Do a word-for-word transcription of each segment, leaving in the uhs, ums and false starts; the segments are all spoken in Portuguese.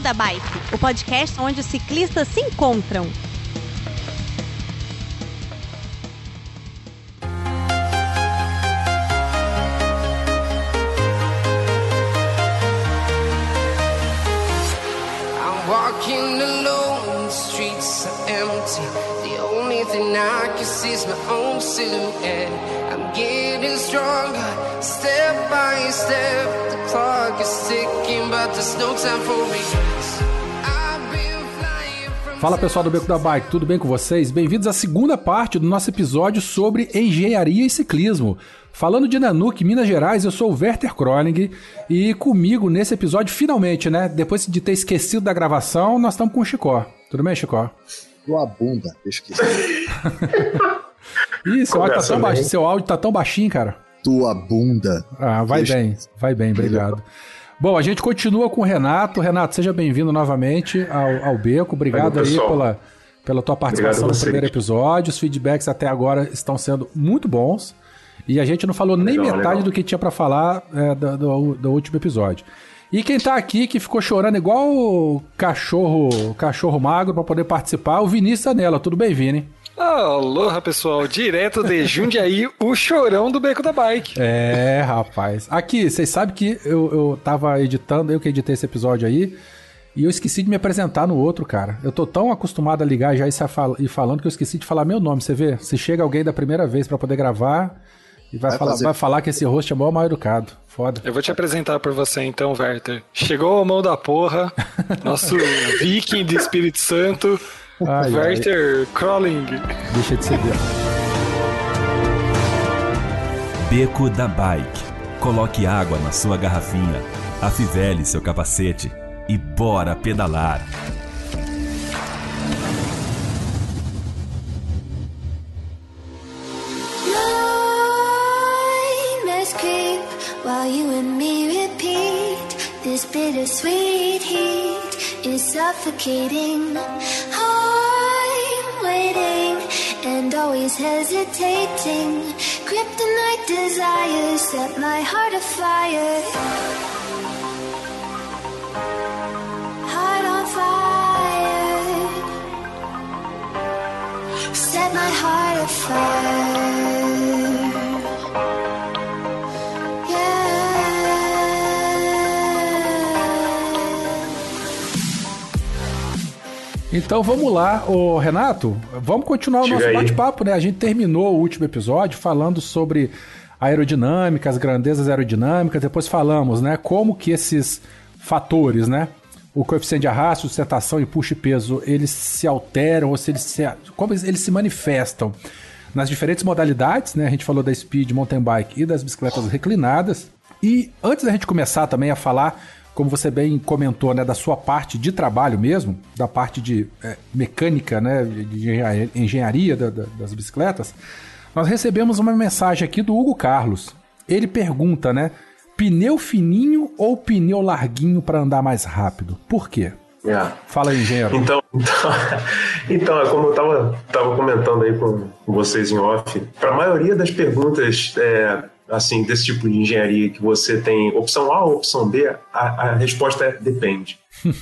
Beco da Bike, o podcast onde os ciclistas se encontram. Walking alone, the streets are empty. The only thing I can see is my own silhouette. I'm getting stronger, step by step. The clock is ticking, but there's no time for me. Fala pessoal do Beco da Bike, tudo bem com vocês? Bem-vindos à segunda parte do nosso episódio sobre engenharia e ciclismo. Falando de Nanuque, Minas Gerais, eu sou o Werther Kroling e comigo nesse episódio, finalmente, né? Depois de ter esquecido da gravação, nós estamos com o Chicó. Tudo bem, Chicó? Tua bunda, eu esqueci. Ih, seu áudio, tá tão baixinho, seu áudio tá tão baixinho, cara. Tua bunda. Ah, vai bem, vai bem, obrigado. Bom, a gente continua com o Renato. Renato, seja bem-vindo novamente ao, ao Beco. Obrigado aí pela, pela tua participação no primeiro episódio. Os feedbacks até agora estão sendo muito bons. E a gente não falou nem legal, metade legal. do que tinha pra falar é, do, do, do último episódio. E quem tá aqui, que ficou chorando igual o cachorro, cachorro magro pra poder participar, o Vinícius Anela. Tudo bem, Vini? Aloha, pessoal. Direto de Jundiaí, o chorão do Beco da Bike. É, rapaz. Aqui, vocês sabem que eu, eu tava editando, eu que editei esse episódio aí, e eu esqueci de me apresentar no outro, cara. Eu tô tão acostumado a ligar já e falando que eu esqueci de falar meu nome, você vê? Se chega alguém da primeira vez pra poder gravar e vai, vai, falar, vai falar que esse host é mó mal educado. Foda. Eu vou te apresentar por você então, Werther. Chegou a mão da porra, nosso viking de Espírito Santo, ai, Werther Kroling. Deixa de ser Beco. Beco da Bike. Coloque água na sua garrafinha, afivele seu capacete e bora pedalar. While you and me repeat, this bittersweet heat is suffocating. I'm waiting and always hesitating. Kryptonite desires set my heart afire. Heart on fire. Set my heart afire. Então vamos lá, ô Renato, vamos continuar o Chega nosso aí. bate-papo, né? A gente terminou o último episódio falando sobre aerodinâmica, as grandezas aerodinâmicas, depois falamos, né, como que esses fatores, né, o coeficiente de arrasto, sustentação e puxa e peso, eles se alteram, ou se eles se, como eles se manifestam nas diferentes modalidades, né? A gente falou da speed, mountain bike e das bicicletas reclinadas. E antes da gente começar também a falar, como você bem comentou, né, da sua parte de trabalho mesmo, da parte de é, mecânica, né, de engenharia da, da, das bicicletas, nós recebemos uma mensagem aqui do Hugo Carlos. Ele pergunta, né, pneu fininho ou pneu larguinho para andar mais rápido? Por quê? É. Fala aí, engenheiro. Então, então, então é como eu estava tava comentando aí com vocês em off, para a maioria das perguntas é, assim, desse tipo de engenharia que você tem opção A ou opção B, a, a resposta é depende.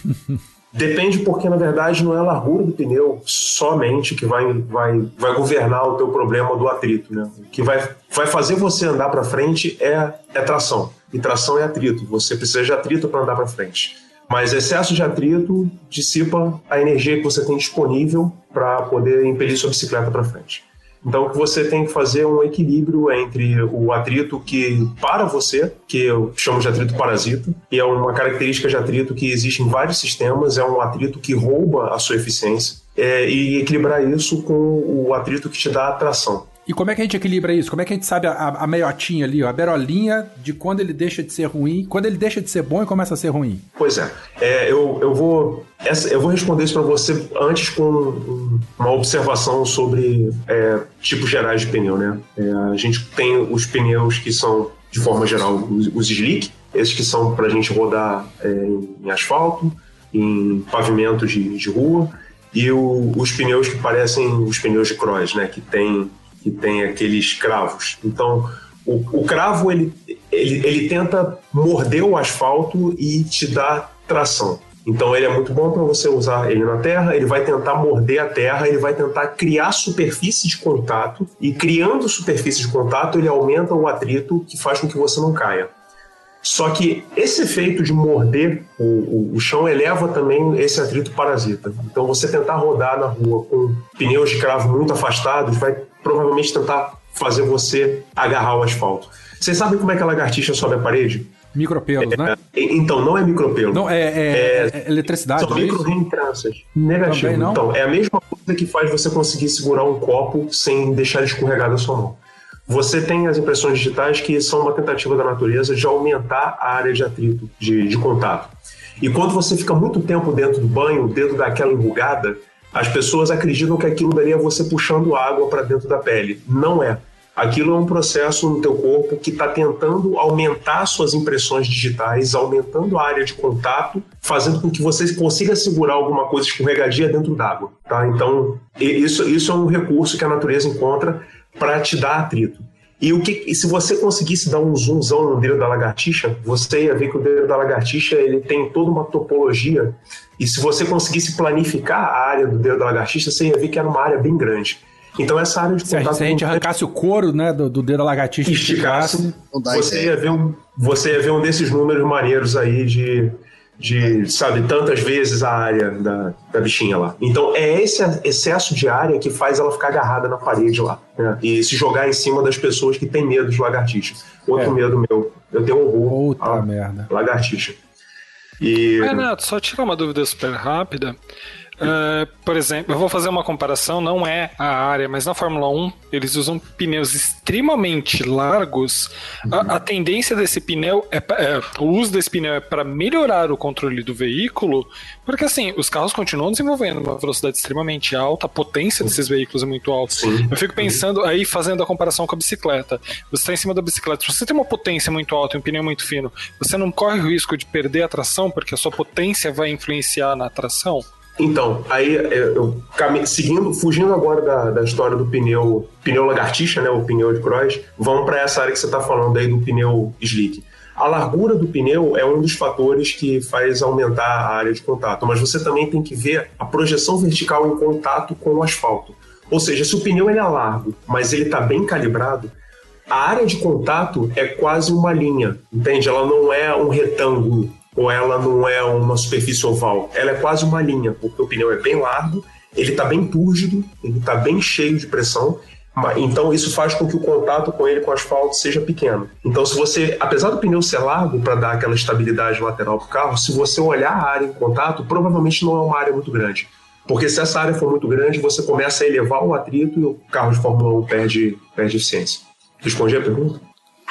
Depende porque, na verdade, não é a largura do pneu somente que vai, vai, vai governar o teu problema do atrito, né? O que vai, vai fazer você andar para frente é, é tração. E tração é atrito. Você precisa de atrito para andar para frente. Mas excesso de atrito dissipa a energia que você tem disponível para poder impelir sua bicicleta para frente. Então, o que você tem que fazer é um equilíbrio entre o atrito que para você, que eu chamo de atrito parasita, e é uma característica de atrito que existe em vários sistemas, é um atrito que rouba a sua eficiência, é, e equilibrar isso com o atrito que te dá a tração. E como é que a gente equilibra isso? Como é que a gente sabe a, a meiotinha ali, ó, a berolinha de quando ele deixa de ser ruim, quando ele deixa de ser bom e começa a ser ruim? Pois é, é eu, eu, vou, essa, eu vou responder isso para você antes com um, uma observação sobre é, tipos gerais de pneu, né? É, a gente tem os pneus que são, de forma geral, os, os slick, esses que são para a gente rodar é, em asfalto, em pavimentos de, de rua, e o, os pneus que parecem os pneus de cross, né? Que tem... que tem aqueles cravos. Então, o, o cravo, ele, ele, ele tenta morder o asfalto e te dar tração. Então ele é muito bom para você usar ele na terra, ele vai tentar morder a terra, ele vai tentar criar superfície de contato, e criando superfície de contato ele aumenta o atrito que faz com que você não caia. Só que esse efeito de morder o, o, o chão eleva também esse atrito parasita. Então você tentar rodar na rua com pneus de cravo muito afastados vai provavelmente tentar fazer você agarrar o asfalto. Vocês sabem como é que a lagartixa sobe a parede? Micropelos, é, né? Então, não é micropelo. Não, é, é, é, é eletricidade. São micro-reentrâncias. Negativo. Não? Então, é a mesma coisa que faz você conseguir segurar um copo sem deixar ele escorregar da sua mão. Você tem as impressões digitais que são uma tentativa da natureza de aumentar a área de atrito, de, de contato. E quando você fica muito tempo dentro do banho, o dedo dá aquela enrugada, as pessoas acreditam que aquilo dali é você puxando água para dentro da pele. Não é. Aquilo é um processo no teu corpo que está tentando aumentar suas impressões digitais, aumentando a área de contato, fazendo com que você consiga segurar alguma coisa escorregadia dentro d'água. Tá? Então, isso, isso é um recurso que a natureza encontra para te dar atrito. E, o que, e se você conseguisse dar um zoomzão no dedo da lagartixa, você ia ver que o dedo da lagartixa ele tem toda uma topologia, e se você conseguisse planificar a área do dedo da lagartixa, você ia ver que era uma área bem grande. Então essa área de se contato... Se a gente arrancasse o couro, né, do, do dedo da lagartixa e esticasse, você ia, ver um, você ia ver um desses números maneiros aí de... de, sabe, tantas vezes a área da, da bichinha lá. Então é esse excesso de área que faz ela ficar agarrada na parede lá, né? E se jogar em cima das pessoas que têm medo de lagartixa. Outro é. medo meu, eu tenho horror Puta a merda. lagartixa. E... Renato, só tirar uma dúvida super rápida. Uh, por exemplo, eu vou fazer uma comparação, não é a área, mas na Fórmula um eles usam pneus extremamente largos. Uhum. A, a tendência desse pneu, é, é o uso desse pneu é para melhorar o controle do veículo, porque assim, os carros continuam desenvolvendo uma velocidade extremamente alta, a potência desses veículos é muito alta. Sim. Eu fico pensando aí, fazendo a comparação com a bicicleta. Você está em cima da bicicleta, se você tem uma potência muito alta e um pneu muito fino, você não corre o risco de perder a tração, porque a sua potência vai influenciar na tração? Então, aí eu, eu seguindo, fugindo agora da, da história do pneu, pneu lagartixa, né, o pneu de cross, vamos para essa área que você está falando aí do pneu slick. A largura do pneu é um dos fatores que faz aumentar a área de contato, mas você também tem que ver a projeção vertical em contato com o asfalto. Ou seja, se o pneu ele é largo, mas ele está bem calibrado, a área de contato é quase uma linha, entende? Ela não é um retângulo, ou ela não é uma superfície oval, ela é quase uma linha, porque o pneu é bem largo, ele está bem túrgido, ele está bem cheio de pressão, então isso faz com que o contato com ele, com o asfalto, seja pequeno. Então se você, apesar do pneu ser largo para dar aquela estabilidade lateral para o carro, se você olhar a área em contato, provavelmente não é uma área muito grande, porque se essa área for muito grande, você começa a elevar o atrito e o carro de Fórmula um perde, perde eficiência. Respondi a pergunta?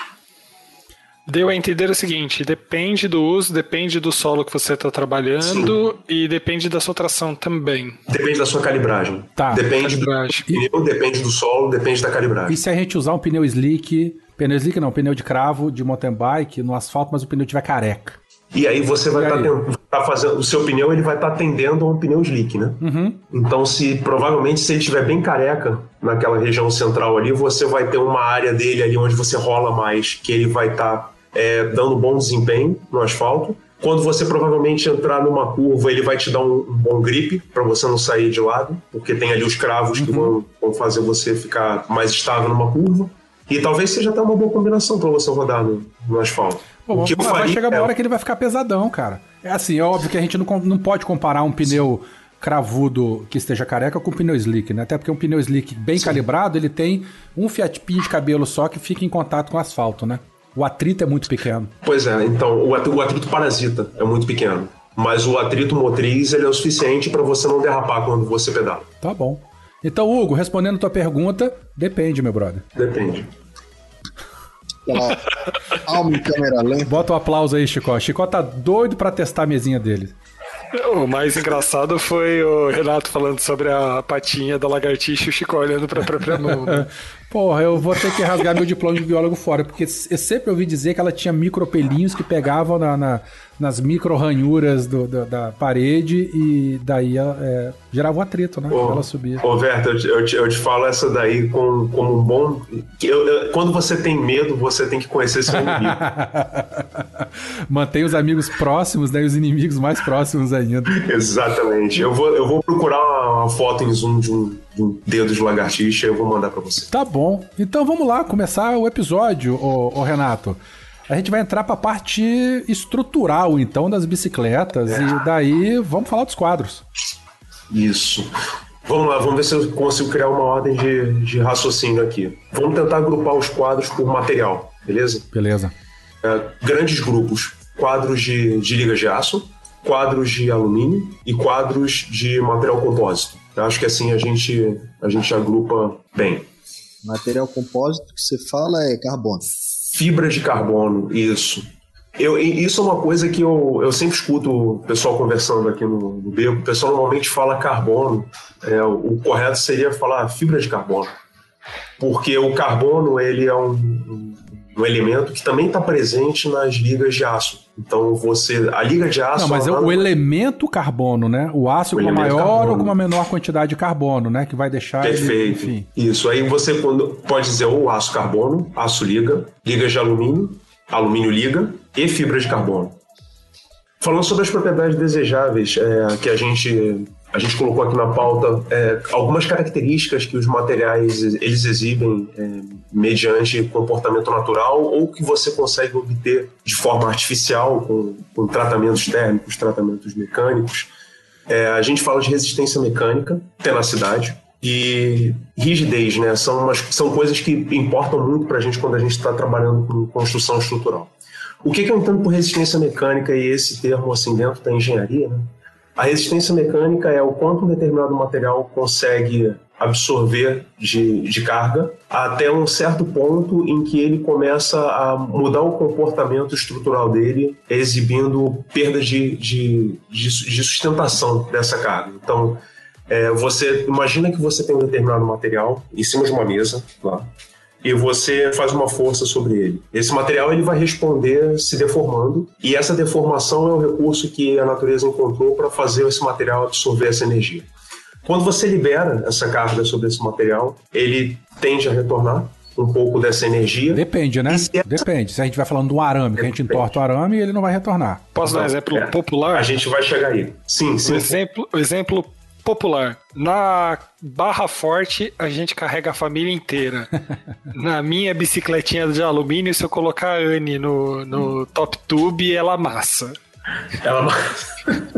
Deu a entender o seguinte, depende do uso, depende do solo que você está trabalhando. Sim. E depende da sua tração também. Depende da sua calibragem. Tá. Depende calibragem. do pneu, depende do solo, depende da calibragem. E se a gente usar um pneu slick, pneu slick não, pneu de cravo de mountain bike no asfalto, mas o pneu estiver careca? E aí você vai estar tá tá fazendo, o seu pneu ele vai estar tá tendendo a um pneu slick, né? Uhum. Então, se provavelmente se ele estiver bem careca naquela região central ali, você vai ter uma área dele ali onde você rola mais, que ele vai estar tá, é, dando bom desempenho no asfalto. Quando você provavelmente entrar numa curva, ele vai te dar um, um bom grip para você não sair de lado, porque tem ali os cravos uhum. que vão, vão fazer você ficar mais estável numa curva. E talvez seja até uma boa combinação para você rodar no, no asfalto. Pô, que vai faria, chegar uma é... hora que ele vai ficar pesadão, cara. É assim, é óbvio que a gente não, não pode comparar um pneu Sim. cravudo que esteja careca com um pneu slick, né? Até porque um pneu slick bem Sim. calibrado, ele tem um fiapinho de cabelo só que fica em contato com o asfalto, né? O atrito é muito pequeno. Pois é, então, o atrito, o atrito parasita é muito pequeno. Mas o atrito motriz, ele é o suficiente para você não derrapar quando você pedala. Tá bom. Então, Hugo, respondendo a tua pergunta, depende, meu brother. Depende. Alma em câmera lenta. Bota um aplauso aí, Chicó. Chicó tá doido pra testar a mesinha dele. O mais engraçado foi o Renato falando sobre a patinha da lagartixa e o Chicó olhando pra própria mão. Né? Porra, eu vou ter que rasgar meu diploma de biólogo fora, porque eu sempre ouvi dizer que ela tinha micropelinhos que pegavam na, na, nas micro-ranhuras do, do, da parede e daí é, gerava um atrito, né? Ô, ela subia. Ô, Verta, eu te, eu, te, eu te falo essa daí como, como um bom... Eu, eu, quando você tem medo, você tem que conhecer seu inimigo. Mantém os amigos próximos, né? Os inimigos mais próximos ainda. Exatamente. Eu vou, eu vou procurar uma foto em zoom de um, de um dedo de lagartixa e eu vou mandar pra você. Tá bom. Então vamos lá, começar o episódio, ô, ô Renato. A gente vai entrar pra parte estrutural, então, das bicicletas. É. E daí vamos falar dos quadros. Isso. Vamos lá, vamos ver se eu consigo criar uma ordem de, de raciocínio aqui. Vamos tentar agrupar os quadros por material, beleza? Beleza. É, grandes grupos. Quadros de, de ligas de aço, quadros de alumínio e quadros de material compósito. Eu acho que assim a gente, a gente agrupa bem. Material compósito que você fala é carbono. Fibra de carbono, isso. Eu, isso é uma coisa que eu, eu sempre escuto o pessoal conversando aqui no, no Beco. O pessoal normalmente fala carbono. É, o correto seria falar fibra de carbono. Porque o carbono ele é um, um, um elemento que também está presente nas ligas de aço. Então você... A liga de aço... Não, mas é o elemento carbono, né? O aço o com uma maior carbono. Ou com uma menor quantidade de carbono, né? Que vai deixar... Perfeito. Ele, enfim. Isso. Aí você quando, pode dizer ou aço carbono, aço liga, ligas de alumínio, alumínio liga e fibra de carbono. Falando sobre as propriedades desejáveis é, que a gente, a gente colocou aqui na pauta, é, algumas características que os materiais eles exibem é, mediante comportamento natural ou que você consegue obter de forma artificial com, com tratamentos térmicos, tratamentos mecânicos. É, a gente fala de resistência mecânica, tenacidade e rigidez, né? São, umas, são coisas que importam muito para a gente quando a gente está trabalhando com construção estrutural. O que, que eu entendo por resistência mecânica e esse termo assim dentro da engenharia, né? A resistência mecânica é o quanto um determinado material consegue absorver de, de carga até um certo ponto em que ele começa a mudar o comportamento estrutural dele, exibindo perda de, de, de, de sustentação dessa carga. Então, é, você imagina que você tem um determinado material em cima de uma mesa lá, e você faz uma força sobre ele. Esse material ele vai responder se deformando, e essa deformação é o recurso que a natureza encontrou para fazer esse material absorver essa energia. Quando você libera essa carga sobre esse material, ele tende a retornar um pouco dessa energia. Depende, né? Se essa... Depende. Se a gente vai falando do arame, que a gente entorta o arame, ele não vai retornar. Posso dar um exemplo é. popular? A gente vai chegar aí. Sim, sim. O exemplo, o exemplo popular. Na Barra Forte, a gente carrega a família inteira. Na minha bicicletinha de alumínio, se eu colocar a Anne no, no top tube, ela amassa. Ela amassa.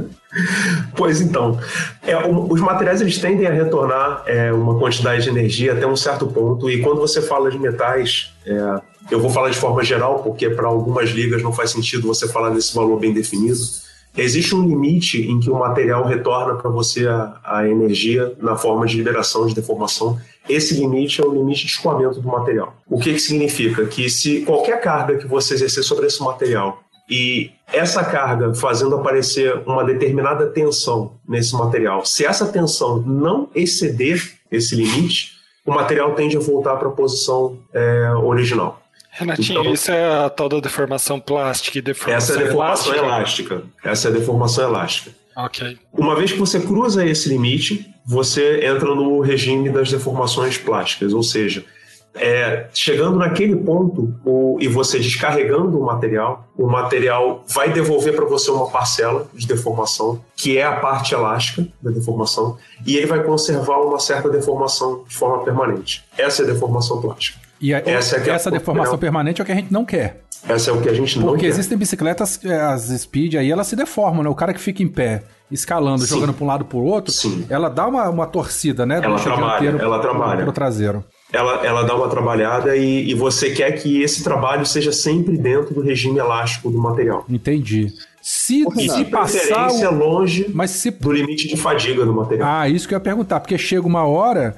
Pois então, é, o, os materiais eles tendem a retornar é, uma quantidade de energia até um certo ponto, e quando você fala de metais, é, eu vou falar de forma geral, porque para algumas ligas não faz sentido você falar desse valor bem definido. Existe um limite em que o material retorna para você a, a energia na forma de liberação, de deformação. Esse limite é o limite de escoamento do material. O que, que significa? Que se qualquer carga que você exercer sobre esse material e essa carga fazendo aparecer uma determinada tensão nesse material, se essa tensão não exceder esse limite, o material tende a voltar para a posição é, original. Renatinho, então, isso é a tal da deformação plástica e deformação essa é a deformação elástica. elástica. Essa é a deformação elástica. Ok. Uma vez que você cruza esse limite, você entra no regime das deformações plásticas, ou seja, é, chegando naquele ponto o, e você descarregando o material, o material vai devolver para você uma parcela de deformação, que é a parte elástica da deformação, e ele vai conservar uma certa deformação de forma permanente. Essa é a deformação plástica. E a, essa, é essa deformação permanente é o que a gente não quer. Essa é o que a gente não Porque quer. Existem bicicletas, as speed aí, elas se deformam, né? O cara que fica em pé, escalando, Sim. jogando para um lado para o outro, Sim. ela dá uma, uma torcida, né? Ela trabalha, ela trabalha. Pro traseiro. Ela, ela dá uma trabalhada e, e você quer que esse trabalho seja sempre dentro do regime elástico do material. Entendi. Se, e se passar o... longe Mas se... do limite de fadiga do material. Ah, isso que eu ia perguntar, porque chega uma hora,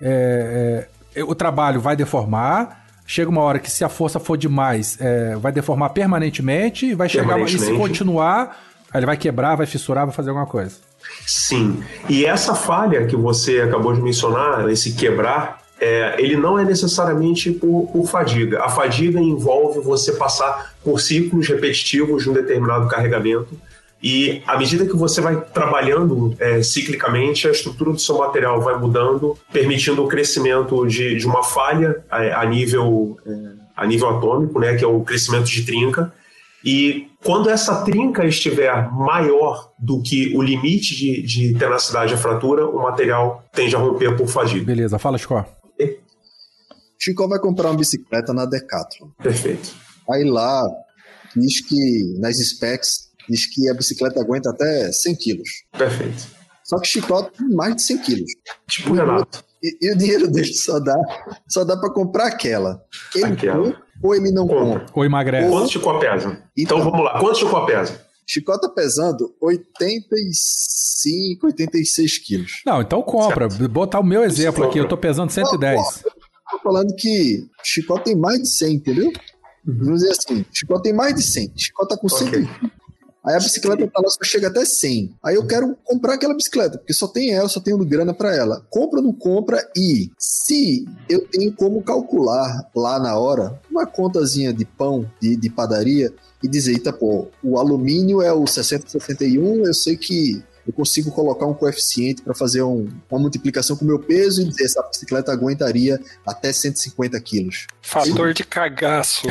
é, é, o trabalho vai deformar, chega uma hora que se a força for demais, é, vai deformar permanentemente, e vai chegar, e se continuar, aí ele vai quebrar, vai fissurar, vai fazer alguma coisa. Sim, e essa falha que você acabou de mencionar, esse quebrar, É, ele não é necessariamente por, por fadiga. A fadiga envolve você passar por ciclos repetitivos de um determinado carregamento, e à medida que você vai trabalhando é, ciclicamente, a estrutura do seu material vai mudando, permitindo o crescimento de, de uma falha a, a, nível, é, a nível atômico, né, que é o crescimento de trinca, E quando essa trinca estiver maior do que o limite de, de tenacidade à fratura, o material tende a romper por fadiga. Beleza, fala, Chico. Chico vai comprar uma bicicleta na Decathlon. Perfeito. Aí lá, diz que nas specs, diz que a bicicleta aguenta até cem quilos. Perfeito. Só que Chico tem mais de cem quilos. Tipo o Renato. E, e o dinheiro dele só dá, só dá pra comprar aquela. Ele aquela. compra ou ele não compra? compra. Ou emagrece. Quanto Chico pesa? Então, então vamos lá. Quanto Chico pesa? Chico tá pesando oitenta e cinco, oitenta e seis quilos. Não, então compra. Certo. Botar o meu exemplo aqui, eu tô pesando cento e dez. Tô falando que Chico tem mais de cem, entendeu? Vamos dizer assim, Chico tem mais de cem. Chico tá com okay. cento e vinte. Aí a bicicleta tá lá, só chega até cem. Aí eu quero comprar aquela bicicleta, porque só tem ela, só tenho grana pra ela. Compra ou não compra? E se eu tenho como calcular lá na hora, uma contazinha de pão, de, de padaria, e dizer, eita, pô, o alumínio é o sessenta, sessenta e um, eu sei que eu consigo colocar um coeficiente para fazer um, uma multiplicação com o meu peso e dizer essa bicicleta aguentaria até cento e cinquenta quilos. Fator de cagaço.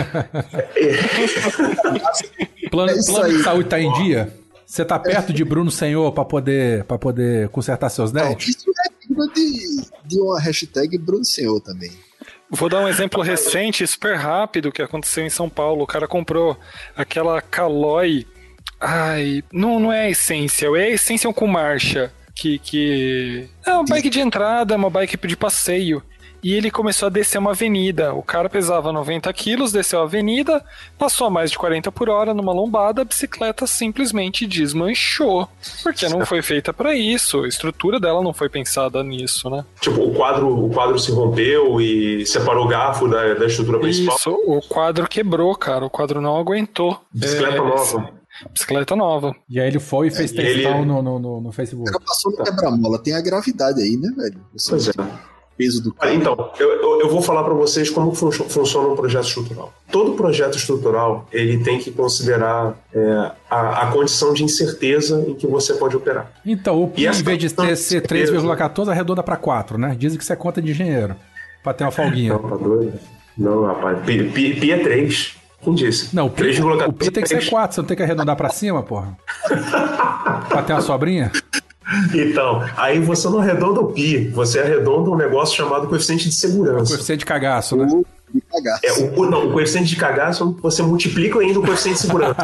Plano, é plano de saúde tá em dia? Você tá perto de Bruno Senhor para poder, pra poder consertar seus dentes? Isso é digno de, de uma hashtag Bruno Senhor também. Vou dar um exemplo recente, super rápido, que aconteceu em São Paulo. O cara comprou aquela Caloi. Ai, não, não é a Essential, é a Essential com marcha. Que, que... É uma bike de entrada, uma bike de passeio. E ele começou a descer uma avenida. O cara pesava noventa quilos, desceu a avenida, passou a mais de quarenta por hora numa lombada, a bicicleta simplesmente desmanchou. Porque não foi feita para isso. A estrutura dela não foi pensada nisso, né? Tipo, o quadro, o quadro se rompeu e separou o garfo da, da estrutura principal? Isso, o quadro quebrou, cara. O quadro não aguentou. Bicicleta é, nova. Bicicleta nova. E aí ele foi e fez é, textão ele... no, no, no Facebook. O cara passou no quebra-mola. Tem a gravidade aí, né, velho? Você pois é. Peso do cara. Então, eu, eu, eu vou falar para vocês como fun- funciona um projeto estrutural. Todo projeto estrutural, ele tem que considerar é, a, a condição de incerteza em que você pode operar. Então, o P, em vez de ter ser três vírgula quatorze, arredonda para quatro, né? Dizem que isso é conta de engenheiro, para ter uma folguinha. Não, tá doido? Não, rapaz. Pi, pi, pi é três. Quem disse? Não, o Pi, o Pi tem que ser quatro, você não tem que arredondar para cima, porra? Para ter uma sobrinha? Então, aí você não arredonda o Pi, você arredonda um negócio chamado coeficiente de segurança. O coeficiente de cagaço, né? O de cagaço. É, o, não, o coeficiente de cagaço, você multiplica ainda o coeficiente de segurança.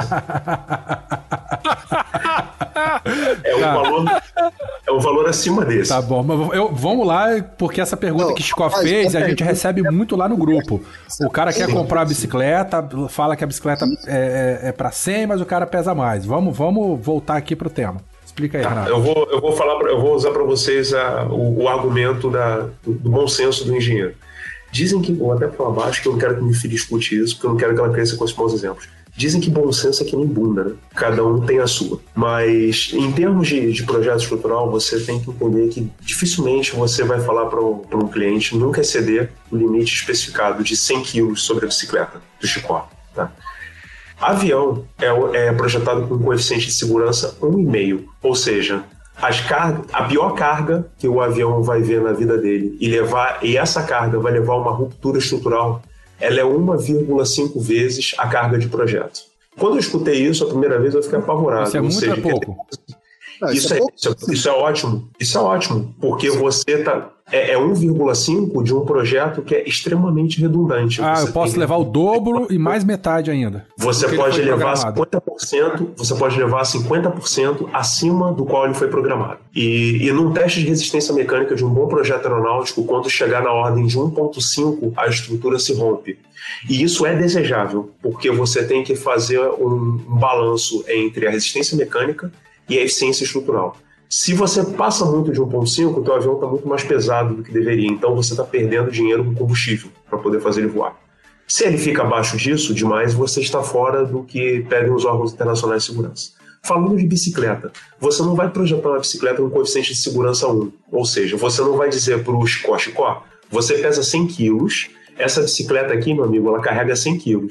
é, um tá. valor, é um valor acima desse. Tá bom, mas eu, vamos lá, porque essa pergunta não, que Chico fez, a gente recebe muito lá no grupo. O cara quer comprar a bicicleta, fala que a bicicleta é, é, é para cem, mas o cara pesa mais. Vamos, vamos voltar aqui pro tema. Explica aí, Renato. Eu vou, eu vou, falar pra, eu vou usar para vocês a, o, o argumento da, do, do bom senso do engenheiro. Dizem que, vou até falar abaixo, que eu não quero que minha filha escute isso, porque eu não quero que ela cresça com esses bons exemplos. Dizem que bom senso é que nem bunda, né? Cada um tem a sua. Mas, em termos de, de projeto estrutural, você tem que entender que dificilmente você vai falar para um, um cliente nunca exceder o limite especificado de cem quilos sobre a bicicleta do Chicó, tá? Avião é, é projetado com um coeficiente de segurança um vírgula cinco, ou seja, as car- a pior carga que o avião vai ver na vida dele e, levar, e essa carga vai levar a uma ruptura estrutural, ela é uma vírgula cinco vezes a carga de projeto. Quando eu escutei isso a primeira vez, eu fiquei apavorado. Isso é muito ou pouco? Não, isso, isso, é, isso, é, isso é ótimo, isso é ótimo, porque você tá, é, é um vírgula cinco de um projeto que é extremamente redundante. Ah, você eu posso tem... levar o dobro e mais metade ainda. Você pode levar cinquenta por cento, você pode levar cinquenta por cento acima do qual ele foi programado. E, e num teste de resistência mecânica de um bom projeto aeronáutico, quando chegar na ordem de um vírgula cinco, a estrutura se rompe. E isso é desejável, porque você tem que fazer um, um balanço entre a resistência mecânica e a eficiência estrutural. Se você passa muito de um vírgula cinco, o teu avião está muito mais pesado do que deveria, então você está perdendo dinheiro com combustível para poder fazer ele voar. Se ele fica abaixo disso, demais, você está fora do que pedem os órgãos internacionais de segurança. Falando de bicicleta, você não vai projetar uma bicicleta com coeficiente de segurança um, ou seja, você não vai dizer para o Chicó, Chicó, você pesa cem quilos, essa bicicleta aqui, meu amigo, ela carrega cem quilos.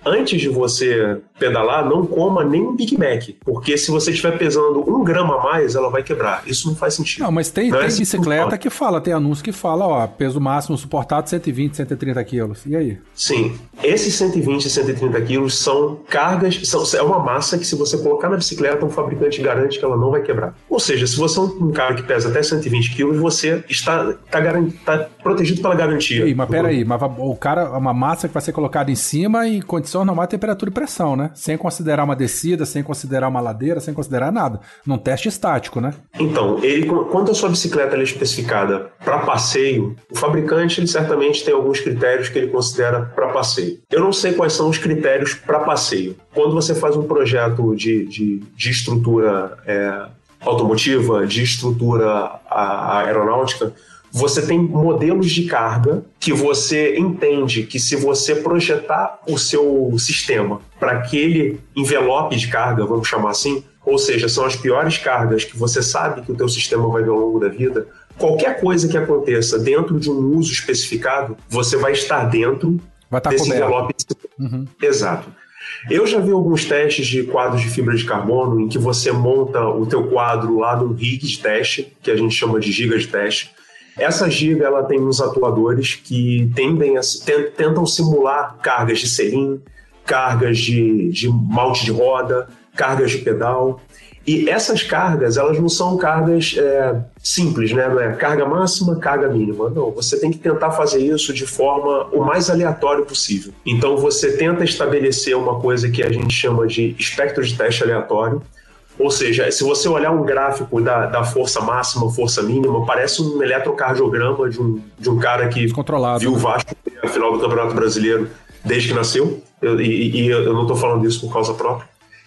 antes de você pedalar, não coma nem um Big Mac, porque se você estiver pesando um grama a mais, ela vai quebrar. Isso não faz sentido. Não, mas tem, não tem é bicicleta que fala, tem anúncio que fala, ó, peso máximo suportado cento e vinte, cento e trinta quilos. E aí? Sim. Esses cento e vinte e cento e trinta quilos são cargas, são, é uma massa que se você colocar na bicicleta, um fabricante garante que ela não vai quebrar. Ou seja, se você é um, um cara que pesa até cento e vinte quilos, você está, está, garanti, está protegido pela garantia. Ei, mas peraí, mas o cara, uma massa que vai ser colocada em cima em condições normais de temperatura e pressão, né? Sem considerar uma descida, sem considerar uma ladeira, sem considerar nada. Num teste estático, né? Então, ele, quando a sua bicicleta é especificada para passeio, o fabricante ele certamente tem alguns critérios que ele considera para passeio. Eu não sei quais são os critérios para passeio. Quando você faz um projeto de, de, de estrutura é, automotiva, de estrutura a, aeronáutica, você tem modelos de carga que você entende que se você projetar o seu sistema para aquele envelope de carga, vamos chamar assim, ou seja, são as piores cargas que você sabe que o teu sistema vai ver ao longo da vida, qualquer coisa que aconteça dentro de um uso especificado, você vai estar dentro vai estar desse coberto. envelope. Uhum. Exato. Eu já vi alguns testes de quadros de fibra de carbono em que você monta o teu quadro lá num rig de teste, que a gente chama de giga de teste. Essa giga ela tem uns atuadores que tendem a, tentam simular cargas de selim, cargas de, de malte de roda, cargas de pedal. E essas cargas, elas não são cargas é, simples, né? Não é carga máxima, carga mínima. Não, você tem que tentar fazer isso de forma o mais aleatório possível. Então você tenta estabelecer uma coisa que a gente chama de espectro de teste aleatório. Ou seja, se você olhar um gráfico da, da força máxima, força mínima, parece um eletrocardiograma de um, de um cara que viu o Vasco na final do Campeonato Brasileiro desde que nasceu. Eu, e, e eu não estou falando isso por causa própria.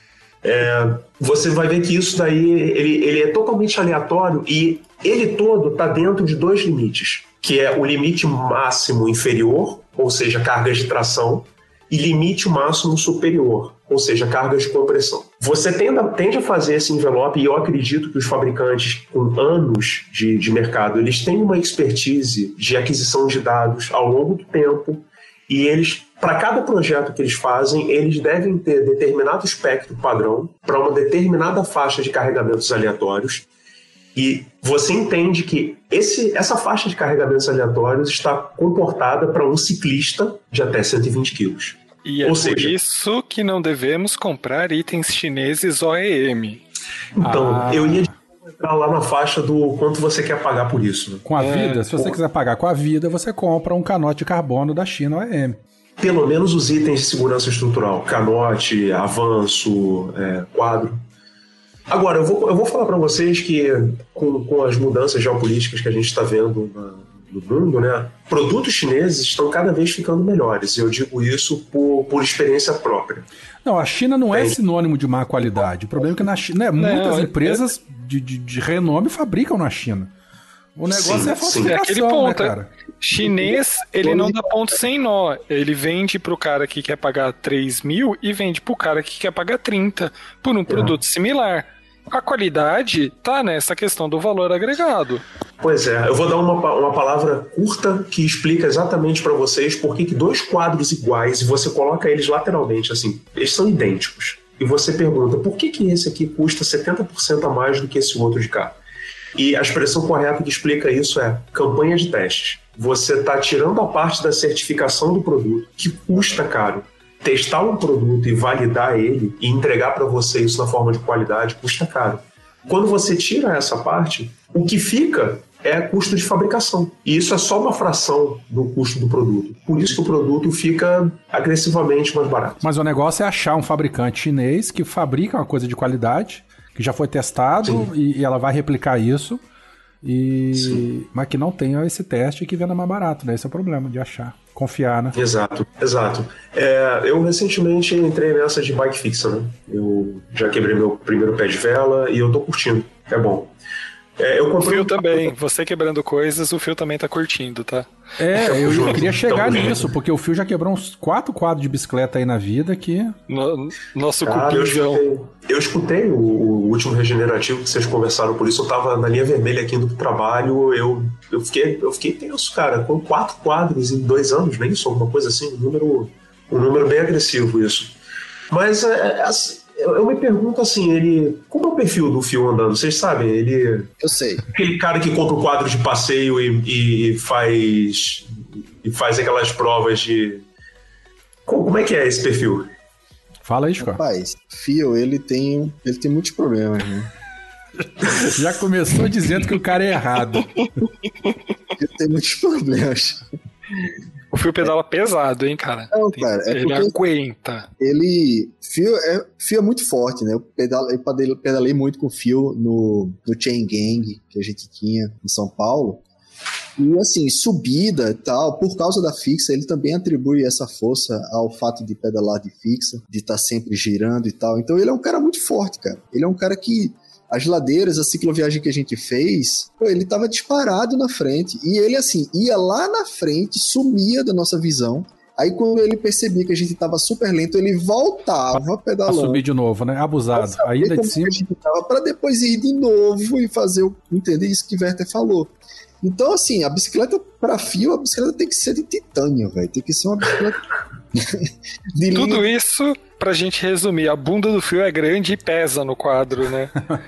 É, você vai ver que isso daí ele, ele é totalmente aleatório e ele todo está dentro de dois limites, que é o limite máximo inferior, ou seja, cargas de tração, e limite máximo superior, ou seja, cargas de compressão. Você tende a, tende a fazer esse envelope, e eu acredito que os fabricantes com anos de, de mercado, eles têm uma expertise de aquisição de dados ao longo do tempo, e eles, para cada projeto que eles fazem, eles devem ter determinado espectro padrão para uma determinada faixa de carregamentos aleatórios, e você entende que esse, essa faixa de carregamentos aleatórios está comportada para um ciclista de até cento e vinte quilos. E é Ou por seja, isso que não devemos comprar itens chineses O E M. Então, ah. eu ia entrar lá na faixa do quanto você quer pagar por isso. Né? Com a é, vida, se você por... quiser pagar com a vida, você compra um canote de carbono da China O E M. Pelo menos os itens de segurança estrutural, canote, avanço, é, quadro. Agora, eu vou, eu vou falar para vocês que com, com as mudanças geopolíticas que a gente está vendo na, no mundo, né, produtos chineses estão cada vez ficando melhores. Eu digo isso por, por experiência própria. Não, a China não é Tem. sinônimo de má qualidade. O problema é que na China, né, muitas não, empresas é... de, de, de renome fabricam na China. O negócio sim, é falsificação, é aquele ponto, né, cara? Chinês, ele não dá ponto sem nó. Ele vende pro cara que quer pagar três mil e vende pro cara que quer pagar trinta por um produto é. similar. A qualidade tá nessa questão do valor agregado. Pois é, eu vou dar uma, uma palavra curta que explica exatamente para vocês por que dois quadros iguais, e você coloca eles lateralmente, assim, eles são idênticos. E você pergunta, por que, que esse aqui custa setenta por cento a mais do que esse outro de cá? E a expressão correta que explica isso é campanha de testes. Você está tirando a parte da certificação do produto, que custa caro. Testar um produto e validar ele e entregar para você isso na forma de qualidade custa caro. Quando você tira essa parte, o que fica é custo de fabricação. E isso é só uma fração do custo do produto. Por isso que o produto fica agressivamente mais barato. Mas o negócio é achar um fabricante chinês que fabrica uma coisa de qualidade, que já foi testado e, e ela vai replicar isso, e... mas que não tenha esse teste e que venda mais barato, né? Esse é o problema de achar. Confiar, né? Exato, exato. É, eu recentemente entrei nessa de bike fixa, né? Eu já quebrei meu primeiro pé de vela e eu tô curtindo. É bom. É, eu comprei o Fio um... também. Você quebrando coisas, o Fio também tá curtindo, tá? É, eu, eu queria chegar Tamo nisso, junto. porque o Fio já quebrou uns quatro quadros de bicicleta aí na vida que... No, nosso Cara, eu cupizão. escutei, eu escutei o, o último regenerativo que vocês conversaram por isso. Eu tava na linha vermelha aqui indo pro trabalho. Eu, eu, fiquei, eu fiquei tenso, cara. Com quatro quadros em dois anos, nem isso, alguma coisa assim, um número Um número bem agressivo, isso. Mas é, é, eu me pergunto assim, ele... Como é o perfil do Phil andando? Vocês sabem? Ele... Eu sei. Aquele cara que compra um quadro de passeio e, e faz... E faz aquelas provas de... Como é que é esse perfil? Fala aí, Chico. Rapaz, Phil, ele tem, ele tem muitos problemas, né? Já começou dizendo que o cara é errado. Ele tem muitos problemas. O Phil pedala é. pesado, hein, cara? Não, cara. É ele aguenta. Ele... Phil é, Phil é muito forte, né? Eu pedalei, eu pedalei muito com o Phil no, no Chain Gang que a gente tinha em São Paulo. E assim, subida e tal, por causa da fixa, ele também atribui essa força ao fato de pedalar de fixa, de estar sempre girando e tal. Então ele é um cara muito forte, cara. Ele é um cara que, as ladeiras, a cicloviagem que a gente fez, pô, ele tava disparado na frente. E ele, assim, ia lá na frente, sumia da nossa visão. Aí quando ele percebia que a gente tava super lento, ele voltava pedalando. Pra subir de novo, né? Abusado. A ida de cima. Pra depois ir de novo e fazer o... Entender isso que o Werther falou. Então, assim, a bicicleta pra fio, a bicicleta tem que ser de titânio, velho. Tem que ser uma bicicleta... de Tudo linha... isso, pra gente resumir, a bunda do Phil é grande e pesa no quadro, né?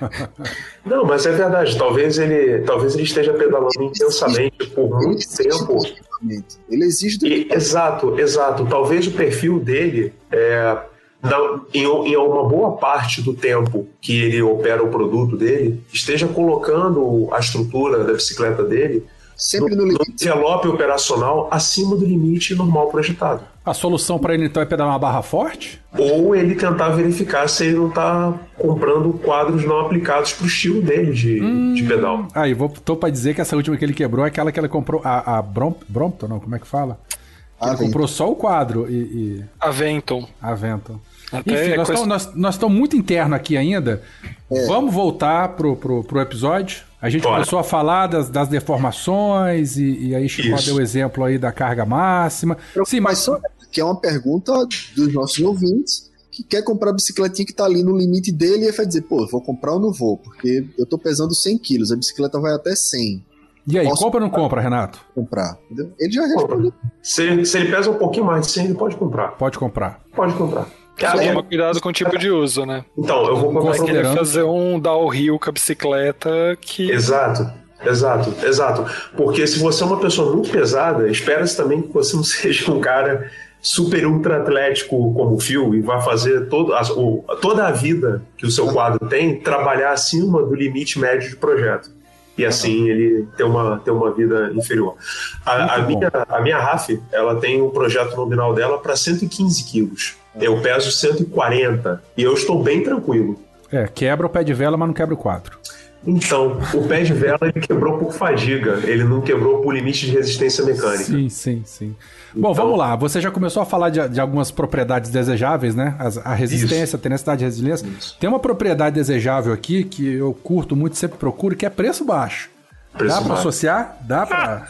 Não, mas é verdade. Talvez ele, talvez ele esteja pedalando ele intensamente exige, por muito tempo. Ele exige do e, Exato, exato. Talvez o perfil dele... É... Não, em, em uma boa parte do tempo que ele opera o produto dele, esteja colocando a estrutura da bicicleta dele sempre no, no limite. no envelope operacional acima do limite normal projetado. A solução para ele então é pedalar uma barra forte? Ou ele tentar verificar se ele não está comprando quadros não aplicados para o estilo dele de, hum, de pedal. Aí, vou, tô para dizer que essa última que ele quebrou é aquela que ele comprou, a, a Brom, Brompton, não, como é que fala? Ele Aventon. Comprou só o quadro e... e... Aventon. Aventon. Até Enfim, nós, coisa... estamos, nós estamos muito interno aqui ainda. É. Vamos voltar pro, pro, pro episódio. A gente Bora. começou a falar das, das deformações e, e aí Chico deu o exemplo aí da carga máxima. Sim, mas só que é uma pergunta dos nossos ouvintes que quer comprar a bicicletinha que tá ali no limite dele e vai dizer, pô, vou comprar ou não vou? Porque eu tô pesando cem quilos, a bicicleta vai até cem. E aí, Posso compra ou não compra, Renato? Comprar, entendeu? Ele já respondeu. Se, se ele pesa um pouquinho mais de cem, ele pode comprar. Pode comprar. Pode comprar. Só toma cuidado com o tipo de uso, né? Então, eu vou comprar... Vai querer fazer um downhill com a bicicleta que... Exato, exato, exato. Porque se você é uma pessoa muito pesada, espera-se também que você não seja um cara super ultra atlético como o Phil e vai fazer todo, a, o, toda a vida que o seu quadro tem trabalhar acima do limite médio de projeto. E assim ele ter uma, ter uma vida inferior. A, a, minha, a minha R A F, ela tem um projeto nominal dela para cento e quinze quilos. Eu peso cento e quarenta e eu estou bem tranquilo. É, quebra o pé de vela, mas não quebra o quadro. Então, o pé de vela ele quebrou por fadiga, ele não quebrou por limite de resistência mecânica. Sim, sim, sim. Bom, então, vamos lá. Você já começou a falar de, de algumas propriedades desejáveis, né? As, a resistência, isso. a tenacidade de resiliência. Isso. Tem uma propriedade desejável aqui que eu curto muito, sempre procuro, que é preço baixo. Preço dá para associar? Dá para...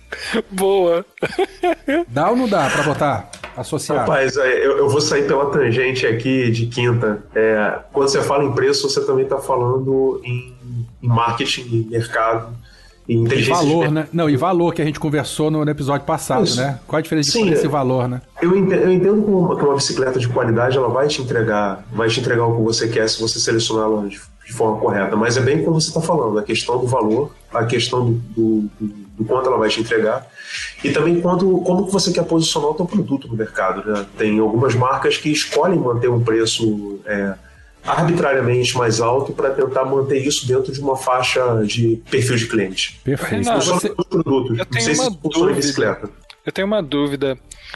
Boa. Dá ou não dá para botar? Associado. Rapaz, eu, eu vou sair pela tangente aqui de quinta. É, quando você fala em preço, você também está falando em, em marketing, em mercado, em inteligência. E valor, né? Não, e valor que a gente conversou no, no episódio passado, isso. Né? Qual a diferença de preço e valor, né? Eu entendo, eu entendo que uma, que uma bicicleta de qualidade ela vai te entregar, vai te entregar o que você quer se você selecioná-la de, de forma correta. Mas é bem como você está falando, a questão do valor, a questão do, do, do, do quanto ela vai te entregar. E também quando, como que você quer posicionar o seu produto no mercado, né? Tem algumas marcas que escolhem manter um preço é, arbitrariamente mais alto para tentar manter isso dentro de uma faixa de perfil de cliente. Perfeito. Não só nos produtos, eu não sei se funciona em bicicleta. Eu tenho uma dúvida.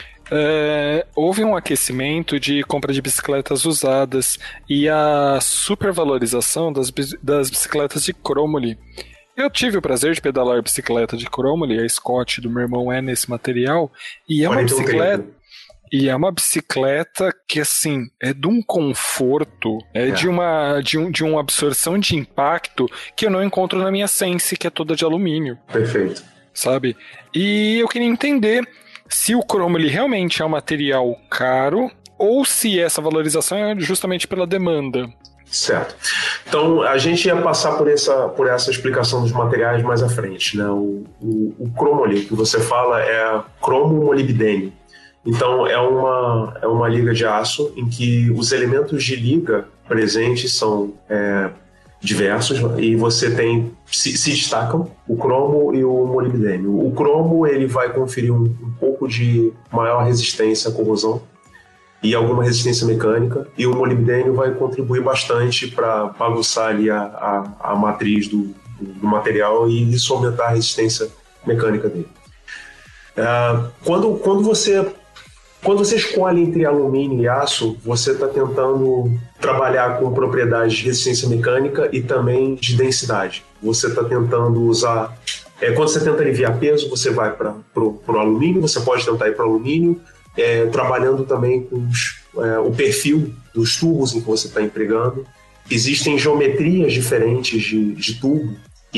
É, houve um aquecimento de compra de bicicletas usadas e a supervalorização das, das bicicletas de Chromoly. Eu tive o prazer de pedalar bicicleta de Chromoly, a Scott do meu irmão é nesse material, e é uma bicicleta e é uma bicicleta que assim é de um conforto, é, é. de uma de, um, de uma absorção de impacto que eu não encontro na minha Sense, que é toda de alumínio. Perfeito. Sabe? E eu queria entender se o Chromoly realmente é um material caro ou se essa valorização é justamente pela demanda. Certo. Então, a gente ia passar por essa, por essa explicação dos materiais mais à frente, né? O, o, o Chromoly que você fala é cromo molibdênio. Então, é uma, é uma liga de aço em que os elementos de liga presentes são é, diversos e você tem, se, se destacam o cromo e o molibdênio. O cromo ele vai conferir um, um pouco de maior resistência à corrosão e alguma resistência mecânica, e o molibdênio vai contribuir bastante para aguçar ali a, a, a matriz do, do material e isso aumentar a resistência mecânica dele. Uh, quando, quando você Quando você escolhe entre alumínio e aço, você está tentando trabalhar com propriedades de resistência mecânica e também de densidade. Você está tentando usar... É, quando você tenta aliviar peso, você vai para o alumínio, você pode tentar ir para o alumínio, é, trabalhando também com os, é, o perfil dos tubos em que você está empregando. Existem geometrias diferentes de, de tubo,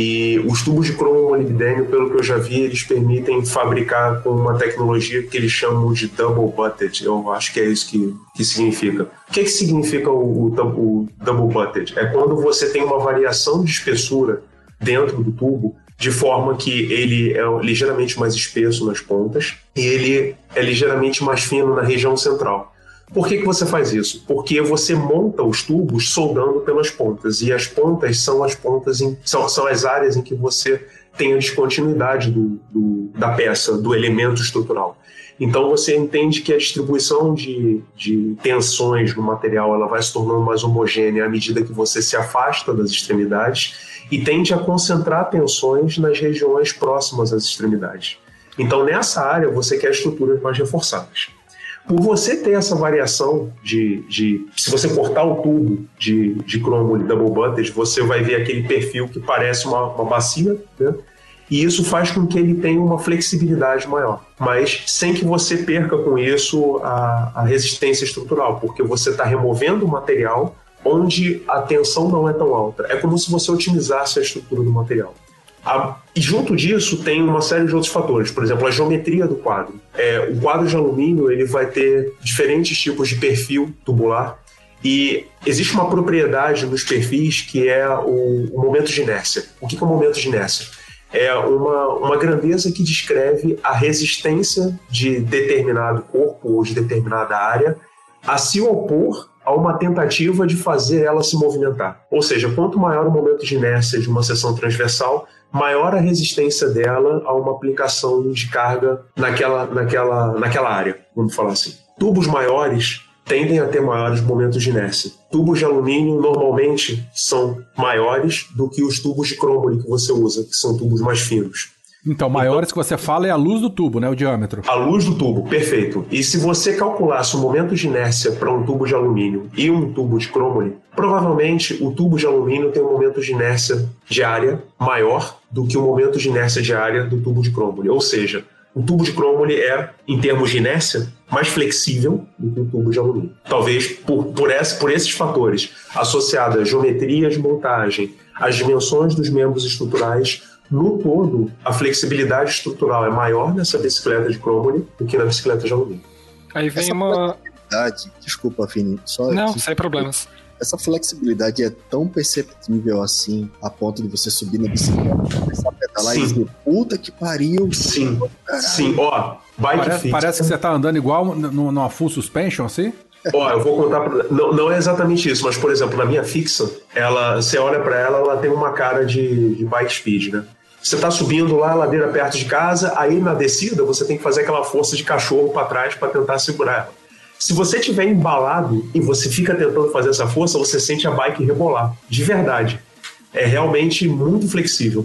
e os tubos de cromo molibdênio, pelo que eu já vi, eles permitem fabricar com uma tecnologia que eles chamam de double butted. Eu acho que é isso que, que significa. O que, que significa o, o, o double butted? É quando você tem uma variação de espessura dentro do tubo, de forma que ele é ligeiramente mais espesso nas pontas e ele é ligeiramente mais fino na região central. Por que que você faz isso? Porque você monta os tubos soldando pelas pontas, e as pontas são as pontas em, são, são as áreas em que você tem a descontinuidade do, do, da peça, do elemento estrutural. Então você entende que a distribuição de, de tensões no material ela vai se tornando mais homogênea à medida que você se afasta das extremidades e tende a concentrar tensões nas regiões próximas às extremidades. Então nessa área você quer estruturas mais reforçadas. Por você ter essa variação de, de... Se você cortar o tubo de, de cromo double butted, você vai ver aquele perfil que parece uma, uma bacia, né? E isso faz com que ele tenha uma flexibilidade maior, mas sem que você perca com isso a, a resistência estrutural, porque você está removendo o material onde a tensão não é tão alta. É como se você otimizasse a estrutura do material. A, e junto disso tem uma série de outros fatores, por exemplo, a geometria do quadro. É, o quadro de alumínio ele vai ter diferentes tipos de perfil tubular e existe uma propriedade nos perfis que é o, o momento de inércia. O que é o momento de inércia? É uma, uma grandeza que descreve a resistência de determinado corpo ou de determinada área a se opor a uma tentativa de fazer ela se movimentar. Ou seja, quanto maior o momento de inércia de uma seção transversal, maior a resistência dela a uma aplicação de carga naquela, naquela, naquela área, vamos falar assim. Tubos maiores tendem a ter maiores momentos de inércia. Tubos de alumínio normalmente são maiores do que os tubos de cromo que você usa, que são tubos mais finos. Então, maiores então, que você fala é a luz do tubo, né? O diâmetro. A luz do tubo, perfeito. E se você calculasse o momento de inércia para um tubo de alumínio e um tubo de cromo, provavelmente o tubo de alumínio tem um momento de inércia de área maior do que o momento de inércia de área do tubo de cromo. Ou seja, o tubo de cromo é, em termos de inércia, mais flexível do que o tubo de alumínio. Talvez por, por, esse, por esses fatores, associados à geometria de montagem, às dimensões dos membros estruturais, no todo, a flexibilidade estrutural é maior nessa bicicleta de cromo do que na bicicleta de alumínio. Aí vem essa uma... flexibilidade, desculpa, Fini, só... Não, que... sem problemas. Essa flexibilidade é tão perceptível assim, a ponto de você subir na bicicleta, começar a pedalar Sim. e dizer, puta que pariu. Sim, Sim. ó, bike parece, fit. Parece que você tá andando igual numa full suspension, assim? Ó, eu vou contar, pra... não, não é exatamente isso, mas, por exemplo, na minha fixa, ela, você olha pra ela, ela tem uma cara de, de bike speed, né? Você tá subindo lá a ladeira perto de casa, aí na descida você tem que fazer aquela força de cachorro para trás para tentar segurar ela. Se você tiver embalado e você fica tentando fazer essa força, você sente a bike rebolar, de verdade. É realmente muito flexível.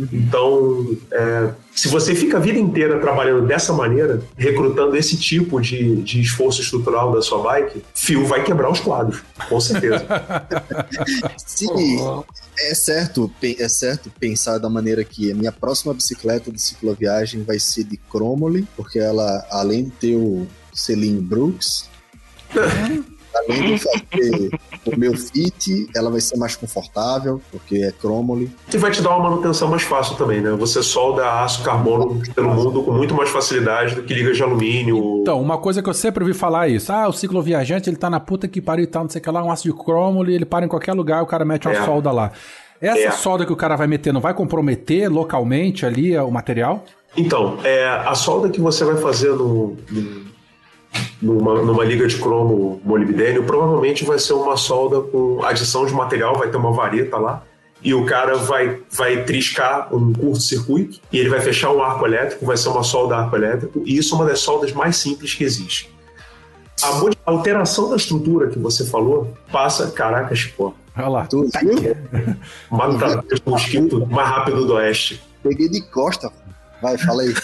Então, é, se você fica a vida inteira trabalhando dessa maneira, recrutando esse tipo de, de esforço estrutural da sua bike, fio vai quebrar os quadros, com certeza. Sim, é certo, é certo pensar da maneira que a minha próxima bicicleta de cicloviagem vai ser de Chromoly, porque ela, além de ter o selinho Brooks, além de fazer o meu fit, ela vai ser mais confortável, porque é Chromoly. E vai te dar uma manutenção mais fácil também, né? Você solda aço carbono pelo mundo com muito mais facilidade do que ligas de alumínio. Então, uma coisa que eu sempre ouvi falar é isso. Ah, o cicloviajante, ele tá na puta que pariu e tal, não sei o que lá, um aço de Chromoly, ele para em qualquer lugar, o cara mete uma é. solda lá. Essa é. solda que o cara vai meter não vai comprometer localmente ali o material? Então, é, a solda que você vai fazer no... no... numa, numa liga de cromo molibdênio, provavelmente vai ser uma solda com adição de material, vai ter uma vareta lá, e o cara vai, vai triscar um curto-circuito, e ele vai fechar um arco elétrico, vai ser uma solda arco elétrico, e isso é uma das soldas mais simples que existe. A, a alteração da estrutura que você falou passa... Caraca, Chico. Olha lá. Tu Tá viu? aqui. Mata o mosquito mais rápido do oeste. Peguei de costa. Vai, fala aí.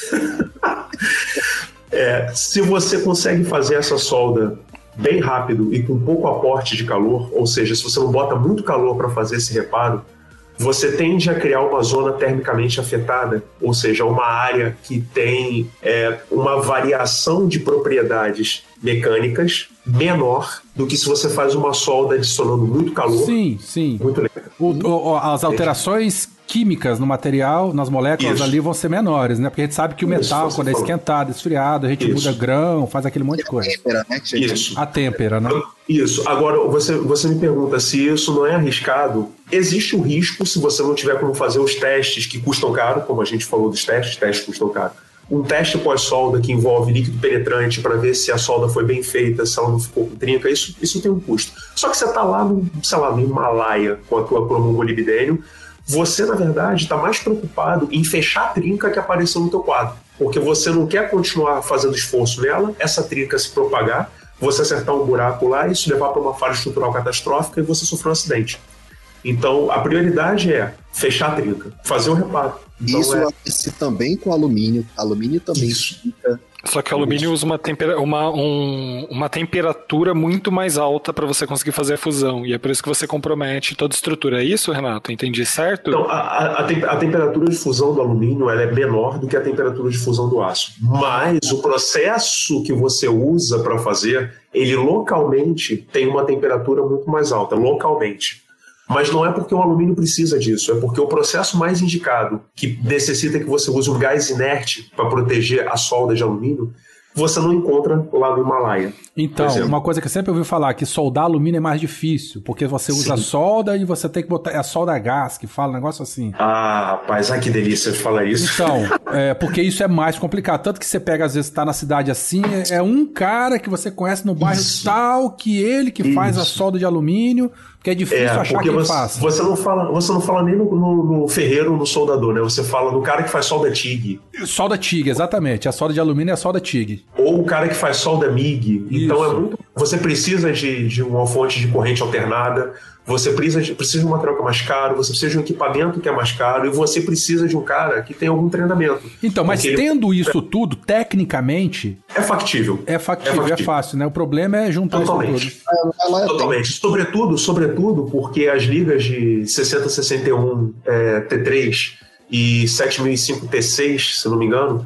É, se você consegue fazer essa solda bem rápido e com pouco aporte de calor, ou seja, se você não bota muito calor para fazer esse reparo, você tende a criar uma zona termicamente afetada, ou seja, uma área que tem é, uma variação de propriedades mecânicas menor do que se você faz uma solda adicionando muito calor. Sim, sim. Muito lento. O, o, as alterações químicas no material, nas moléculas Isso. ali vão ser menores, né? Porque a gente sabe que o metal, Isso, quando é falou. esquentado, esfriado, a gente Isso. muda grão, faz aquele monte de coisa. Têmpera, né? Que Isso. A têmpera, né? Isso. Agora, você, você me pergunta se isso não é arriscado. Existe o risco se você não tiver como fazer os testes que custam caro, como a gente falou dos testes, testes custam caro. Um teste pós-solda que envolve líquido penetrante para ver se a solda foi bem feita, se ela não ficou com trinca, isso, isso tem um custo. Só que você está lá, no, sei lá, no Himalaia com a tua cromo molibdênio, você, na verdade, está mais preocupado em fechar a trinca que apareceu no teu quadro. Porque você não quer continuar fazendo esforço nela, essa trinca se propagar, você acertar um buraco lá, isso levar para uma falha estrutural catastrófica e você sofrer um acidente. Então, a prioridade é fechar a trinca, fazer o reparo. Então, Isso é... acontece também com alumínio. Alumínio também Isso. fica... Só que o alumínio usa uma, tempera uma, um, uma temperatura muito mais alta para você conseguir fazer a fusão. E é por isso que você compromete toda a estrutura. É isso, Renato? Entendi certo? Então, a, a, a temperatura de fusão do alumínio ela é menor do que a temperatura de fusão do aço. Mas o processo que você usa para fazer, ele localmente tem uma temperatura muito mais alta. Localmente. Mas não é porque o alumínio precisa disso, é porque o processo mais indicado, que necessita que você use um gás inerte para proteger a solda de alumínio, você não encontra lá no Himalaia. Então, uma coisa que eu sempre ouvi falar, que soldar alumínio é mais difícil, porque você usa Sim. solda e você tem que botar... É a solda a gás que fala, um negócio assim. Ah, rapaz, ai que delícia de falar isso. Então, é, porque isso é mais complicado. Tanto que você pega, às vezes, tá na cidade assim, é, é um cara que você conhece no bairro isso. tal, que ele que isso. faz a solda de alumínio, porque é difícil é, achar quem você, faça. Você não fala, você não fala nem no, no, no ferreiro, no soldador, né? Você fala no cara que faz solda T I G. Solda T I G, exatamente. A solda de alumínio é a solda T I G. Ou o cara que faz solda M I G. Isso. Então é muito... Você precisa de, de uma fonte de corrente alternada, você precisa de, precisa de um material que é mais caro, você precisa de um equipamento que é mais caro, e você precisa de um cara que tem algum treinamento. Então, mas Porque tendo ele... isso tudo, tecnicamente... É factível. É factível, é, factível. é fácil, né? O problema é juntar Totalmente. isso tudo. É, Totalmente. Sobretudo, sobretudo porque as ligas de sessenta sessenta e um é, T três e sete mil e cinco T seis, se não me engano,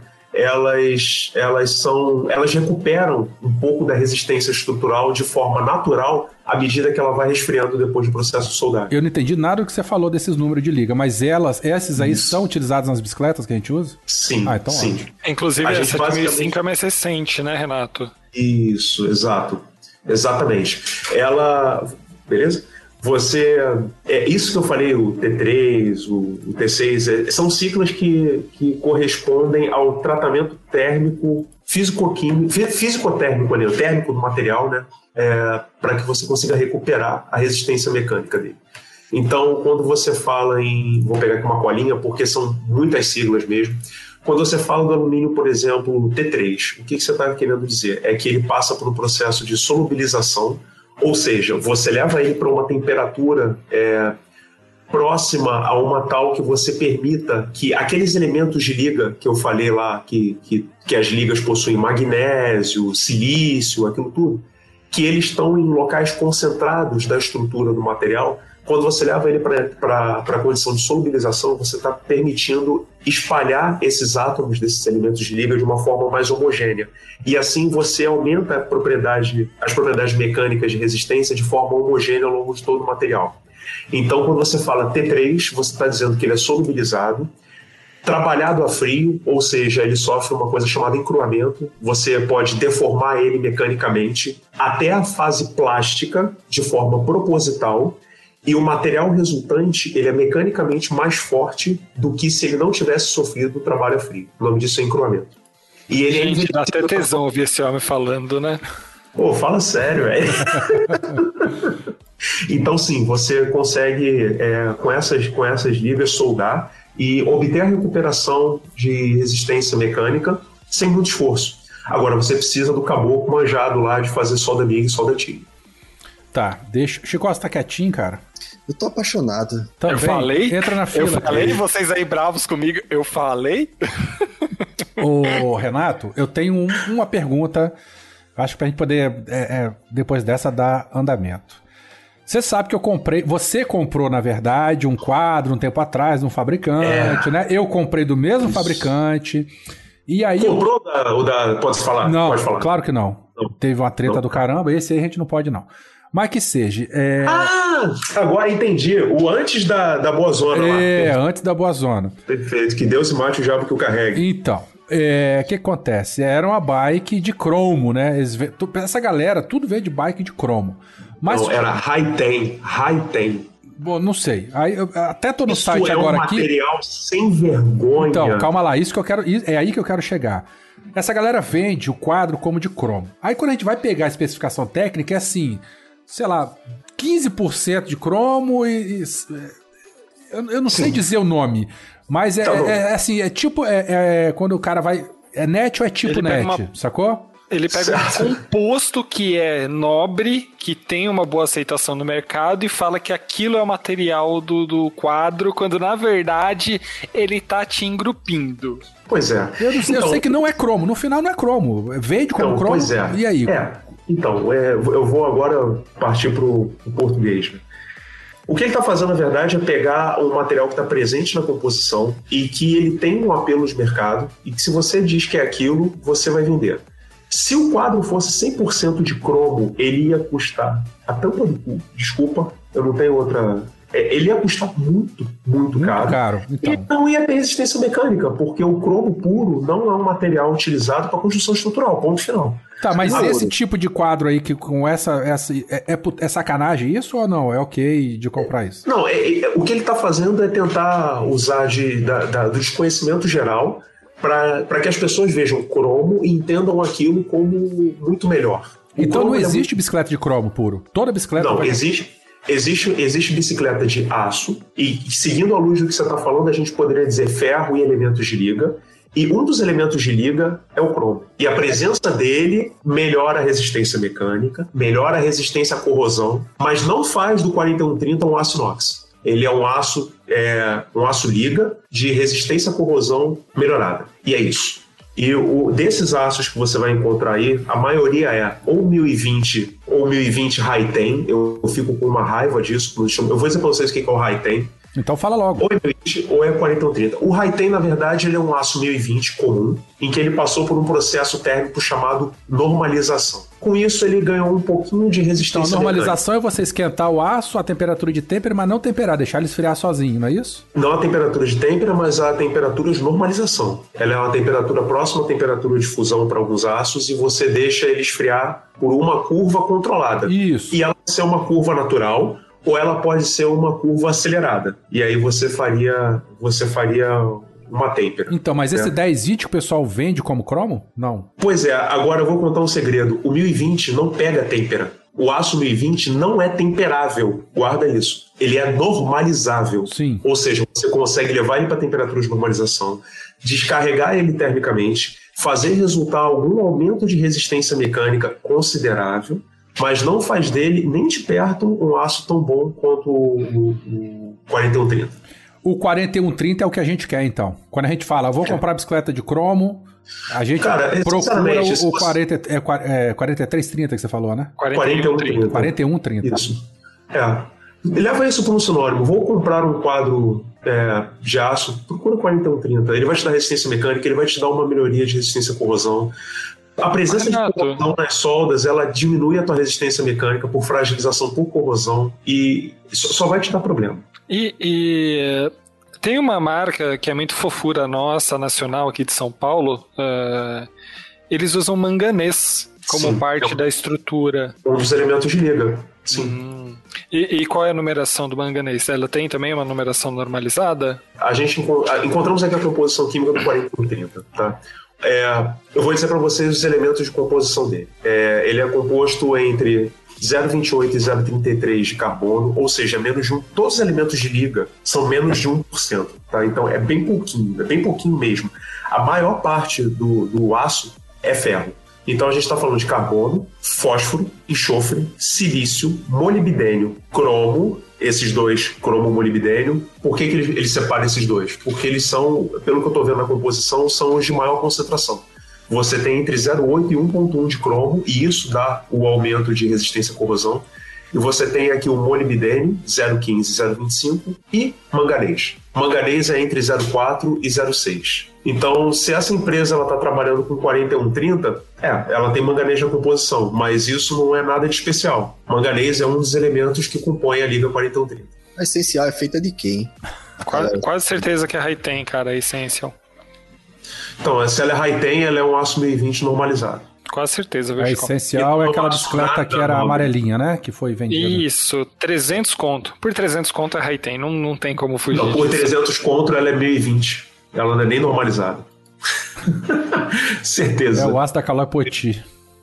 elas, elas, são, elas recuperam um pouco da resistência estrutural de forma natural à medida que ela vai resfriando depois do processo de soldagem. Eu não entendi nada do que você falou desses números de liga, mas elas, essas aí Isso. são utilizadas nas bicicletas que a gente usa? Sim, ah, então sim. Ótimo. Inclusive a, a sete mil e cinco é mais recente, né, Renato? Isso, exato. Exatamente. Ela... Beleza? Você, é isso que eu falei, o T três, o, o T seis, é, são ciclos que, que correspondem ao tratamento térmico, físico-químico, físico-térmico ali, o térmico do material, né, é, para que você consiga recuperar a resistência mecânica dele. Então, quando você fala em... Vou pegar aqui uma colinha, porque são muitas siglas mesmo. Quando você fala do alumínio, por exemplo, T três, o que, que você está querendo dizer? É que ele passa por um processo de solubilização. Ou seja, você leva ele para uma temperatura é, próxima a uma tal que você permita que aqueles elementos de liga que eu falei lá, que, que, que as ligas possuem magnésio, silício, aquilo tudo, que eles estão em locais concentrados da estrutura do material. Quando você leva ele para a condição de solubilização, você está permitindo espalhar esses átomos desses elementos de liga de uma forma mais homogênea. E assim você aumenta a propriedade, as propriedades mecânicas de resistência de forma homogênea ao longo de todo o material. Então, quando você fala T três, você está dizendo que ele é solubilizado, trabalhado a frio, ou seja, ele sofre uma coisa chamada encruamento. Você pode deformar ele mecanicamente até a fase plástica de forma proposital. E o material resultante, ele é mecanicamente mais forte do que se ele não tivesse sofrido o trabalho a frio. O nome disso é encruamento. E ele Gente, é dá até tesão ouvir esse homem falando, né? Pô, fala sério, velho. Então, sim, você consegue, é, com, essas, com essas ligas, soldar e obter a recuperação de resistência mecânica sem muito esforço. Agora, você precisa do caboclo manjado lá de fazer solda miga e solda TIG. Tá, deixa. Chico, você tá quietinho, cara? Eu tô apaixonado. Também. Eu falei? Entra na fila. Eu falei, vocês aí bravos comigo, eu falei? Ô, Renato, eu tenho um, uma pergunta, acho que pra gente poder, é, é, depois dessa, dar andamento. Você sabe que eu comprei, você comprou, na verdade, um quadro um tempo atrás, de um fabricante, é. né? Eu comprei do mesmo Isso. fabricante. E aí Comprou eu... da, o da... Pode falar? Não, Pode falar. Claro que não. não. Teve uma treta não. do caramba, esse aí a gente não pode, não. Mas que seja. É... Ah, agora entendi. O antes da, da Boa Zona. É, lá. antes da Boa Zona. Perfeito. Que Deus se mate o diabo que o carregue. Então, é, o que acontece? Era uma bike de cromo, né? Essa galera, tudo veio de bike de cromo. Mas, não, era Hi-Ten. Hi-Ten. Bom, não sei. Aí, eu até tô no isso site é agora um aqui. Material sem vergonha. Então, calma lá. Isso que eu quero. É aí que eu quero chegar. Essa galera vende o quadro como de cromo. Aí quando a gente vai pegar a especificação técnica, é assim, sei lá, quinze por cento de cromo e... e eu, eu não Sim. sei dizer o nome, mas é, tá é, é assim, é tipo, é, é quando o cara vai... É net ou é tipo Ele net, uma... sacou? Ele pega certo. um composto que é nobre, que tem uma boa aceitação no mercado e fala que aquilo é o material do, do quadro, quando na verdade ele tá te engrupindo. Pois é. Eu, não sei, então, eu sei que não é cromo, no final não é cromo. Vende como então, cromo, pois é. E aí? É. Então, é, eu vou agora partir pro, pro português. Né? O que ele está fazendo, na verdade, é pegar um material que está presente na composição e que ele tem um apelo de mercado e que se você diz que é aquilo, você vai vender. Se o quadro fosse cem por cento de cromo, ele ia custar a tampa do cu. Desculpa, eu não tenho outra... Ele ia custar muito, muito, muito caro. caro então. E não ia ter resistência mecânica, porque o cromo puro não é um material utilizado para construção estrutural, ponto final. Tá, mas Agora, esse tipo de quadro aí, que com essa... essa é, é, é sacanagem isso ou não? É ok de comprar isso? Não, é, é, o que ele está fazendo é tentar usar de, da, da, do desconhecimento geral para que as pessoas vejam cromo e entendam aquilo como muito melhor. O então não existe é muito... bicicleta de cromo puro? Toda bicicleta... Não, vai... existe, existe, existe bicicleta de aço e, seguindo a luz do que você está falando, a gente poderia dizer ferro e elementos de liga. E um dos elementos de liga é o cromo. E a presença dele melhora a resistência mecânica, melhora a resistência à corrosão, mas não faz do quarenta e um trinta um aço inox. Ele é um aço, é, um aço liga de resistência à corrosão melhorada. E é isso. E o, desses aços que você vai encontrar aí, a maioria é ou mil e vinte ou mil e vinte Hi-Ten. Eu, eu fico com uma raiva disso. Eu vou dizer para vocês o que é o Hi-Ten. Então fala logo. Ou é mil e vinte ou é quarenta e um trinta. O Hi-Ten, na verdade, ele é um aço mil e vinte comum, em que ele passou por um processo térmico chamado normalização. Com isso, ele ganhou um pouquinho de resistência. Então, a normalização mecânica. É você esquentar o aço a temperatura de têmpera, mas não temperar, deixar ele esfriar sozinho, não é isso? Não a temperatura de têmpera, mas a temperatura de normalização. Ela é uma temperatura próxima à temperatura de fusão para alguns aços e você deixa ele esfriar por uma curva controlada. Isso. E ela pode ser uma curva natural ou ela pode ser uma curva acelerada. E aí você faria, você faria uma têmpera. Então, mas esse é. dez vinte que o pessoal vende como cromo? Não. Pois é, agora eu vou contar um segredo. O mil e vinte não pega têmpera. O aço mil e vinte não é temperável. Guarda isso. Ele é normalizável. Sim. Ou seja, você consegue levar ele para temperatura de normalização, descarregar ele termicamente, fazer resultar algum aumento de resistência mecânica considerável, mas não faz dele nem de perto um aço tão bom quanto o, o quarenta e um trinta. O quarenta e um trinta é o que a gente quer, então. Quando a gente fala, vou comprar bicicleta de cromo, a gente Cara, procura o, o quarenta, é, é, quarenta e três trinta que você falou, né? quarenta e um trinta. quarenta e um trinta. Isso. É. Leva isso para um sinônimo. Vou comprar um quadro é, de aço, procura quarenta e um trinta. Ele vai te dar resistência mecânica, ele vai te dar uma melhoria de resistência à corrosão. A presença de corrosão nas soldas, ela diminui a tua resistência mecânica por fragilização por corrosão e só vai te dar problema. E, e tem uma marca que é muito fofura nossa, nacional aqui de São Paulo, uh, eles usam manganês como Sim, parte é da estrutura. Um dos elementos de liga. Sim. Hum. E, e qual é a numeração do manganês? Ela tem também uma numeração normalizada? A gente encontramos aqui a composição química do quarenta e um trinta, tá? É, eu vou dizer para vocês os elementos de composição dele. É, ele é composto entre zero vírgula vinte e oito e zero vírgula trinta e três de carbono, ou seja, menos de um. Todos os elementos de liga são menos de um por cento. Tá? Então é bem pouquinho, é bem pouquinho mesmo. A maior parte do, do aço é ferro. Então a gente está falando de carbono, fósforo, enxofre, silício, molibdênio, cromo, esses dois, cromo e molibdênio. Por que, que eles, eles separam esses dois? Porque eles são, pelo que eu estou vendo na composição, são os de maior concentração. Você tem entre zero vírgula oito e um vírgula um de cromo, e isso dá o aumento de resistência à corrosão. E você tem aqui o molibdênio, zero vírgula quinze e zero vírgula vinte e cinco, e manganês. Manganês é entre zero vírgula quatro e zero vírgula seis. Então, se essa empresa está trabalhando com quarenta e um trinta, é, ela tem manganês na composição, mas isso não é nada de especial. Manganês é um dos elementos que compõe a liga quarenta e um trinta. A Essencial é feita de quê, hein? Quase, quase certeza que a Hi-Ten, cara, é Essential. Então, se ela é Hi-Ten, ela é um aço mil e vinte normalizado. Quase certeza. A Essencial é aquela bicicleta que era amarelinha, né? Que foi vendida. Isso, trezentos conto. Por trezentos conto é Hi-Ten, não, não tem como fugir. Não, por trezentos conto ela é mil e vinte. Ela não é nem normalizada. Certeza. É o aço da Caloi Poti.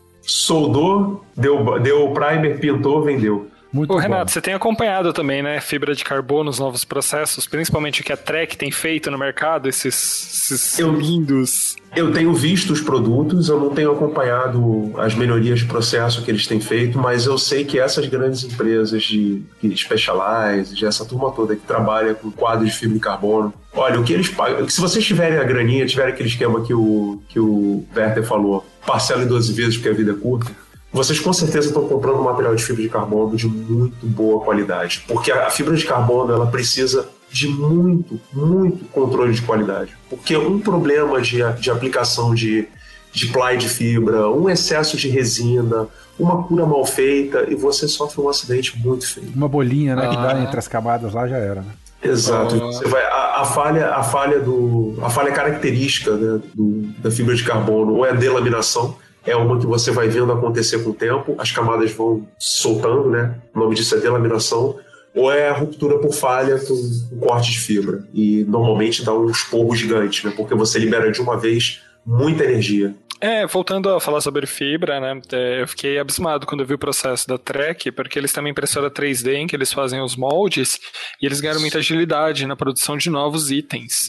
Soldou, deu, deu primer, pintou, vendeu. Muito Ô, bom. Renato, você tem acompanhado também, né? Fibra de carbono, os novos processos, principalmente o que a Trek tem feito no mercado, esses, esses eu, lindos. Eu tenho visto os produtos, eu não tenho acompanhado as melhorias de processo que eles têm feito, mas eu sei que essas grandes empresas de, de Specialized, essa turma toda que trabalha com quadros de fibra de carbono, olha, o que eles pagam, se vocês tiverem a graninha, tiverem aquele esquema que o, que o Werther falou, parcela em doze vezes porque a vida é curta, vocês com certeza estão comprando um material de fibra de carbono de muito boa qualidade, porque a fibra de carbono ela precisa de muito, muito controle de qualidade, porque um problema de, de aplicação de, de ply de fibra, um excesso de resina, uma cura mal feita e você sofre um acidente muito feio. Uma bolinha, né, ah. que dá entre as camadas lá já era, né? Exato. Ah. Você vai, a, a falha, a falha do, a falha característica, né, do, da fibra de carbono ou é a delaminação. É uma que você vai vendo acontecer com o tempo, as camadas vão soltando, né? O nome disso é delaminação, ou é a ruptura por falha com, com corte de fibra. E normalmente dá um esporro gigante, né? Porque você libera de uma vez muita energia. É, voltando a falar sobre fibra, né? Eu fiquei abismado quando eu vi o processo da Trek, porque eles têm uma impressora três D em que eles fazem os moldes e eles ganham muita agilidade na produção de novos itens.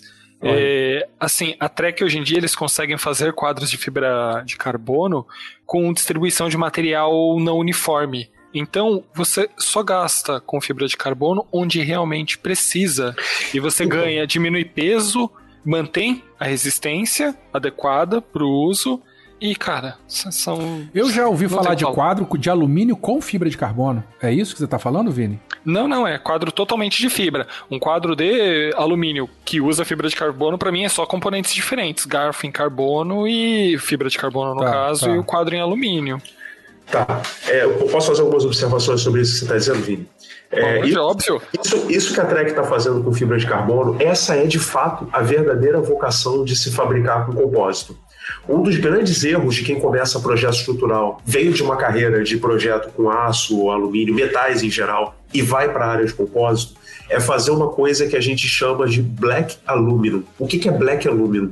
É, assim, a Trek hoje em dia eles conseguem fazer quadros de fibra de carbono com distribuição de material não uniforme. Então, você só gasta com fibra de carbono onde realmente precisa. E você ganha, diminui peso, mantém a resistência adequada para o uso. E, cara, são... Eu já ouvi não falar de falo. quadro de alumínio com fibra de carbono. É isso que você tá falando, Vini? Não, não, é quadro totalmente de fibra. Um quadro de alumínio que usa fibra de carbono, pra mim, é só componentes diferentes. Garfo em carbono e fibra de carbono, no Tá, caso, tá. e o quadro em alumínio. Tá. É, eu posso fazer algumas observações sobre isso que você está dizendo, Vini? É, Óbvio, isso, óbvio. Isso, isso que a Trek está fazendo com fibra de carbono, essa é de fato a verdadeira vocação de se fabricar com compósito. Um dos grandes erros de quem começa projeto estrutural, veio de uma carreira de projeto com aço, alumínio, metais em geral, e vai para a área de compósito, é fazer uma coisa que a gente chama de black aluminum. O que é black aluminum?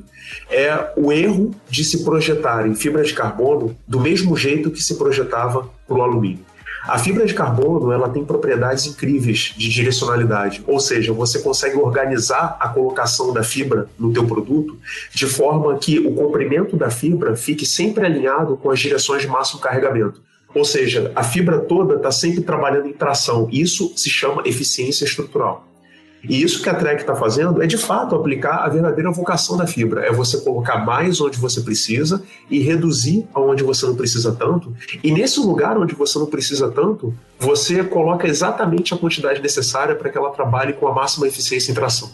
É o erro de se projetar em fibra de carbono do mesmo jeito que se projetava para o alumínio. A fibra de carbono ela tem propriedades incríveis de direcionalidade, ou seja, você consegue organizar a colocação da fibra no teu produto de forma que o comprimento da fibra fique sempre alinhado com as direções de máximo carregamento. Ou seja, a fibra toda está sempre trabalhando em tração. Isso se chama eficiência estrutural. E isso que a Trek está fazendo é, de fato, aplicar a verdadeira vocação da fibra. É você colocar mais onde você precisa e reduzir aonde você não precisa tanto. E nesse lugar onde você não precisa tanto, você coloca exatamente a quantidade necessária para que ela trabalhe com a máxima eficiência em tração.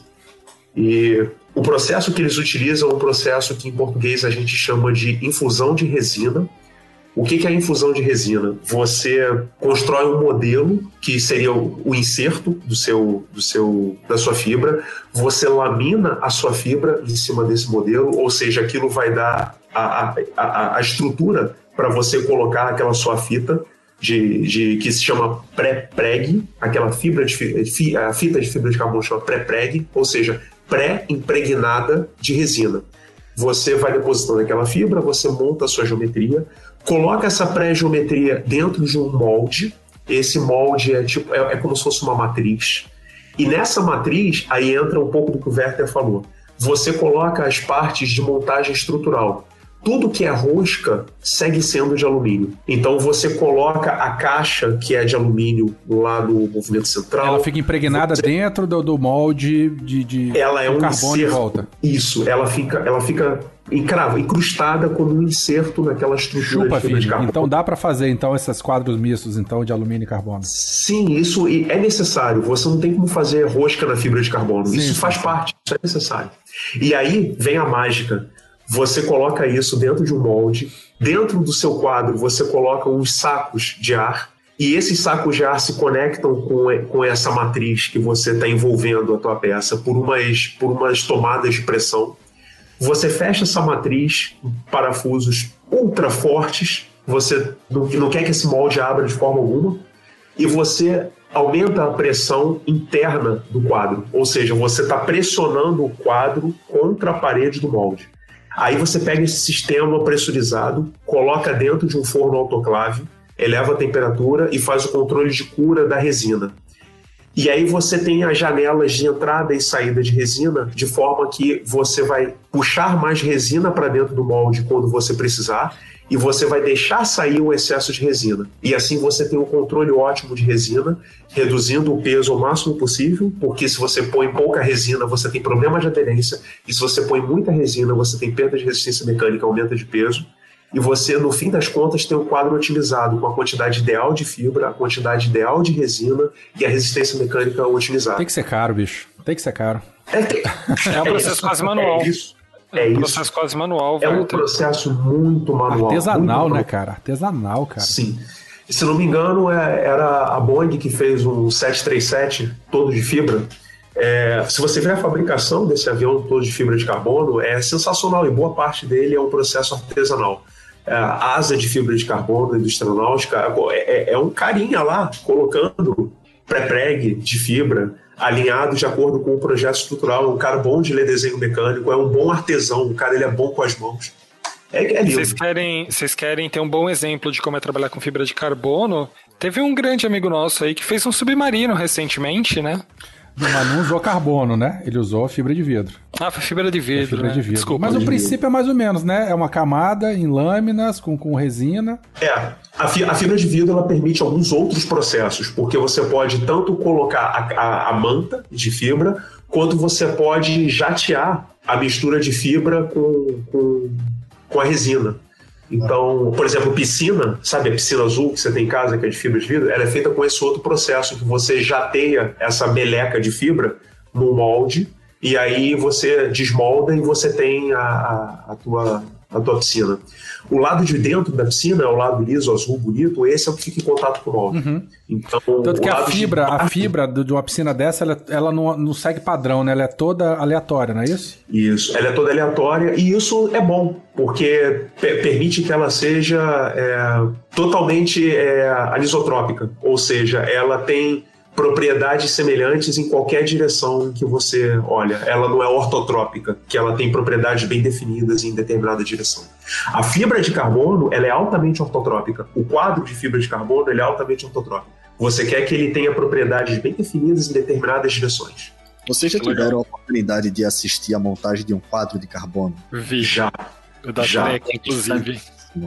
E o processo que eles utilizam é um processo que, em português, a gente chama de infusão de resina. O que é a infusão de resina? Você constrói um modelo, que seria o inserto do seu, do seu, da sua fibra, você lamina a sua fibra em cima desse modelo, ou seja, aquilo vai dar a, a, a, a estrutura para você colocar aquela sua fita, de, de, que se chama pré-preg, aquela fibra de, fi, a fita de fibra de carbono chama pré-preg, ou seja, pré-impregnada de resina. Você vai depositando aquela fibra, você monta a sua geometria, coloca essa pré-geometria dentro de um molde. Esse molde é, tipo, é, é como se fosse uma matriz. E nessa matriz, aí entra um pouco do que o Werther falou. Você coloca as partes de montagem estrutural. Tudo que é rosca segue sendo de alumínio. Então você coloca a caixa que é de alumínio lá no movimento central. Ela fica impregnada você... dentro do, do molde de, de ela é um carbono inserto. Em volta. Isso, ela fica, ela fica encrava, incrustada como um inserto naquela estrutura. Chupa, de fibra de carbono. Então dá para fazer então esses quadros mistos então de alumínio e carbono? Sim, isso é necessário. Você não tem como fazer rosca na fibra de carbono. Sim, isso sim, faz sim. parte, isso é necessário. E aí vem a mágica. Você coloca isso dentro de um molde, dentro do seu quadro você coloca uns sacos de ar, e esses sacos de ar se conectam com, com essa matriz que você está envolvendo a tua peça por umas, por umas tomadas de pressão. Você fecha essa matriz com parafusos ultra fortes, você não, não quer que esse molde abra de forma alguma, e você aumenta a pressão interna do quadro, ou seja, você está pressionando o quadro contra a parede do molde. Aí você pega esse sistema pressurizado, coloca dentro de um forno autoclave, eleva a temperatura e faz o controle de cura da resina. E aí você tem as janelas de entrada e saída de resina, de forma que você vai puxar mais resina para dentro do molde quando você precisar, e você vai deixar sair o excesso de resina. E assim você tem um controle ótimo de resina, reduzindo o peso ao máximo possível, porque se você põe pouca resina, você tem problema de aderência, e se você põe muita resina, você tem perda de resistência mecânica, aumenta de peso, e você, no fim das contas, tem um quadro otimizado com a quantidade ideal de fibra, a quantidade ideal de resina e a resistência mecânica otimizada. Tem que ser caro, bicho. Tem que ser caro. É, tem... é um processo quase manual. É isso. É, é um processo isso. quase manual. É um processo muito manual. Artesanal, muito manual. né, cara? Artesanal, cara. Sim. E, se não me engano, é, era a Boeing que fez um sete três sete todo de fibra. É, se você ver a fabricação desse avião todo de fibra de carbono, é sensacional e boa parte dele é um processo artesanal. É, a asa de fibra de carbono da indústria aeronáutica é, é um carinha lá colocando pré-preg de fibra alinhado de acordo com o projeto estrutural, um cara bom de ler desenho mecânico, é um bom artesão, um cara ele é bom com as mãos. É, é lindo. Vocês querem, vocês querem ter um bom exemplo de como é trabalhar com fibra de carbono? Teve um grande amigo nosso aí que fez um submarino recentemente, né? Não, mas não usou carbono, né? Ele usou fibra de vidro. Ah, foi fibra de vidro, fibra né? de vidro. Desculpa. Mas o princípio é mais ou menos, né? É uma camada em lâminas com, com resina. É, a, fi, a fibra de vidro ela permite alguns outros processos, porque você pode tanto colocar a, a, a manta de fibra, quanto você pode jatear a mistura de fibra com, com, com a resina. Então, por exemplo, piscina, sabe a piscina azul que você tem em casa, que é de fibra de vidro, ela é feita com esse outro processo, que você jateia essa meleca de fibra no molde, e aí você desmolda e você tem a, a, a, tua, a tua piscina. O lado de dentro da piscina é o lado liso, azul, bonito, esse é o que fica em contato com o molde. Uhum. Então, tanto que a fibra, de... a fibra de uma piscina dessa, ela, ela não, não segue padrão, né? Ela é toda aleatória, não é isso? Isso, ela é toda aleatória e isso é bom, porque per- permite que ela seja é, totalmente é, anisotrópica, ou seja, ela tem propriedades semelhantes em qualquer direção que você olha. Ela não é ortotrópica, que ela tem propriedades bem definidas em determinada direção. A fibra de carbono, ela é altamente ortotrópica. O quadro de fibra de carbono, ele é altamente ortotrópico. Você quer que ele tenha propriedades bem definidas em determinadas direções. Vocês já tiveram a oportunidade de assistir a montagem de um quadro de carbono? Vi. Já. Da Já. Trek, inclusive.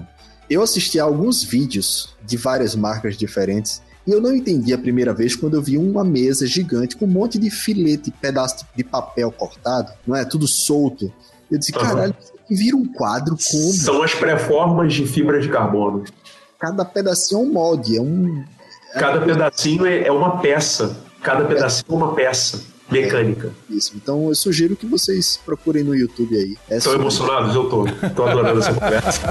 Eu assisti a alguns vídeos de várias marcas diferentes e eu não entendi a primeira vez quando eu vi uma mesa gigante com um monte de filete, pedaço de papel cortado, não é? Tudo solto. Eu disse, uhum. Caralho, vira um quadro como? São as pré-formas de fibra de carbono. Cada pedacinho é um molde, é um... Cada pedacinho é, é uma peça. Cada pedacinho é uma peça mecânica. É, isso. Então eu sugiro que vocês procurem no YouTube aí. Estão emocionados? Eu tô. Tô adorando essa conversa.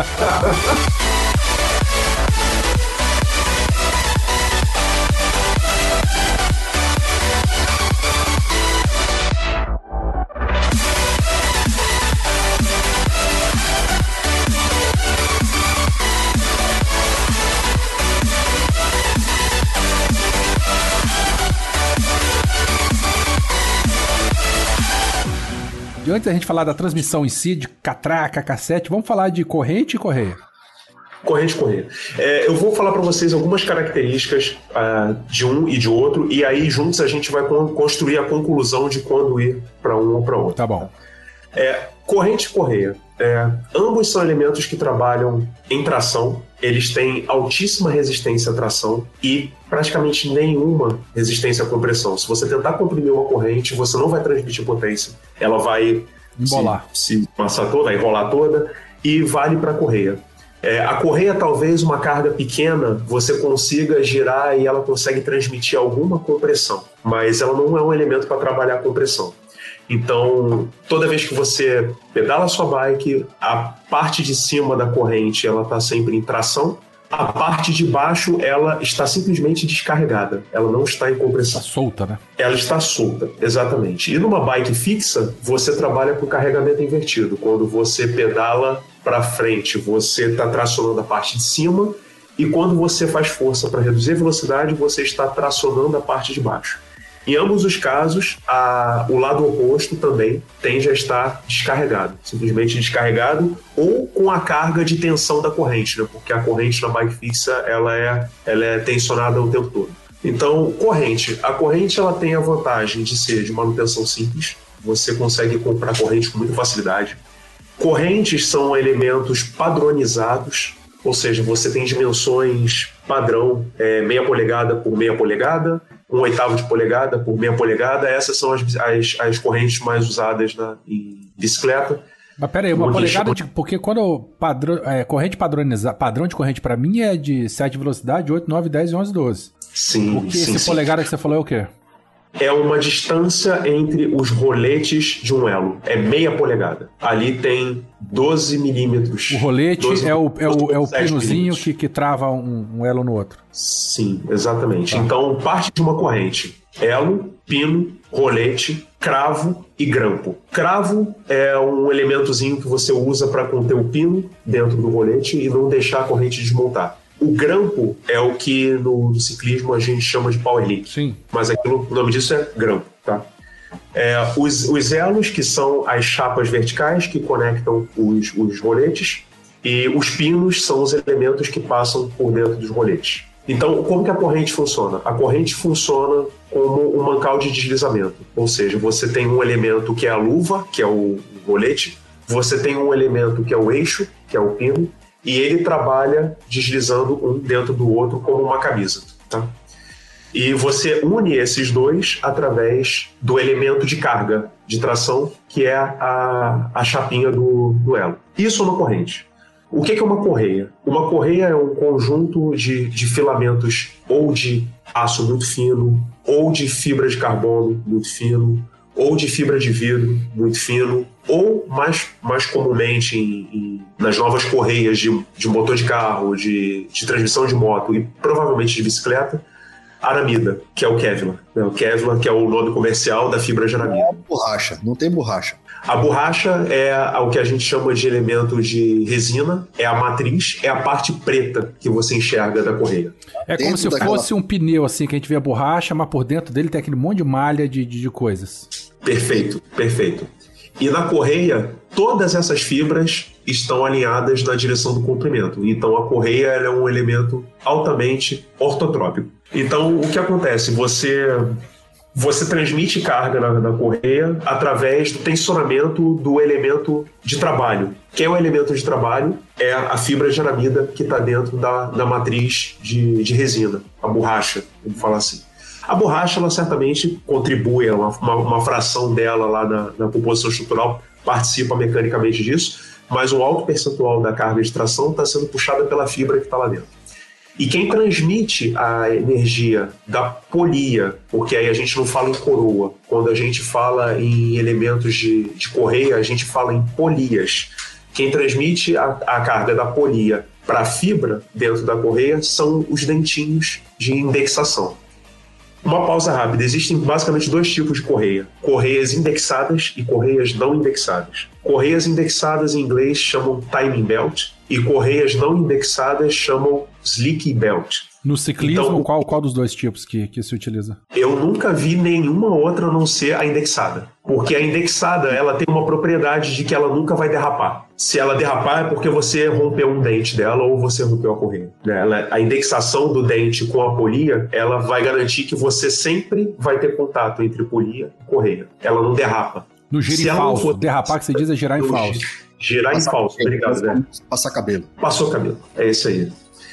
antes da gente falar da transmissão em si, de catraca, cassete, vamos falar de corrente e correia. Corrente e correia. É, eu vou falar para vocês algumas características uh, de um e de outro, e aí juntos a gente vai construir a conclusão de quando ir para um ou para outro. Tá bom. É, corrente e correia. É, ambos são elementos que trabalham em tração, eles têm altíssima resistência à tração e praticamente nenhuma resistência à compressão. Se você tentar comprimir uma corrente, você não vai transmitir potência, ela vai embolar, se, se passar toda, enrolar toda, e vale para a correia. É, a correia, talvez uma carga pequena, você consiga girar e ela consegue transmitir alguma compressão, mas ela não é um elemento para trabalhar a compressão. Então, toda vez que você pedala a sua bike, a parte de cima da corrente ela está sempre em tração, a parte de baixo ela está simplesmente descarregada, ela não está em compressão. Está solta, né? Ela está solta, exatamente. E numa bike fixa, você trabalha com carregamento invertido. Quando você pedala para frente, você está tracionando a parte de cima, e quando você faz força para reduzir a velocidade, você está tracionando a parte de baixo. Em ambos os casos, a, o lado oposto também tende a estar descarregado, simplesmente descarregado, ou com a carga de tensão da corrente, né? Porque a corrente na bike fixa ela é, ela é tensionada o tempo todo. Então, corrente. A corrente ela tem a vantagem de ser de manutenção simples, você consegue comprar corrente com muita facilidade. Correntes são elementos padronizados, ou seja, você tem dimensões padrão, é, meia polegada por meia polegada, um oitavo de polegada por meia polegada. Essas são as, as, as correntes mais usadas na, em bicicleta. Mas peraí, uma polegada, de, porque quando padrão, é, corrente padronizada, padrão de corrente para mim é de sete velocidade, oito, nove, dez, onze, doze. Sim, Porque sim, esse sim. polegada que você falou é o quê? É uma distância entre os roletes de um elo. É meia polegada. Ali tem doze milímetros. O rolete doze, é o, é o, é o sete pinozinho que, que trava um, um elo no outro. Sim, exatamente. Tá. Então, parte de uma corrente. Elo, pino, rolete, cravo e grampo. Cravo é um elementozinho que você usa para conter o pino dentro do rolete e não deixar a corrente desmontar. O grampo é o que no, no ciclismo a gente chama de power link. Sim. Mas aquilo, o nome disso é grampo, tá? É, os, os elos, que são as chapas verticais que conectam os, os roletes, e os pinos são os elementos que passam por dentro dos roletes. Então, como que a corrente funciona? A corrente funciona como um mancal de deslizamento, ou seja, você tem um elemento que é a luva, que é o rolete, você tem um elemento que é o eixo, que é o pino, e ele trabalha deslizando um dentro do outro como uma camisa, tá? E você une esses dois através do elemento de carga, de tração, que é a, a chapinha do, do elo. Isso é uma corrente. O que é uma correia? Uma correia é um conjunto de, de filamentos ou de aço muito fino, ou de fibra de carbono muito fino, ou de fibra de vidro muito fino, ou mais, mais comumente em, em, nas novas correias de, de motor de carro, de, de transmissão de moto e provavelmente de bicicleta, aramida, que é o Kevlar. Né? O Kevlar, que é o nome comercial da fibra de aramida. É borracha, não tem borracha. A borracha é o que a gente chama de elemento de resina, é a matriz, é a parte preta que você enxerga da correia. É como se daquela... fosse um pneu, assim, que a gente vê a borracha, mas por dentro dele tem aquele monte de malha de, de, de coisas. Perfeito, perfeito. E na correia, todas essas fibras estão alinhadas na direção do comprimento. Então a correia ela é um elemento altamente ortotrópico. Então o que acontece? Você... Você transmite carga na, na correia através do tensionamento do elemento de trabalho. Quem é o elemento de trabalho? É a fibra de aramida que está dentro da, da matriz de, de resina, a borracha, vamos falar assim. A borracha, ela certamente contribui, uma, uma, uma fração dela lá na, na composição estrutural participa mecanicamente disso, mas um alto percentual da carga de tração está sendo puxada pela fibra que está lá dentro. E quem transmite a energia da polia, porque aí a gente não fala em coroa, quando a gente fala em elementos de, de correia, a gente fala em polias. Quem transmite a, a carga da polia para a fibra dentro da correia são os dentinhos de indexação. Uma pausa rápida. Existem basicamente dois tipos de correia. Correias indexadas e correias não indexadas. Correias indexadas em inglês chamam timing belt e correias não indexadas chamam slick belt. No ciclismo, então, qual, qual dos dois tipos que, que se utiliza? Eu nunca vi nenhuma outra a não ser a indexada. Porque a indexada, ela tem uma propriedade de que ela nunca vai derrapar. Se ela derrapar é porque você rompeu um dente dela ou você rompeu a correia. Ela, a indexação do dente com a polia, ela vai garantir que você sempre vai ter contato entre polia e correia. Ela não derrapa. No giro em falso. For... Derrapar que você diz é girar em falso. Girar em falso, obrigado, né? Passar cabelo. Passou cabelo, é isso aí.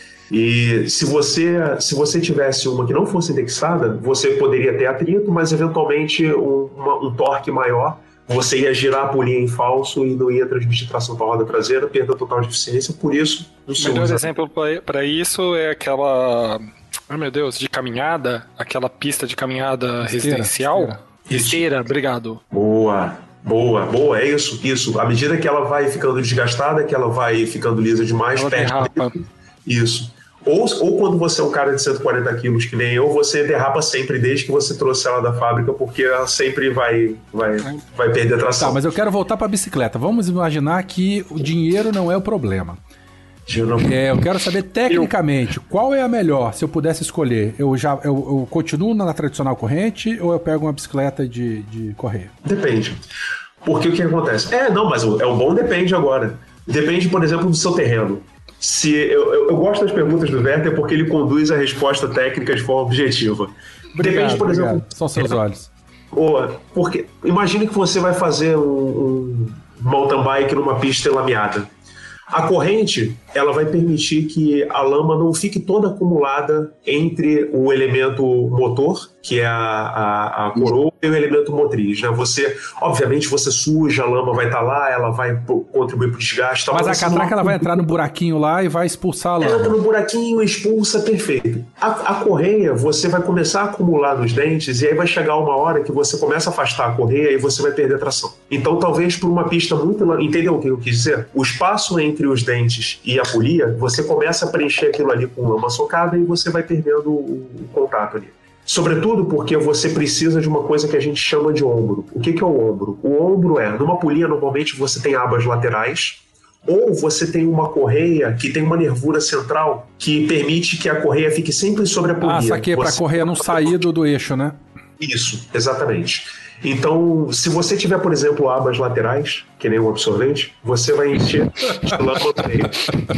E se você, se você tivesse uma que não fosse indexada, você poderia ter atrito, mas eventualmente um, uma, um torque maior, você ia girar a polia em falso e não ia transmitir tração para a roda traseira, perda total de eficiência, por isso... O melhor exemplo para isso é aquela, oh meu Deus, de caminhada, aquela pista de caminhada esteira, residencial. Esteira, esteira obrigado. Boa, boa, boa, é isso, isso. À medida que ela vai ficando desgastada, que ela vai ficando lisa demais, ela perde... derrapa. Isso. Ou, ou quando você é um cara de cento e quarenta quilos que nem eu, você derrapa sempre desde que você trouxe ela da fábrica, porque ela sempre vai, vai, vai perder tração. Tá, mas eu quero voltar para a bicicleta. Vamos imaginar que o dinheiro não é o problema. Não... É, eu quero saber tecnicamente, qual é a melhor, se eu pudesse escolher? Eu, já, eu, eu continuo na tradicional corrente ou eu pego uma bicicleta de, de correia? Depende. Porque o que acontece? É, não, mas é um bom depende agora. Depende, por exemplo, do seu terreno. Se eu, eu, eu gosto das perguntas do Werther porque ele conduz a resposta técnica de forma objetiva. Obrigado, Depende, por obrigado. exemplo... São seus olhos. Ou, porque imagine que você vai fazer um, um mountain bike numa pista lameada. A corrente, ela vai permitir que a lama não fique toda acumulada entre o elemento motor, que é a, a, a coroa, e o elemento motriz, né? Você, obviamente, você suja, a lama vai estar lá, ela vai contribuir para o desgaste. Mas mas a catraca, ela vai entrar no buraquinho lá e vai expulsar a lama. Entra no buraquinho, expulsa, perfeito. A, a correia, você vai começar a acumular nos dentes e aí vai chegar uma hora que você começa a afastar a correia e você vai perder tração. Então, talvez por uma pista muito... Entendeu o que eu quis dizer? O espaço entre os dentes e a polia, você começa a preencher aquilo ali com lama socada e você vai perdendo o, o contato ali. Sobretudo porque você precisa de uma coisa que a gente chama de ombro. O que, que é o ombro? O ombro é, numa polia, normalmente você tem abas laterais, ou você tem uma correia que tem uma nervura central que permite que a correia fique sempre sobre a polia. Ah, saquei, você... para a correia não sair do, do eixo, né? Isso, exatamente. Então, se você tiver, por exemplo, abas laterais, que nem um absorvente, você vai encher de lama no meio.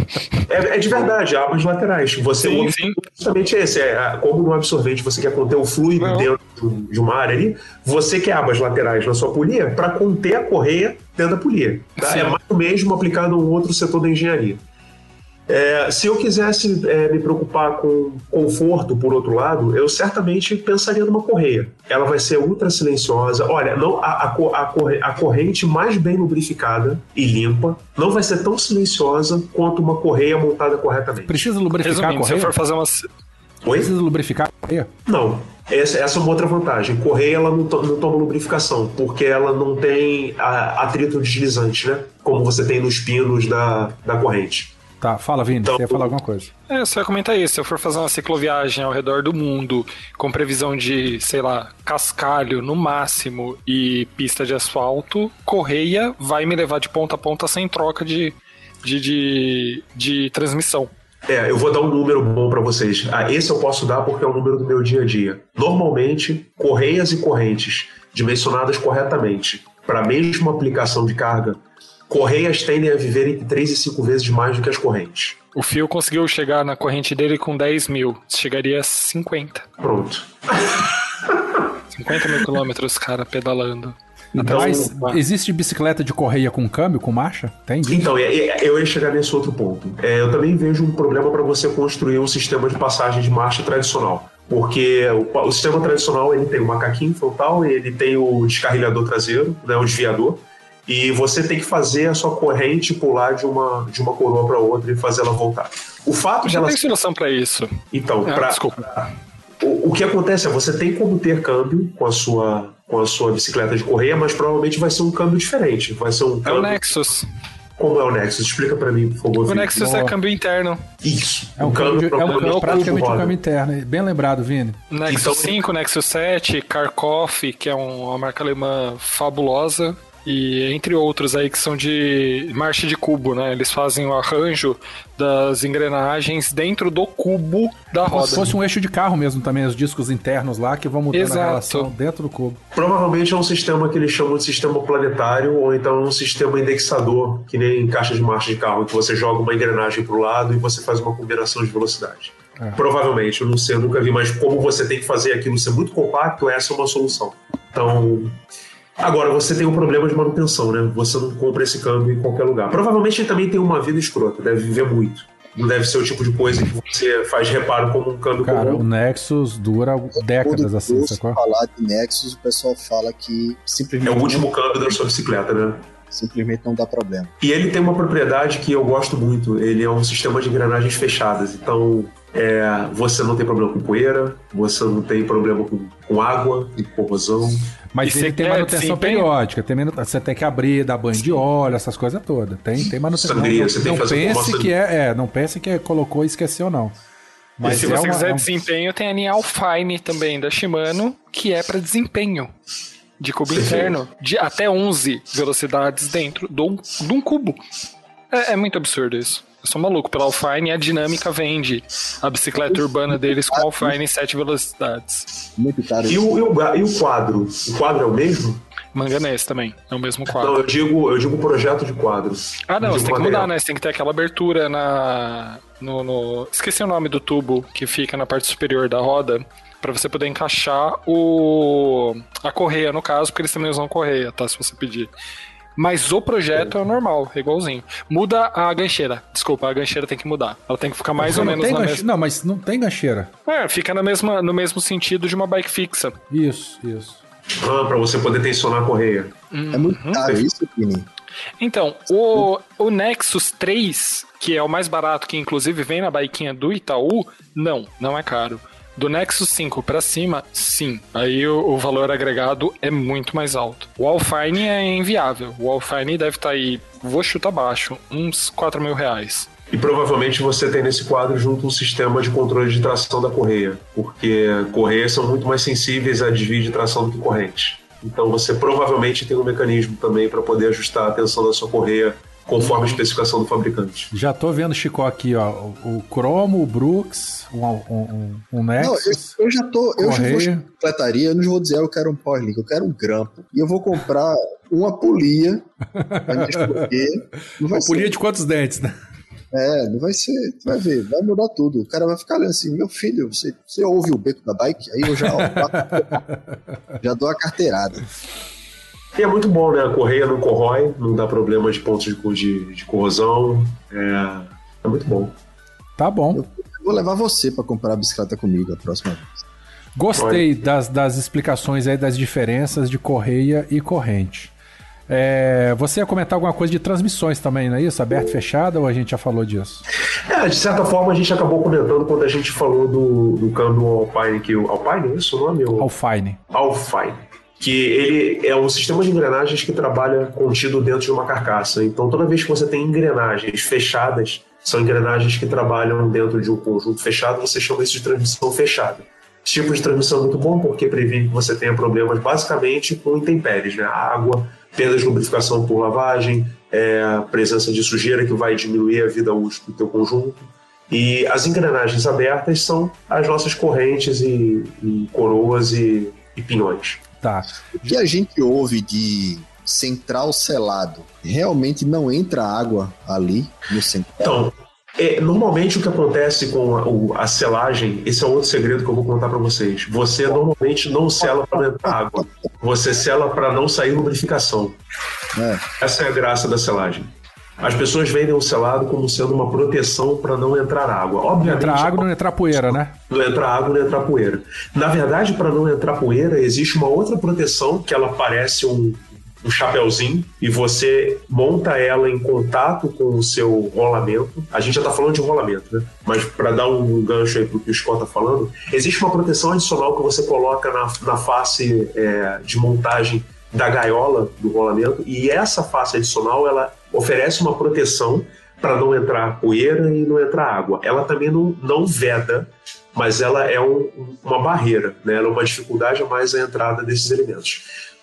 É, é de verdade, abas laterais. Você sim, sim. Justamente esse, é, como no absorvente você quer conter o fluido não. dentro de uma área ali, você quer abas laterais na sua polia para conter a correia dentro da polia. Tá? É mais o mesmo aplicado a um outro setor da engenharia. É, se eu quisesse é, me preocupar com conforto, por outro lado, eu certamente pensaria numa correia. Ela vai ser ultra silenciosa. Olha, não, a, a, a, a corrente mais bem lubrificada e limpa não vai ser tão silenciosa quanto uma correia montada corretamente. Precisa lubrificar Resumindo, a correia? Se eu for fazer uma... Oi? Precisa lubrificar a correia? Não. Essa, essa é uma outra vantagem. Correia, ela não, to, não toma lubrificação, porque ela não tem a, atrito deslizante, né? Como você tem nos pinos da, da corrente. Tá, fala, Vini, então, você ia falar alguma coisa. É, só ia comentar isso. Se eu for fazer uma cicloviagem ao redor do mundo, com previsão de, sei lá, cascalho no máximo e pista de asfalto, correia vai me levar de ponta a ponta sem troca de, de, de, de transmissão. É, eu vou dar um número bom para vocês. Ah, esse eu posso dar porque é o número do meu dia a dia. Normalmente, correias e correntes dimensionadas corretamente para a mesma aplicação de carga, correias tendem a viver entre três e cinco vezes mais do que as correntes. O fio conseguiu chegar na corrente dele com dez mil. Chegaria a cinquenta. Pronto. cinquenta mil quilômetros, cara, pedalando. Então, mas existe bicicleta de correia com câmbio, com marcha? Tem? Então, eu ia chegar nesse outro ponto. É, eu também vejo um problema para você construir um sistema de passagem de marcha tradicional. Porque o, o sistema tradicional ele tem o macaquinho frontal, ele tem o descarrilhador traseiro, né, o desviador, e você tem que fazer a sua corrente pular de uma, de uma coroa para outra e fazer ela voltar. O fato de ela... tem solução para isso. Então, ah, pra... desculpa. O, o que acontece é você tem como ter câmbio com a sua, com a sua bicicleta de correia, mas provavelmente vai ser um câmbio diferente. Vai ser um câmbio... É o Nexus. Como é o Nexus? Explica pra mim, por favor. O Nexus é câmbio interno. Isso. É um, um câmbio, câmbio, é um, câmbio praticamente um câmbio interno. Bem lembrado, Vini. Nexus então, cinco, Nexus sete, Kharkov, que é uma marca alemã fabulosa. e entre outros aí que são de marcha de cubo, né? Eles fazem o arranjo das engrenagens dentro do cubo da roda. Como se fosse um eixo de carro mesmo também, os discos internos lá que vão mudando Exato. a relação dentro do cubo. Provavelmente é um sistema que eles chamam de sistema planetário ou então um sistema indexador, que nem caixa de marcha de carro, que você joga uma engrenagem para o lado e você faz uma combinação de velocidade. É. Provavelmente, eu não sei, eu nunca vi, mas como você tem que fazer aquilo ser muito compacto, essa é uma solução. Então, agora você tem um problema de manutenção, né? Você não compra esse câmbio em qualquer lugar. Provavelmente ele também tem uma vida escrota, deve viver muito. Não deve ser o tipo de coisa que você faz reparo como um câmbio Cara, comum. o Nexus dura décadas assim, sacou? Falar de Nexus, o pessoal fala que simplesmente... É o último câmbio da sua bicicleta, né? Simplesmente não dá problema. E ele tem uma propriedade que eu gosto muito. Ele é um sistema de engrenagens fechadas. Então, é, você não tem problema com poeira, você não tem problema com, com água, com corrosão. Mas e ele tem manutenção periódica. Tem, você tem que abrir, dar banho de óleo, essas coisas todas. Tem, tem manutenção. Sangria, não você tem não que fazer pense que é, é, não pense que colocou e esqueceu, não. Mas e se é você uma, quiser é um... desempenho, tem a linha Alpine também da Shimano, que é para desempenho. De cubo Sim. interno, de até onze velocidades dentro de um, de um cubo. É, é muito absurdo isso. Eu sou maluco pela Alpine e a Dinâmica vende a bicicleta urbana deles com Alpine em sete velocidades. Muito caro. E o, e, o, e o quadro? O quadro é o mesmo? Manganês também, é o mesmo quadro. Não, eu digo, eu digo projeto de quadro. Ah, não, você tem que mudar, né? Você tem que ter aquela abertura na... No, no... Esqueci o nome do tubo que fica na parte superior da roda. Pra você poder encaixar o... a correia, no caso, porque eles também usam correia, tá? Se você pedir. Mas o projeto é, é normal, é igualzinho. Muda a gancheira. Desculpa, a gancheira tem que mudar. Ela tem que ficar mais não, ou não menos tem na ganche... mesma... Não, mas não tem gancheira. É, fica na mesma, no mesmo sentido de uma bike fixa. Isso, isso. Ah, pra você poder tensionar a correia. Uhum. É muito caro isso, Pini? Então, o, o Nexus três, que é o mais barato, que inclusive vem na biquinha do Itaú, não, não é caro. Do Nexus cinco pra cima, sim. Aí o, o valor agregado é muito mais alto. O Alpine é inviável. O Alpine deve estar aí, vou chutar baixo, uns quatro mil reais. E provavelmente você tem nesse quadro junto um sistema de controle de tração da correia, porque correias são muito mais sensíveis a desvio de tração do que corrente. Então você provavelmente tem um mecanismo também para poder ajustar a tensão da sua correia conforme a especificação do fabricante. Já tô vendo, Chico, aqui, ó, o, o Chromo, o Brooks, um, um, um Nexus. Não, eu, eu já tô, eu já vou completaria, eu não vou dizer eu quero um Power Link, eu quero um grampo. E eu vou comprar uma polia pra me escolher. Não vai uma polia ser... de quantos dentes, né? É, não vai ser, tu vai ver, vai mudar tudo. O cara vai ficar olhando assim, meu filho, você, você ouve o beco da bike? Aí eu já, ó, já dou a carteirada. E é muito bom, né? A correia não corrói, não dá problema de pontos de, de, de corrosão. É, é muito bom. Tá bom. Eu, eu vou levar você pra comprar a bicicleta comigo a próxima vez. Gostei das, das explicações aí das diferenças de correia e corrente. É, você ia comentar alguma coisa de transmissões também, não é isso? Aberta, fechada, ou a gente já falou disso? É, de certa forma a gente acabou comentando quando a gente falou do, do câmbio Alpine, que o Alpine, é isso o nome? O... Alpine. Alpine. Que ele é um sistema de engrenagens que trabalha contido dentro de uma carcaça. Então toda vez que você tem engrenagens fechadas, são engrenagens que trabalham dentro de um conjunto fechado, você chama isso de transmissão fechada. Esse tipo de transmissão é muito bom porque previne que você tenha problemas basicamente com intempéries, né? Água, perda de lubrificação por lavagem, é, presença de sujeira que vai diminuir a vida útil do teu conjunto. E as engrenagens abertas são as nossas correntes e, e coroas e, e pinhões. Tá. O que a gente ouve de central selado, realmente não entra água ali no central? Então, é, normalmente o que acontece com a, o, a selagem, esse é outro segredo que eu vou contar para vocês. Você normalmente não sela para não entrar água. Você sela para não sair lubrificação. É. Essa é a graça da selagem. As pessoas vendem o selado como sendo uma proteção para não entrar água. Obviamente, não entrar água, não entrar poeira, né? Não entrar água, não entrar poeira. Na verdade, para não entrar poeira, existe uma outra proteção que ela parece um, um chapéuzinho e você monta ela em contato com o seu rolamento. A gente já está falando de rolamento, né? Mas para dar um gancho aí para o que o Scott está falando, existe uma proteção adicional que você coloca na, na face é, de montagem da gaiola do rolamento, e essa face adicional ela oferece uma proteção para não entrar poeira e não entrar água. Ela também não, não veda, mas ela é um, uma barreira, né? Ela é uma dificuldade a mais a entrada desses elementos.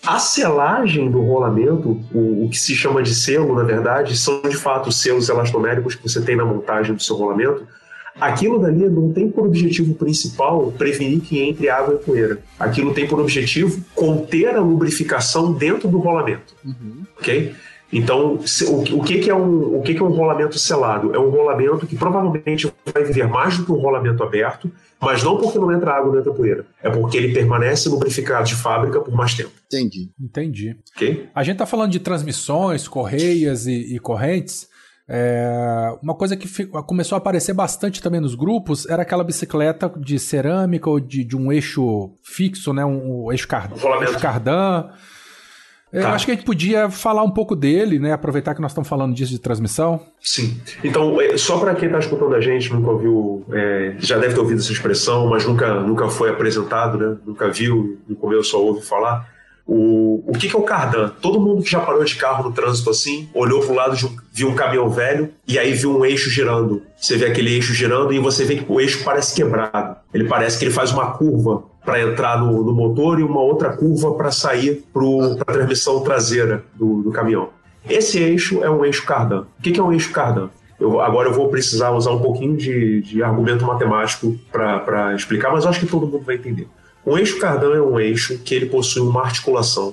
A selagem do rolamento, o, o que se chama de selo, na verdade, são de fato selos elastoméricos que você tem na montagem do seu rolamento. Aquilo dali não tem por objetivo principal prevenir que entre água e poeira. Aquilo tem por objetivo conter a lubrificação dentro do rolamento. Uhum. Ok? Então, o que é um, o que é um rolamento selado? É um rolamento que provavelmente vai viver mais do que um rolamento aberto, mas não porque não entra água, não entra poeira. É porque ele permanece lubrificado de fábrica por mais tempo. Entendi. Entendi. Okay? A gente tá falando de transmissões, correias e, e correntes. É, uma coisa que fico, começou a aparecer bastante também nos grupos era aquela bicicleta de cerâmica ou de, de um eixo fixo, né? Um, um eixo, car, um eixo cardan. Eu tá. acho que a gente podia falar um pouco dele, né? Aproveitar que nós estamos falando disso de transmissão. Sim. Então, só para quem está escutando a gente, nunca ouviu, é, já deve ter ouvido essa expressão, mas nunca, nunca foi apresentado, né? Nunca viu, no começo só ouve falar. O, o que, que é o cardan? Todo mundo que já parou de carro no trânsito assim, olhou para o lado, de um, viu um caminhão velho e aí viu um eixo girando. Você vê aquele eixo girando e você vê que o eixo parece quebrado. Ele parece que ele faz uma curva para entrar no, no motor e uma outra curva para sair para a transmissão traseira do, do caminhão. Esse eixo é um eixo cardan. O que, que é um eixo cardan? Eu, agora eu vou precisar usar um pouquinho de, de argumento matemático para explicar, mas eu acho que todo mundo vai entender. Um eixo cardan é um eixo que ele possui uma articulação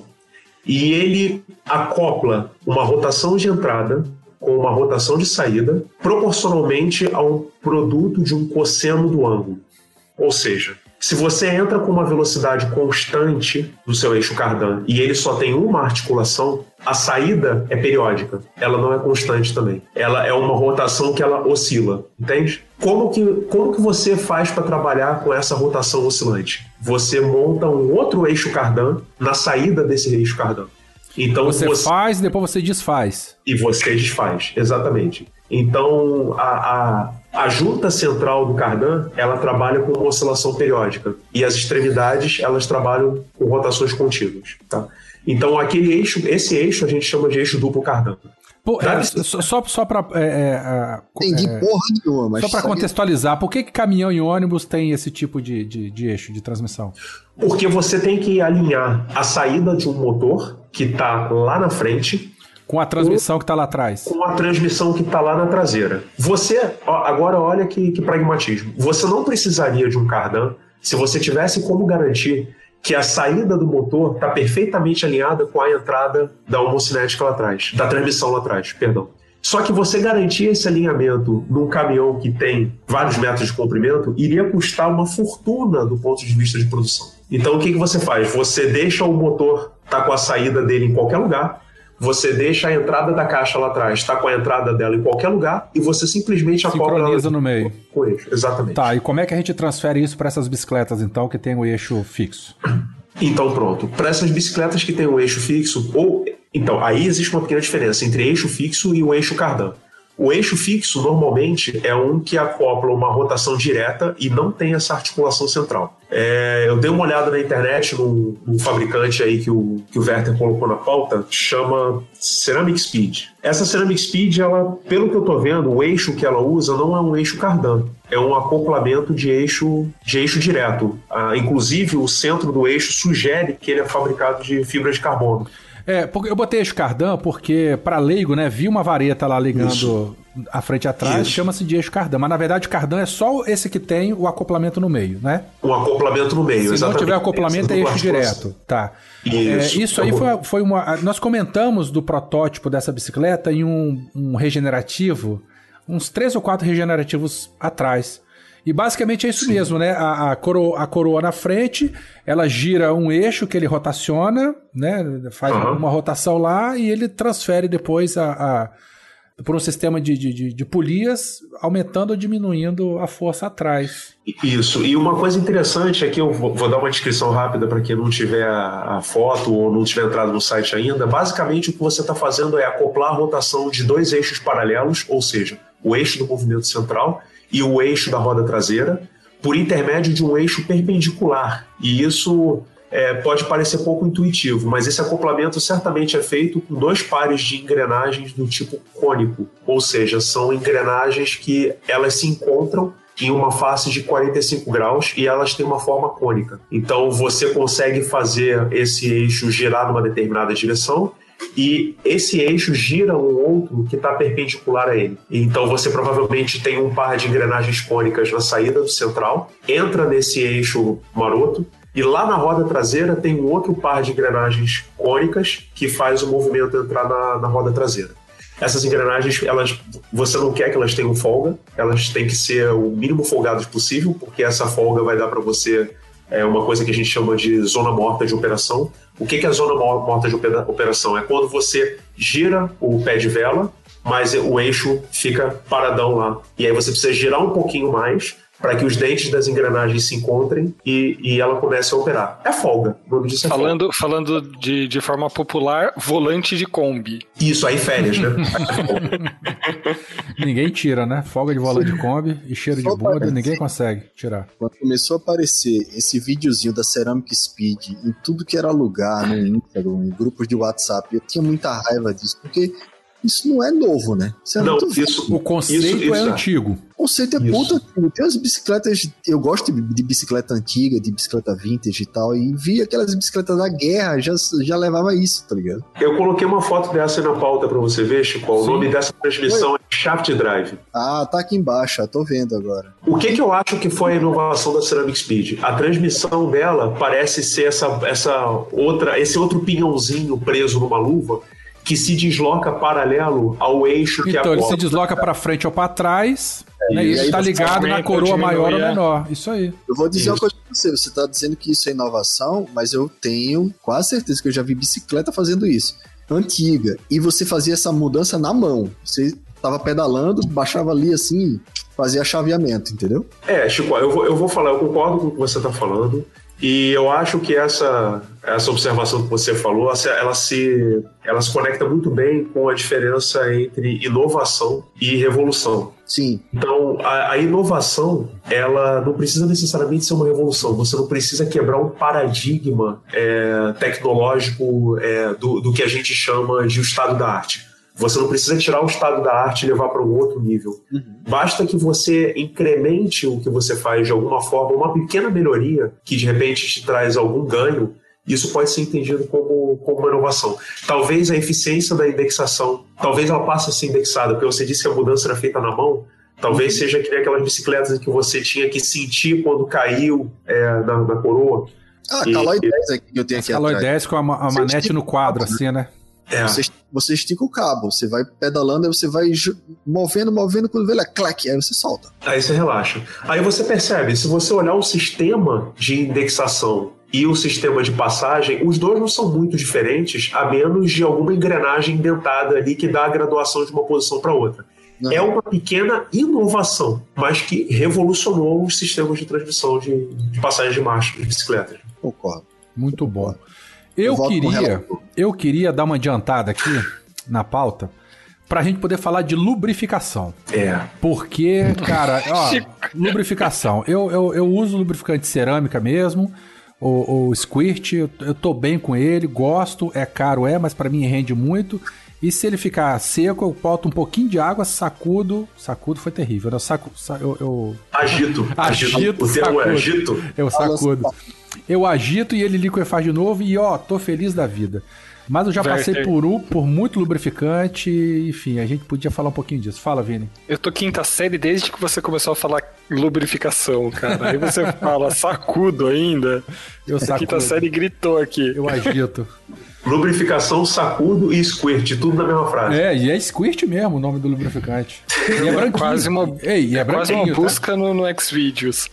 e ele acopla uma rotação de entrada com uma rotação de saída proporcionalmente a um produto de um cosseno do ângulo. Ou seja, se você entra com uma velocidade constante do seu eixo cardan e ele só tem uma articulação, a saída é periódica, ela não é constante também. Ela é uma rotação que ela oscila, entende? Como que, como que você faz para trabalhar com essa rotação oscilante? Você monta um outro eixo cardan na saída desse eixo cardan. Então você, você faz e depois você desfaz. E você desfaz, exatamente. Então a, a, a junta central do cardan, ela trabalha com uma oscilação periódica e as extremidades, elas trabalham com rotações contínuas, tá? Então aquele eixo, esse eixo a gente chama de eixo duplo cardan. Pô, é, só só, só para é, é, entendi é, porra nenhuma, mas só para contextualizar, por que, que caminhão e ônibus tem esse tipo de, de, de eixo de transmissão? Porque você tem que alinhar a saída de um motor que está lá na frente com a transmissão com, que está lá atrás. Com a transmissão que está lá na traseira. Você, ó, agora olha que, que pragmatismo. Você não precisaria de um cardan se você tivesse como garantir que a saída do motor está perfeitamente alinhada com a entrada da homocinética lá atrás, da transmissão lá atrás, perdão. Só que você garantir esse alinhamento num caminhão que tem vários metros de comprimento iria custar uma fortuna do ponto de vista de produção. Então o que, que você faz? Você deixa o motor tá com a saída dele em qualquer lugar, você deixa a entrada da caixa lá atrás, está com a entrada dela em qualquer lugar e você simplesmente acopla sincroniza no meio. Com o eixo, exatamente. Tá, e como é que a gente transfere isso para essas bicicletas então que tem o eixo fixo? Então pronto, para essas bicicletas que tem o eixo fixo, ou então aí existe uma pequena diferença entre eixo fixo e o eixo cardan. O eixo fixo normalmente é um que acopla uma rotação direta e não tem essa articulação central. É, eu dei uma olhada na internet num, num fabricante aí que o, que o Werther colocou na pauta, chama Ceramic Speed. Essa Ceramic Speed, ela, pelo que eu tô vendo, o eixo que ela usa não é um eixo cardan, é um acoplamento de eixo, de eixo direto. Ah, inclusive, o centro do eixo sugere que ele é fabricado de fibra de carbono. É, porque eu botei eixo cardan porque, para leigo, né, vi uma vareta lá ligando Isso. a frente e atrás, chama-se de eixo cardan, mas na verdade o cardan é só esse que tem o acoplamento no meio, né? O acoplamento no meio, Se exatamente. Se não tiver acoplamento é eixo direto, tá. Isso, é, isso aí foi, foi uma... Nós comentamos do protótipo dessa bicicleta em um, um regenerativo, uns três ou quatro regenerativos atrás. E basicamente é isso Sim. mesmo, né? A, a, coroa, a coroa na frente, ela gira um eixo que ele rotaciona, né? Faz uhum. uma rotação lá e ele transfere depois a, a, por um sistema de, de, de polias, aumentando ou diminuindo a força atrás. Isso. E uma coisa interessante é que eu vou, vou dar uma descrição rápida para quem não tiver a, a foto ou não tiver entrado no site ainda. Basicamente o que você está fazendo é acoplar a rotação de dois eixos paralelos, ou seja, o eixo do movimento central e o eixo da roda traseira, por intermédio de um eixo perpendicular. E isso é, pode parecer pouco intuitivo, mas esse acoplamento certamente é feito com dois pares de engrenagens do tipo cônico, ou seja, são engrenagens que elas se encontram em uma face de quarenta e cinco graus e elas têm uma forma cônica. Então você consegue fazer esse eixo girar numa determinada direção e esse eixo gira um outro que está perpendicular a ele. Então você provavelmente tem um par de engrenagens cônicas na saída do central, entra nesse eixo maroto, e lá na roda traseira tem um outro par de engrenagens cônicas que faz o movimento entrar na, na roda traseira. Essas engrenagens, elas, você não quer que elas tenham folga, elas têm que ser o mínimo folgadas possível, porque essa folga vai dar para você é, uma coisa que a gente chama de zona morta de operação. O que é a zona morta de operação? É quando você gira o pé de vela, mas o eixo fica paradão lá. E aí você precisa girar um pouquinho mais para que os dentes das engrenagens se encontrem e, e ela comece a operar. É folga. O nome disso é falando folga. Falando de, de forma popular, volante de Kombi. Isso, aí férias, né? Ninguém tira, né? Folga de volante de Kombi e cheiro Só de bunda, ninguém consegue tirar. Quando começou a aparecer esse videozinho da Ceramic Speed em tudo que era lugar, no Instagram, em grupos de WhatsApp, eu tinha muita raiva disso, porque isso não é novo, né? Isso é não, muito isso, o conceito isso, isso é é antigo. O conceito é isso. puta antigo. Tem as bicicletas, eu gosto de, de bicicleta antiga, de bicicleta vintage e tal, e vi aquelas bicicletas da guerra, já, já levava isso, tá ligado? Eu coloquei uma foto dessa na pauta pra você ver, Chico. O Sim. nome dessa transmissão Oi. é Shaft Drive. Ah, tá aqui embaixo, já tô vendo agora. O que que eu acho que foi a inovação da Ceramic Speed? A transmissão dela parece ser essa, essa outra, esse outro pinhãozinho preso numa luva, que se desloca paralelo ao eixo que então, é a ele bola. se desloca para frente ou para trás, é, né, e ele está ligado na coroa maior ou é. menor. Isso aí. Eu vou dizer isso. uma coisa pra você. Você está dizendo que isso é inovação, mas eu tenho quase certeza que eu já vi bicicleta fazendo isso. Antiga. E você fazia essa mudança na mão. Você estava pedalando, baixava ali assim, fazia chaveamento, entendeu? É, Chico, eu vou, eu vou falar, eu concordo com o que você está falando. E eu acho que essa, essa observação que você falou, ela se, ela se conecta muito bem com a diferença entre inovação e revolução. Sim. Então, a, a inovação, ela não precisa necessariamente ser uma revolução. Você não precisa quebrar um paradigma é, tecnológico é, do, do que a gente chama de o estado da arte. Você não precisa tirar o estado da arte e levar para um outro nível. Uhum. Basta que você incremente o que você faz de alguma forma, uma pequena melhoria que de repente te traz algum ganho. Isso pode ser entendido como, como uma inovação. Talvez a eficiência da indexação, talvez ela passe a ser indexada, porque você disse que a mudança era feita na mão. Talvez uhum. seja que nem aquelas bicicletas que você tinha que sentir quando caiu é, na, na coroa. Ah, e, Caloi dez aqui que eu tenho aqui Caloi atrás. dez com a, a manete no quadro, assim, né? É. Você, você estica o cabo, você vai pedalando, aí você vai movendo, movendo, quando vê ele é clac, aí você solta. Aí você relaxa. Aí você percebe, se você olhar o sistema de indexação e o sistema de passagem, os dois não são muito diferentes, a menos de alguma engrenagem indentada ali que dá a graduação de uma posição para outra. Não. É uma pequena inovação, mas que revolucionou os sistemas de transmissão de, de passagem de marcha de bicicletas. Concordo. Muito bom. Eu, eu queria, eu queria dar uma adiantada aqui na pauta pra gente poder falar de lubrificação. É. Porque, cara, ó, lubrificação. Eu, eu, eu uso lubrificante cerâmica mesmo, o, o Squirt, eu, eu tô bem com ele, gosto, é caro, é, mas pra mim rende muito. E se ele ficar seco, eu boto um pouquinho de água, sacudo. Sacudo foi terrível, né? Eu saco, eu, eu... Agito. Agito, o termo é agito? Eu sacudo. Eu agito e ele liquefaz de novo e, ó, tô feliz da vida. Mas eu já passei por, um, por muito lubrificante, enfim, a gente podia falar um pouquinho disso. Fala, Vini. Eu tô quinta série desde que você começou a falar lubrificação, cara. Aí você fala sacudo ainda. Eu sacudo. A quinta série gritou aqui. Eu agito. Lubrificação, sacudo e squirt, tudo na mesma frase. É, e é squirt mesmo o nome do lubrificante. E é branquinho. Quase uma, Ei, e é, é quase uma busca tá? no, no Xvideos.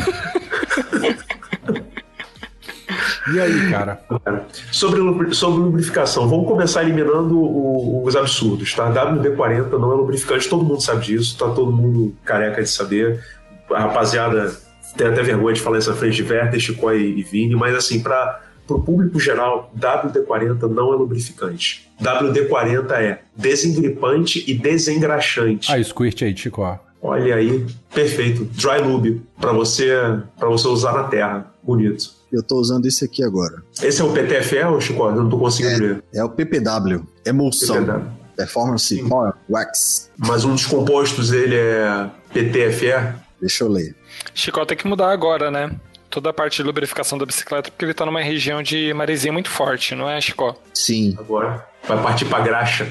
E aí, cara? Sobre, sobre lubrificação, vamos começar eliminando o, os absurdos, tá? W D quarenta não é lubrificante, todo mundo sabe disso, tá todo mundo careca de saber. A rapaziada tem até vergonha de falar isso na frente de Werther, Chico e Vini, mas assim, para o público geral, W D quarenta não é lubrificante. W D quarenta é desengripante e desengraxante. Ah, o squirt aí, Chico. Olha aí, perfeito. Dry lube, para você, para você usar na terra. Bonito. Eu tô usando esse aqui agora. Esse é o P T F E ou, Chico? Eu não tô conseguindo é, ver. É o P P W, emulsão. P P W. Performance Sim. Power Wax. Mas um dos compostos dele é P T F E? Deixa eu ler. Chicó tem que mudar agora, né? Toda a parte de lubrificação da bicicleta, porque ele tá numa região de maresia muito forte, não é, Chicó? Sim. Agora vai partir pra graxa.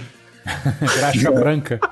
Graxa branca.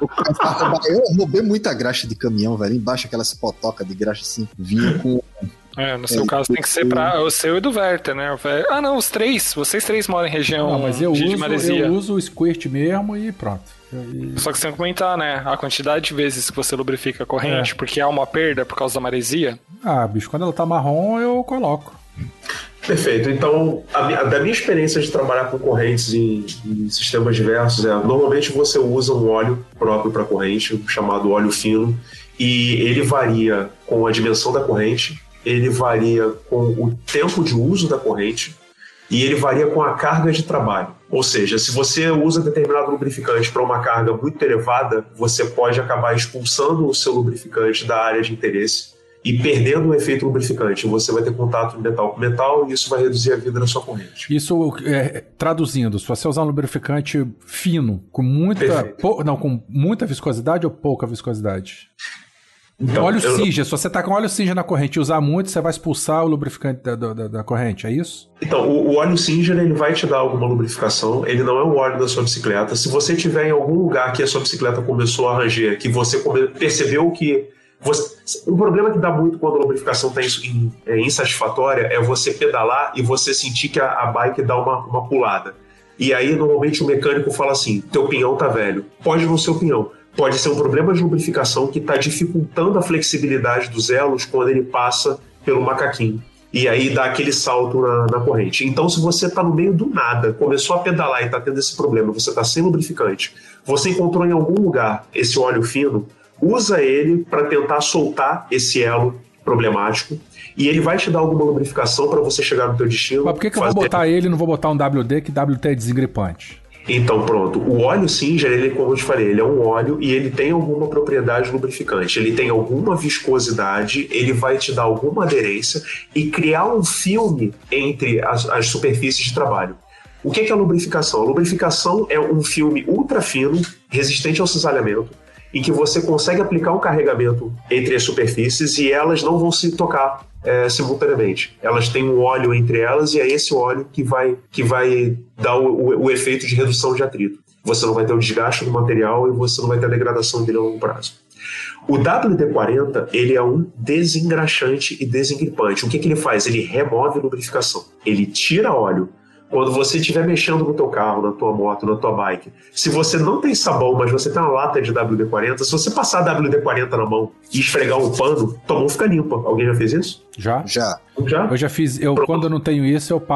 Eu roubei muita graxa de caminhão, velho. Embaixo aquelas potocas de graxa assim, vinha com... É, no seu é, caso tem que ser para o seu e do Werther, né? Ah, não, os três. Vocês três moram em região não, mas eu de, uso, de maresia. Eu uso o squirt mesmo e pronto. E... Só que você tem que comentar, né? A quantidade de vezes que você lubrifica a corrente, é. porque há uma perda por causa da maresia. Ah, bicho, quando ela tá marrom, eu coloco. Perfeito. Então, a, a, da minha experiência de trabalhar com correntes em, em sistemas diversos, é, normalmente você usa um óleo próprio para corrente, chamado óleo fino, e ele varia com a dimensão da corrente, ele varia com o tempo de uso da corrente e ele varia com a carga de trabalho. Ou seja, se você usa determinado lubrificante para uma carga muito elevada, você pode acabar expulsando o seu lubrificante da área de interesse e perdendo o efeito lubrificante. Você vai ter contato de metal com metal e isso vai reduzir a vida da sua corrente. Isso, é, traduzindo, se você usar um lubrificante fino, com muita, pou, não, com muita viscosidade ou pouca viscosidade? Então, óleo eu... Sinja, se você tá com óleo Sinja na corrente e usar muito, você vai expulsar o lubrificante da, da, da corrente, é isso? Então, o, o óleo Sinja, ele vai te dar alguma lubrificação, ele não é o óleo da sua bicicleta. Se você tiver em algum lugar que a sua bicicleta começou a ranger, que você percebeu que... Você... O problema que dá muito quando a lubrificação está é insatisfatória é você pedalar e você sentir que a, a bike dá uma, uma pulada. E aí, normalmente, o mecânico fala assim, teu pinhão tá velho. Pode não ser o pinhão. Pode ser um problema de lubrificação que está dificultando a flexibilidade dos elos quando ele passa pelo macaquinho. E aí dá aquele salto na, na corrente. Então, se você está no meio do nada, começou a pedalar e está tendo esse problema, você está sem lubrificante, você encontrou em algum lugar esse óleo fino, usa ele para tentar soltar esse elo problemático e ele vai te dar alguma lubrificação para você chegar no teu destino. Mas por que, que eu vou botar ele e não vou botar um W D, que W D é desengripante? Então, pronto. O óleo Singer, ele, como eu te falei, ele é um óleo e ele tem alguma propriedade lubrificante. Ele tem alguma viscosidade, ele vai te dar alguma aderência e criar um filme entre as, as superfícies de trabalho. O que é a lubrificação? A lubrificação é um filme ultra fino, resistente ao cisalhamento, em que você consegue aplicar um carregamento entre as superfícies e elas não vão se tocar é, simultaneamente. Elas têm um óleo entre elas e é esse óleo que vai, que vai dar o, o, o efeito de redução de atrito. Você não vai ter o desgaste do material e você não vai ter a degradação dele a longo prazo. O W D quarenta, ele é um desengraxante e desengripante. O que, que ele faz? Ele remove lubrificação. Ele tira óleo. Quando você estiver mexendo no teu carro, na tua moto, na tua bike, se você não tem sabão, mas você tem uma lata de W D quarenta, se você passar W D quarenta na mão e esfregar um pano, tua mão fica limpa. Alguém já fez isso? Já. Já. Já? Eu já fiz. Eu, quando eu não tenho isso, eu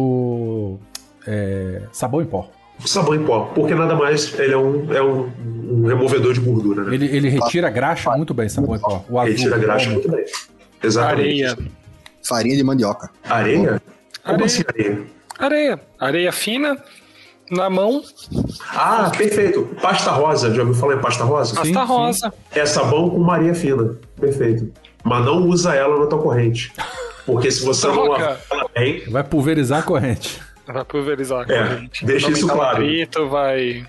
passo é, sabão em pó. Sabão em pó, porque nada mais, ele é um, é um, um removedor de gordura, né? Ele, ele retira graxa muito bem, sabão em pó. O azul, retira graxa muito bem. Exatamente. Areia. Farinha de mandioca. Areia? Como areia. assim areia? Areia. Areia fina, na mão. Ah, perfeito. Pasta rosa. Já ouviu falar em pasta rosa? Pasta sim, rosa. Sim. É sabão com uma areia fina. Perfeito. Mas não usa ela na tua corrente. Porque se você não lavar ela bem... Vai pulverizar a corrente. Vai pulverizar a é, corrente. Deixa isso claro. Atrito, vai...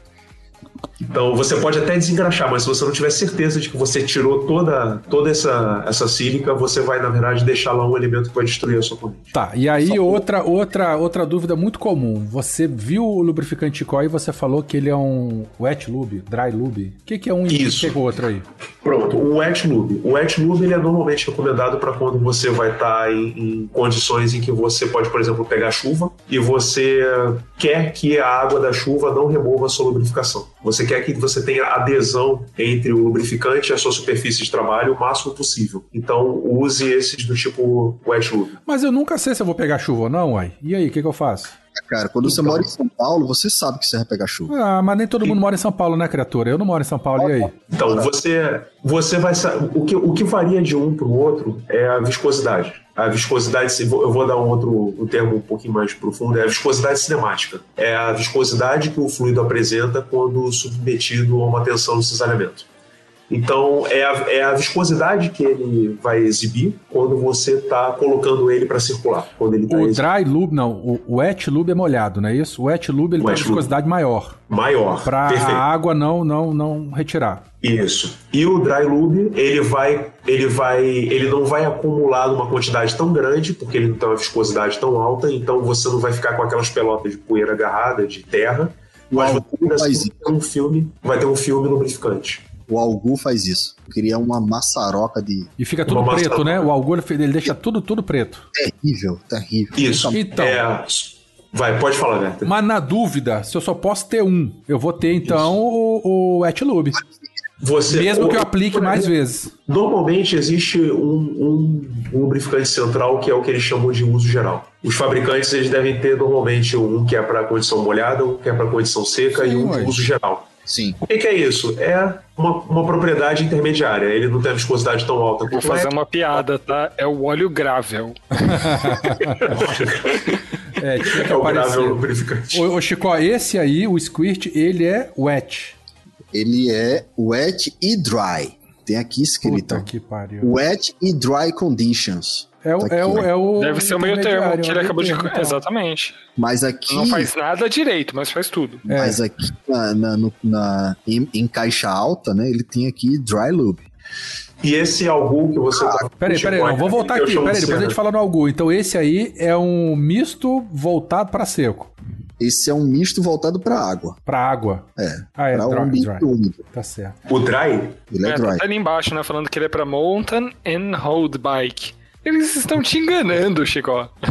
Então você pode até desengraxar, mas se você não tiver certeza de que você tirou toda, toda essa, essa sílica, você vai, na verdade, deixar lá um elemento que vai destruir a sua corrente. Tá, e aí outra, outra, outra dúvida muito comum. Você viu o lubrificante Chicó e você falou que ele é um wet lube, dry lube. O que, que é um e o que é o outro aí? Pronto, o wet lube. O wet lube ele é normalmente recomendado para quando você vai estar tá em, em condições em que você pode, por exemplo, pegar chuva e você quer que a água da chuva não remova a sua lubrificação. Você quer que você tenha adesão entre o lubrificante e a sua superfície de trabalho o máximo possível. Então, use esses do tipo wet lube. Mas eu nunca sei se eu vou pegar chuva ou não, uai. E aí, o que, que eu faço? Cara, quando você mora em São Paulo, você sabe que você vai pegar chuva. Ah, mas nem todo mundo mora em São Paulo, né, criatura? Eu não moro em São Paulo, e aí? Então, você, você vai... O que, o que varia de um para o outro é a viscosidade. A viscosidade, eu vou dar um outro um termo um pouquinho mais profundo, é a viscosidade cinemática. É a viscosidade que o fluido apresenta quando submetido a uma tensão no cisalhamento. Então, é a, é a viscosidade que ele vai exibir quando você está colocando ele para circular. Quando ele tá o exibindo. dry lube, não, o, o wet lube é molhado, não é isso? O wet lube ele O tem uma wet viscosidade maior. Maior, Para perfeito. a água não, não, não retirar. Isso. E o dry lube, ele vai, ele vai, ele não vai acumular uma quantidade tão grande, porque ele não tem uma viscosidade tão alta, então você não vai ficar com aquelas pelotas de poeira agarrada, de terra, O mas Algu você faz vai ter um filme, vai ter um filme lubrificante. O Algu faz isso. Cria uma maçaroca de... E fica tudo Uma preto, maçã. né? O algu ele deixa tudo, tudo preto. Terrível, terrível. Isso. Então. É... Vai, pode falar, Werther. Mas na dúvida, se eu só posso ter um, eu vou ter então o, o wet lube. Você, Mesmo que eu aplique mais vezes. Normalmente existe um, um, um lubrificante central que é o que eles chamam de uso geral. Os fabricantes eles devem ter normalmente um que é para condição molhada, um que é para condição seca. Sim, e um de uso geral. Sim. O que, que é isso? É uma, uma propriedade intermediária. Ele não tem a viscosidade tão alta. Vou fazer uma piada, tá? É o óleo gravel. É, tinha que é o aparecer. gravel lubrificante. Ô, ô Chico, esse aí, o Squirt, ele é wet. Ele é wet e dry. Tem aqui escrito. Puta que pariu. Wet e dry conditions. É o, Tá é aqui, o, ó. é o Deve ser o meio termo que ele meio acabou de... termo, então. Exatamente. Mas aqui... Não faz nada direito, mas faz tudo. É. Mas aqui na, na, no- na- em, em caixa alta, né? Ele tem aqui dry lube. E esse algu que você tá... Peraí, peraí, não, vou voltar Eu aqui. chamo Peraí, de depois a cera. gente fala no algu. Então esse aí é um misto voltado para seco. Esse é um misto voltado para água. Para água. É. Ah, é para um dry, ambiente dry. úmido. Tá certo. O dry, Ele é, É, dry. tá ali embaixo, né? Falando que ele é pra mountain and road bike. Eles estão te enganando, Chico.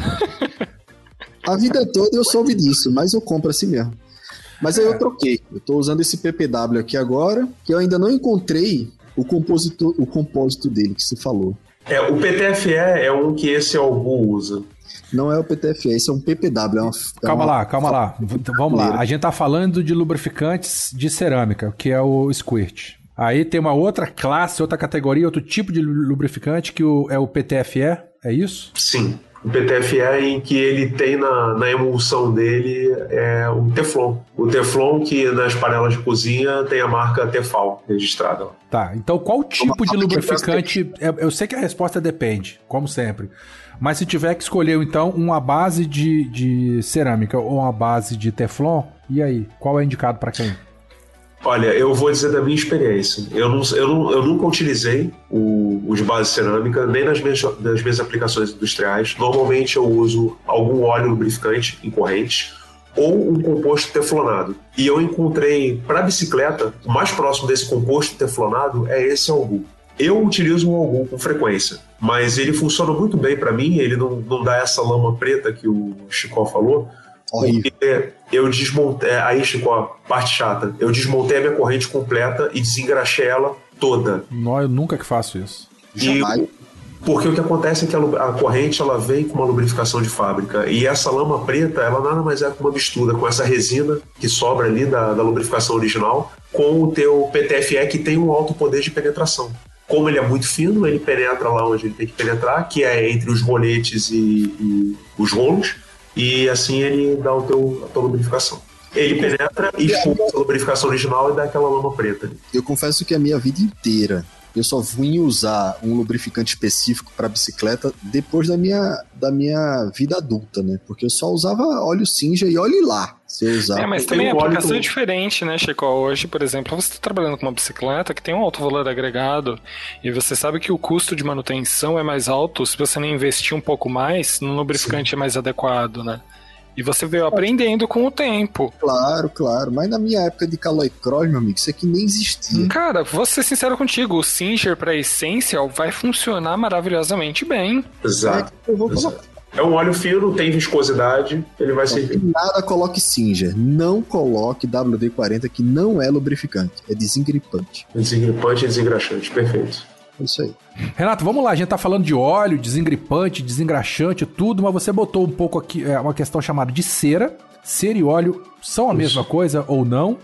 A vida toda eu soube disso, mas eu compro assim mesmo. Mas aí É. eu troquei. Eu tô usando esse P P W aqui agora, que eu ainda não encontrei o compositor, o compósito dele que você falou. é, o P T F E é um que esse algu usa. Não é o P T F E, esse é um P P W. É uma, é Calma uma- lá, calma lá. V- Vamos lá. A gente tá falando de lubrificantes de cerâmica, que é o Squirt. Aí tem uma outra classe, outra categoria, outro tipo de lubrificante que o- é o P T F E, é isso? Sim. O P T F E em que ele tem na, na emulsão dele é o Teflon. O Teflon que nas panelas de cozinha tem a marca Tefal registrada. lá. Tá, então qual tipo de fábrica lubrificante... Eu, eu sei que a resposta depende, como sempre. Mas se tiver que escolher, então, uma base de, de cerâmica ou uma base de Teflon, e aí? Qual é indicado para quem? Olha, eu vou dizer da minha experiência. Eu, não, eu, não, eu nunca utilizei o, os bases cerâmica, nem nas minhas, nas minhas aplicações industriais. Normalmente eu uso algum óleo lubrificante em corrente ou um composto teflonado. E eu encontrei, para bicicleta, o mais próximo desse composto teflonado é esse algu. Eu utilizo um algu com frequência, mas ele funciona muito bem para mim, ele não, não dá essa lama preta que o Chico falou. Horrível. Porque eu desmontei. Aí, Chico, ó, parte chata. Eu desmontei a minha corrente completa e desengraxei ela toda. Não, eu nunca que faço isso. E, Jamais. porque o que acontece é que a, lu- a corrente ela vem com uma lubrificação de fábrica. E essa lama preta, ela nada mais é que uma mistura com essa resina que sobra ali da, da lubrificação original com o teu P T F E que tem um alto poder de penetração. Como ele é muito fino, ele penetra lá onde ele tem que penetrar, que é entre os roletes e, e os rolos. E assim ele dá o teu, a tua lubrificação. Ele penetra e expulsa a lubrificação original e dá aquela lama preta ali. Eu confesso que a minha vida inteira eu só fui usar um lubrificante específico para bicicleta depois da minha, da minha vida adulta, né? Porque eu só usava óleo Singer e olhe lá. Se eu usar. É, mas tem também a um óleo aplicação com- é diferente, né, Chico? Hoje, por exemplo, você está trabalhando com uma bicicleta que tem um alto valor agregado e você sabe que o custo de manutenção é mais alto se você não investir um pouco mais no lubrificante é mais adequado, né? E você veio aprendendo com o tempo. Claro, claro. Mas na minha época de Caloi Cross, meu amigo, isso aqui nem existia. Cara, vou ser sincero contigo, o Singer para Essential vai funcionar maravilhosamente bem. Exato. Eu vou Exato. colocar. É um óleo fino, tem viscosidade, ele vai servir. Nada, coloque Singer. Não coloque W D quarenta, que não é lubrificante. É desengripante. Desengripante e desengraxante, perfeito. É isso aí. Renato, vamos lá, a gente tá falando de óleo, desengripante, desengraxante, tudo, mas você botou um pouco aqui, é, uma questão chamada de cera. Cera e óleo são a mesma coisa ou não?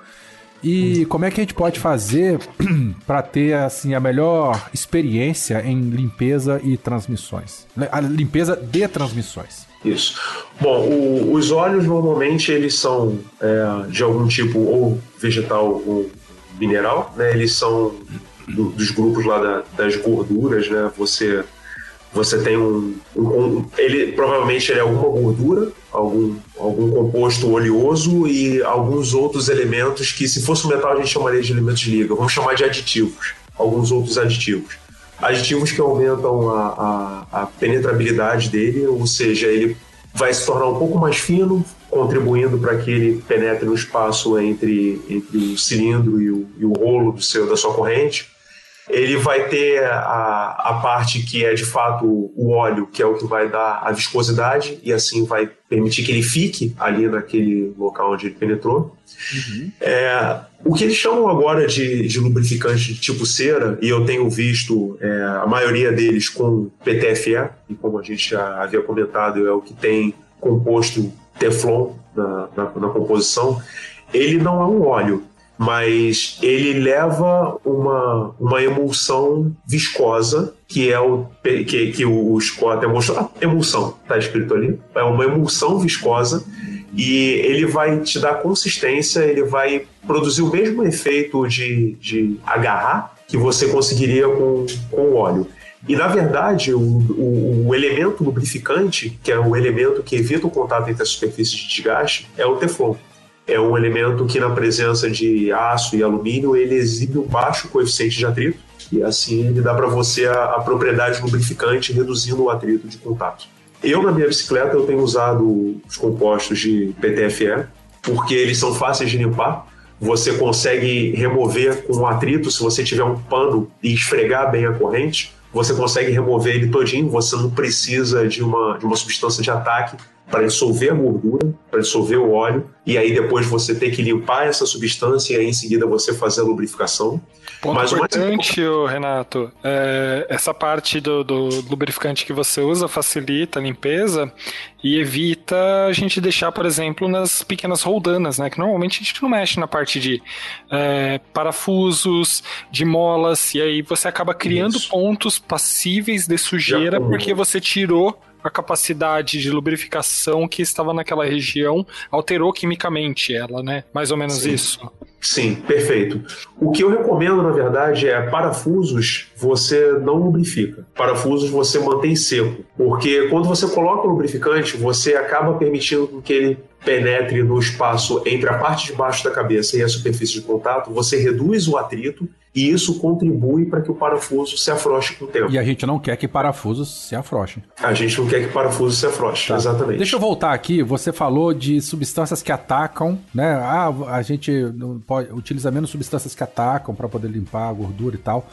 E como é que a gente pode fazer para ter assim a melhor experiência em limpeza e transmissões? A limpeza de transmissões. Isso. Bom, o- os óleos normalmente eles são é, de algum tipo ou vegetal ou mineral, né? Eles são do, dos grupos lá da, das gorduras, né? Você, você tem um, um, um... Ele provavelmente ele é alguma gordura, algum, algum composto oleoso e alguns outros elementos que, se fosse um metal, a gente chamaria de elementos liga. Vamos chamar de aditivos. Alguns outros aditivos. Aditivos que aumentam a, a, a penetrabilidade dele, ou seja, ele vai se tornar um pouco mais fino, contribuindo para que ele penetre no espaço entre, entre o cilindro e o, e o rolo do seu, da sua corrente. Ele vai ter a, a parte que é de fato o óleo, que é o que vai dar a viscosidade e assim vai permitir que ele fique ali naquele local onde ele penetrou. Uhum. É, o que eles chamam agora de, de lubrificante de tipo cera, e eu tenho visto é, a maioria deles com P T F E, e como a gente já havia comentado, é o que tem composto Teflon na, na, na composição. Ele não é um óleo, mas ele leva uma, uma emulsão viscosa, que é o que, que o Scott mostrou. Ah, emulsão, está escrito ali. É uma emulsão viscosa e ele vai te dar consistência, ele vai produzir o mesmo efeito de, de agarrar que você conseguiria com, com o óleo. E, na verdade, o, o, o elemento lubrificante, que é o elemento que evita o contato entre as superfícies de desgaste, é o Teflon. É um elemento que, na presença de aço e alumínio, ele exibe um baixo coeficiente de atrito e, assim, ele dá para você a, a propriedade lubrificante, reduzindo o atrito de contato. Eu, na minha bicicleta, eu tenho usado os compostos de P T F E porque eles são fáceis de limpar. Você consegue remover com o atrito, se você tiver um pano e esfregar bem a corrente, você consegue remover ele todinho, você não precisa de uma, de uma substância de ataque para dissolver a gordura, para dissolver o óleo, e aí depois você tem que limpar essa substância e aí em seguida você fazer a lubrificação. Ponto Mas importante, mais... Renato, é, essa parte do, do lubrificante que você usa facilita a limpeza e evita a gente deixar, por exemplo, nas pequenas roldanas, né? Que normalmente a gente não mexe na parte de é, parafusos, de molas, e aí você acaba criando Isso. pontos passíveis de sujeira porque você tirou a capacidade de lubrificação que estava naquela região, alterou quimicamente ela, né? Mais ou menos Sim. isso. Sim, perfeito. O que eu recomendo, na verdade, é parafusos você não lubrifica. Parafusos você mantém seco. Porque quando você coloca o lubrificante, você acaba permitindo que ele penetre no espaço entre a parte de baixo da cabeça e a superfície de contato, você reduz o atrito e isso contribui para que o parafuso se afrouxe com o tempo. E a gente não quer que parafusos se afrouxem. A gente não quer que parafusos se afrouxem, tá. Exatamente. Deixa eu voltar aqui, você falou de substâncias que atacam, né? Ah, a gente pode, utiliza menos substâncias que atacam para poder limpar a gordura e tal.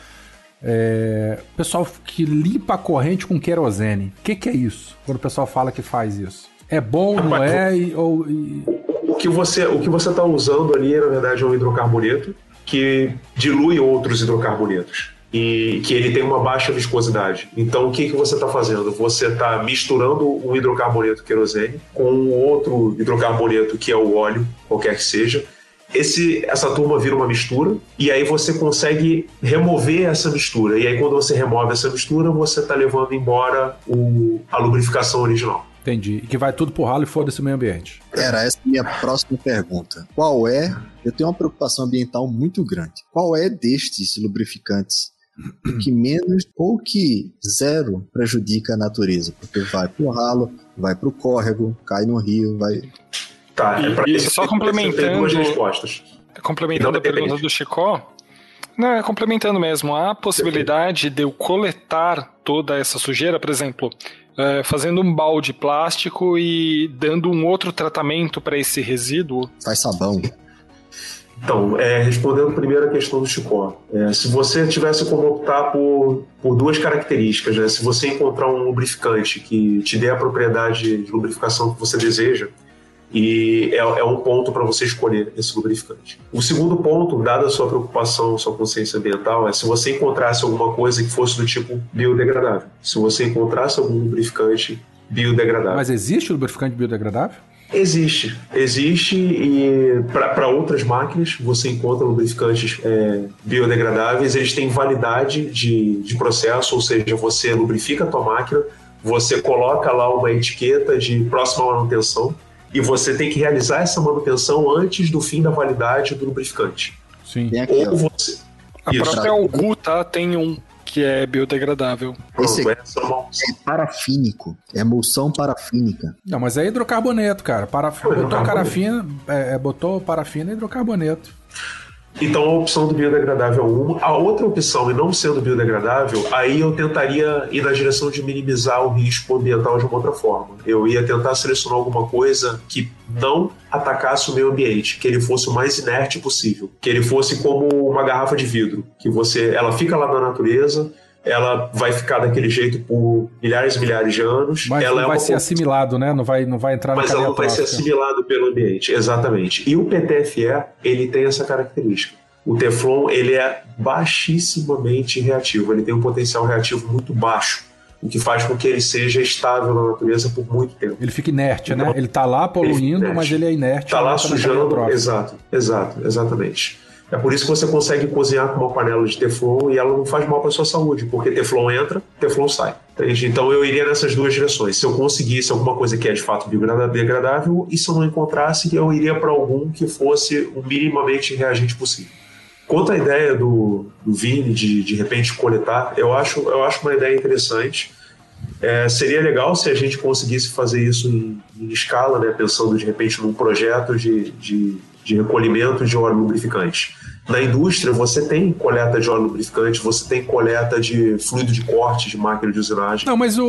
É, pessoal que limpa a corrente com querosene, o que, que é isso? Quando o pessoal fala que faz isso? É bom, não é? E, ou, e... O que você o que você está usando ali, na verdade, é um hidrocarboneto que dilui outros hidrocarbonetos e que ele tem uma baixa viscosidade. Então, o que, que você está fazendo? Você está misturando um hidrocarboneto querosene com um outro hidrocarboneto que é o óleo, qualquer que seja. Esse, essa turma vira uma mistura e aí você consegue remover essa mistura. E aí, quando você remove essa mistura, você está levando embora o, a lubrificação original. Entendi. E que vai tudo pro ralo e foda-se o meio ambiente. Era essa a minha próxima pergunta. Qual é... Eu tenho uma preocupação ambiental muito grande. Qual é destes lubrificantes o que menos ou que zero prejudica a natureza? Porque vai pro ralo, vai pro córrego, cai no rio, vai... Tá, e, é pra e isso só complementando... duas respostas. Complementando a pergunta do Chicó... Não, é complementando mesmo. Há a possibilidade de eu coletar toda essa sujeira, por exemplo... É, fazendo um balde plástico e dando um outro tratamento para esse resíduo? Faz sabão. Então, é, respondendo primeiro a questão do Chicó, é, se você tivesse como optar por, por duas características, né? Se você encontrar um lubrificante que te dê a propriedade de lubrificação que você deseja, e é, é um ponto para você escolher esse lubrificante. O segundo ponto, dada a sua preocupação, sua consciência ambiental, é se você encontrasse alguma coisa que fosse do tipo biodegradável. Se você encontrasse algum lubrificante biodegradável. Mas existe lubrificante biodegradável? Existe. Existe e para outras máquinas você encontra lubrificantes é, biodegradáveis. Eles têm validade de, de processo, ou seja, você lubrifica a tua máquina, você coloca lá uma etiqueta de próxima manutenção, e você tem que realizar essa manutenção antes do fim da validade do lubrificante. Sim. Ou você, A Isso. própria Algu, tá? Tem um que é biodegradável. Esse Pronto, aqui essa é uma- é parafínico, é emulsão parafínica. Não, mas é hidrocarboneto, cara. Paraf... Foi Botou hidrocarboneto. parafina, é, é, botou parafina e hidrocarboneto. Então a opção do biodegradável é uma. A outra opção, e não sendo biodegradável, aí eu tentaria ir na direção de minimizar o risco ambiental de uma outra forma. Eu ia tentar selecionar alguma coisa que não atacasse o meio ambiente, que ele fosse o mais inerte possível, que ele fosse como uma garrafa de vidro, que você, ela fica lá na natureza, ela vai ficar daquele jeito por milhares e milhares de anos. Mas ela não é vai uma ser assimilado, né? Não vai, não vai entrar na Mas ela cadeia não vai ser trófica. assimilada pelo ambiente, exatamente. E o P T F E, ele tem essa característica. O Teflon, ele é baixissimamente reativo, ele tem um potencial reativo muito baixo, o que faz com que ele seja estável na natureza por muito tempo. Ele fica inerte, né? Ele tá lá poluindo, inerte. mas ele é inerte. Está lá não entra na cadeia sujando, trófica. exato, exato, exatamente. É por isso que você consegue cozinhar com uma panela de Teflon e ela não faz mal para sua saúde, porque Teflon entra, Teflon sai. Entende? Então eu iria nessas duas direções. Se eu conseguisse alguma coisa que é de fato biodegradável, e se eu não encontrasse, eu iria para algum que fosse o minimamente reagente possível. Quanto à ideia do, do Vini de de repente coletar, eu acho, eu acho uma ideia interessante. É, seria legal se a gente conseguisse fazer isso em, em escala, né? Pensando de repente num projeto de, de, de recolhimento de óleo lubrificante. Na indústria você tem coleta de óleo lubrificante, você tem coleta de fluido de corte de máquina de usinagem. Não, mas o,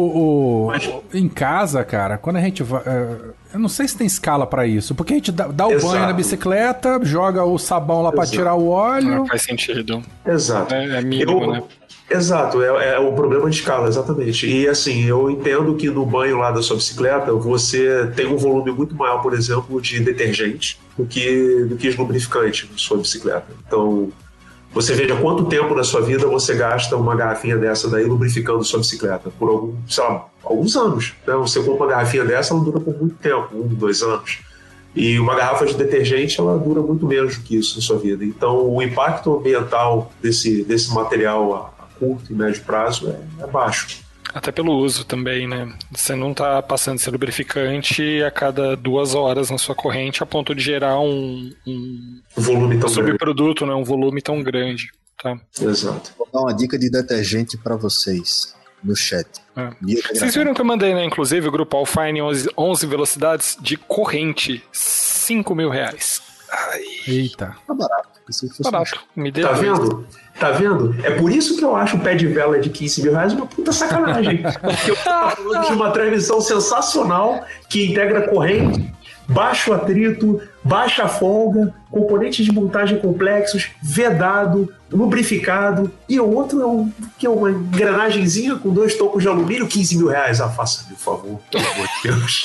o, o- Mas- o- em casa, cara, quando a gente vai, é, eu não sei se tem escala pra isso, porque a gente dá, dá o Exato. banho na bicicleta, joga o sabão lá pra Exato. tirar o óleo. Não faz sentido. Exato. É, é mínimo, Eu- né? Exato, é, é o problema de escala, exatamente. E assim, eu entendo que no banho lá da sua bicicleta você tem um volume muito maior, por exemplo, de detergente do que, do que de lubrificante na sua bicicleta. Então, você veja quanto tempo na sua vida você gasta uma garrafinha dessa daí lubrificando sua bicicleta. Por algum, sei lá, alguns anos. Né? Você compra uma garrafinha dessa, ela dura por muito tempo, um, dois anos. E uma garrafa de detergente, ela dura muito menos do que isso na sua vida. Então, o impacto ambiental desse, desse material a, a curto e médio prazo é, é baixo. Até pelo uso também, né? Você não tá passando esse lubrificante a cada duas horas na sua corrente a ponto de gerar um, um O volume tão grande. subproduto, né? Um volume tão grande, tá? Exato. Vou dar uma dica de detergente pra vocês no chat. É. Biodegradável. Vocês viram que eu mandei, né? Inclusive, o grupo Alfine onze, onze velocidades de corrente, cinco mil reais. Ai, Eita. Tá barato. Se fosse barato. Me dê Tá dois. vendo? Tá vendo? É por isso que eu acho o pé de vela de quinze mil reais uma puta sacanagem. Porque eu tô falando de uma transmissão sensacional que integra corrente, baixo atrito, baixa folga, componentes de montagem complexos, vedado, lubrificado, e o outro é, um, que é uma engrenagemzinha com dois tocos de alumínio, quinze mil reais. Ah, faça-me o favor, pelo amor de Deus.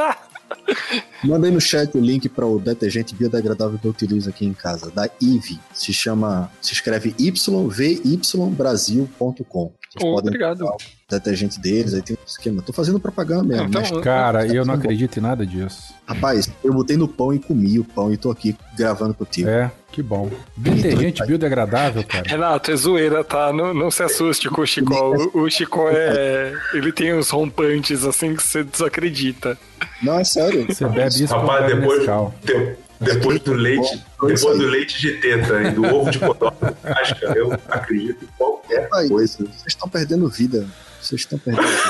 Manda aí no chat o link para o detergente biodegradável que eu utilizo aqui em casa, da I V E. Se chama, se escreve y v y brasil ponto com. Vocês Oh, podem obrigado. comprar o detergente deles, aí tem um esquema. Tô fazendo propaganda mesmo, Então, né? Cara, eu não bom. acredito em nada disso. Rapaz, eu botei no pão e comi o pão e tô aqui gravando contigo. É, que bom. Detergente biodegradável, cara. Renato, é zoeira, tá? Não, não se assuste com o Chico. O, o Chico é. Ele tem uns rompantes assim que você desacredita. Não, é sério. Você bebe isso com Rapaz, bebe depois, Nescau. de- depois do leite, Bom, isso depois aí. do leite de teta e do ovo de codorna, acho que eu acredito em qualquer Aí, coisa. vocês estão perdendo vida. Vocês estão perdendo vida.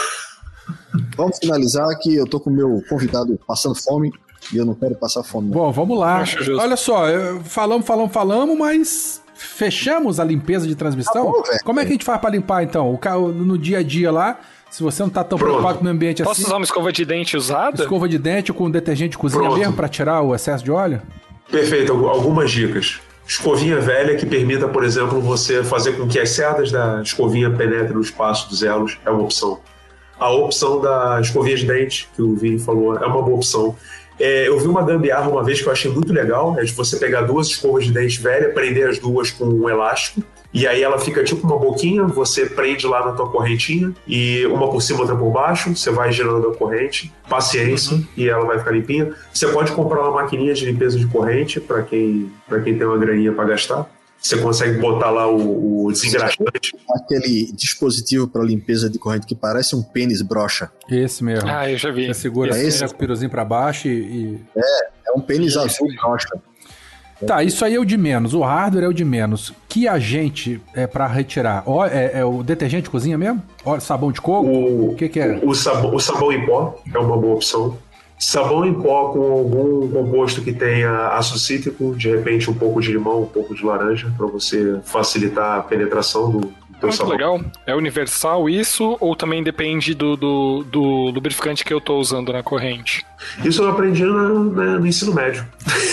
Vamos finalizar que eu tô com o meu convidado passando fome e eu não quero passar fome. não. Bom, vamos lá. Acho justo. Olha só, eu- falamos, falamos, falamos, mas fechamos a limpeza de transmissão? Tá bom, velho. Como é que a gente faz pra limpar, então? O ca- no dia a dia lá, se você não tá tão Pronto. preocupado com o meio ambiente Posso assim, usar uma escova de dente usada? escova de dente com detergente de cozinha Pronto. mesmo pra tirar o excesso de óleo? Perfeito, algu- algumas dicas. Escovinha velha que permita, por exemplo, você fazer com que as cerdas da escovinha penetrem no espaço dos elos é uma opção. A opção da escovinha de dente, que o Vini falou, é uma boa opção. É, eu vi uma gambiarra uma vez que eu achei muito legal, é de você pegar duas escovas de dente velha, prender as duas com um elástico, e aí ela fica tipo uma boquinha, você prende lá na tua correntinha, e uma por cima, outra por baixo, você vai girando a corrente, paciência, e ela vai ficar limpinha. Você pode comprar uma maquininha de limpeza de corrente, para quem, pra quem tem uma graninha para gastar. Você consegue botar lá o, o desengraxante. Aquele dispositivo para limpeza de corrente que parece um pênis brocha. Esse mesmo. Ah, eu já vi. Você segura Esse assim, mesmo. os piruzinhos pra baixo e... e- É um pênis Isso. azul brocha. Tá, isso aí é o de menos. O hardware é o de menos. Que agente é pra retirar? Ó, é, é o detergente de cozinha mesmo? Ó, sabão de coco? O que que é? O sabão, o sabão em pó é uma boa opção. Sabão em pó com algum composto que tenha ácido cítrico, de repente um pouco de limão, um pouco de laranja, para você facilitar a penetração do, do teu Muito sabão. legal. É universal isso ou também depende do, do, do lubrificante que eu tô usando na corrente? Isso eu aprendi no, no, no ensino médio.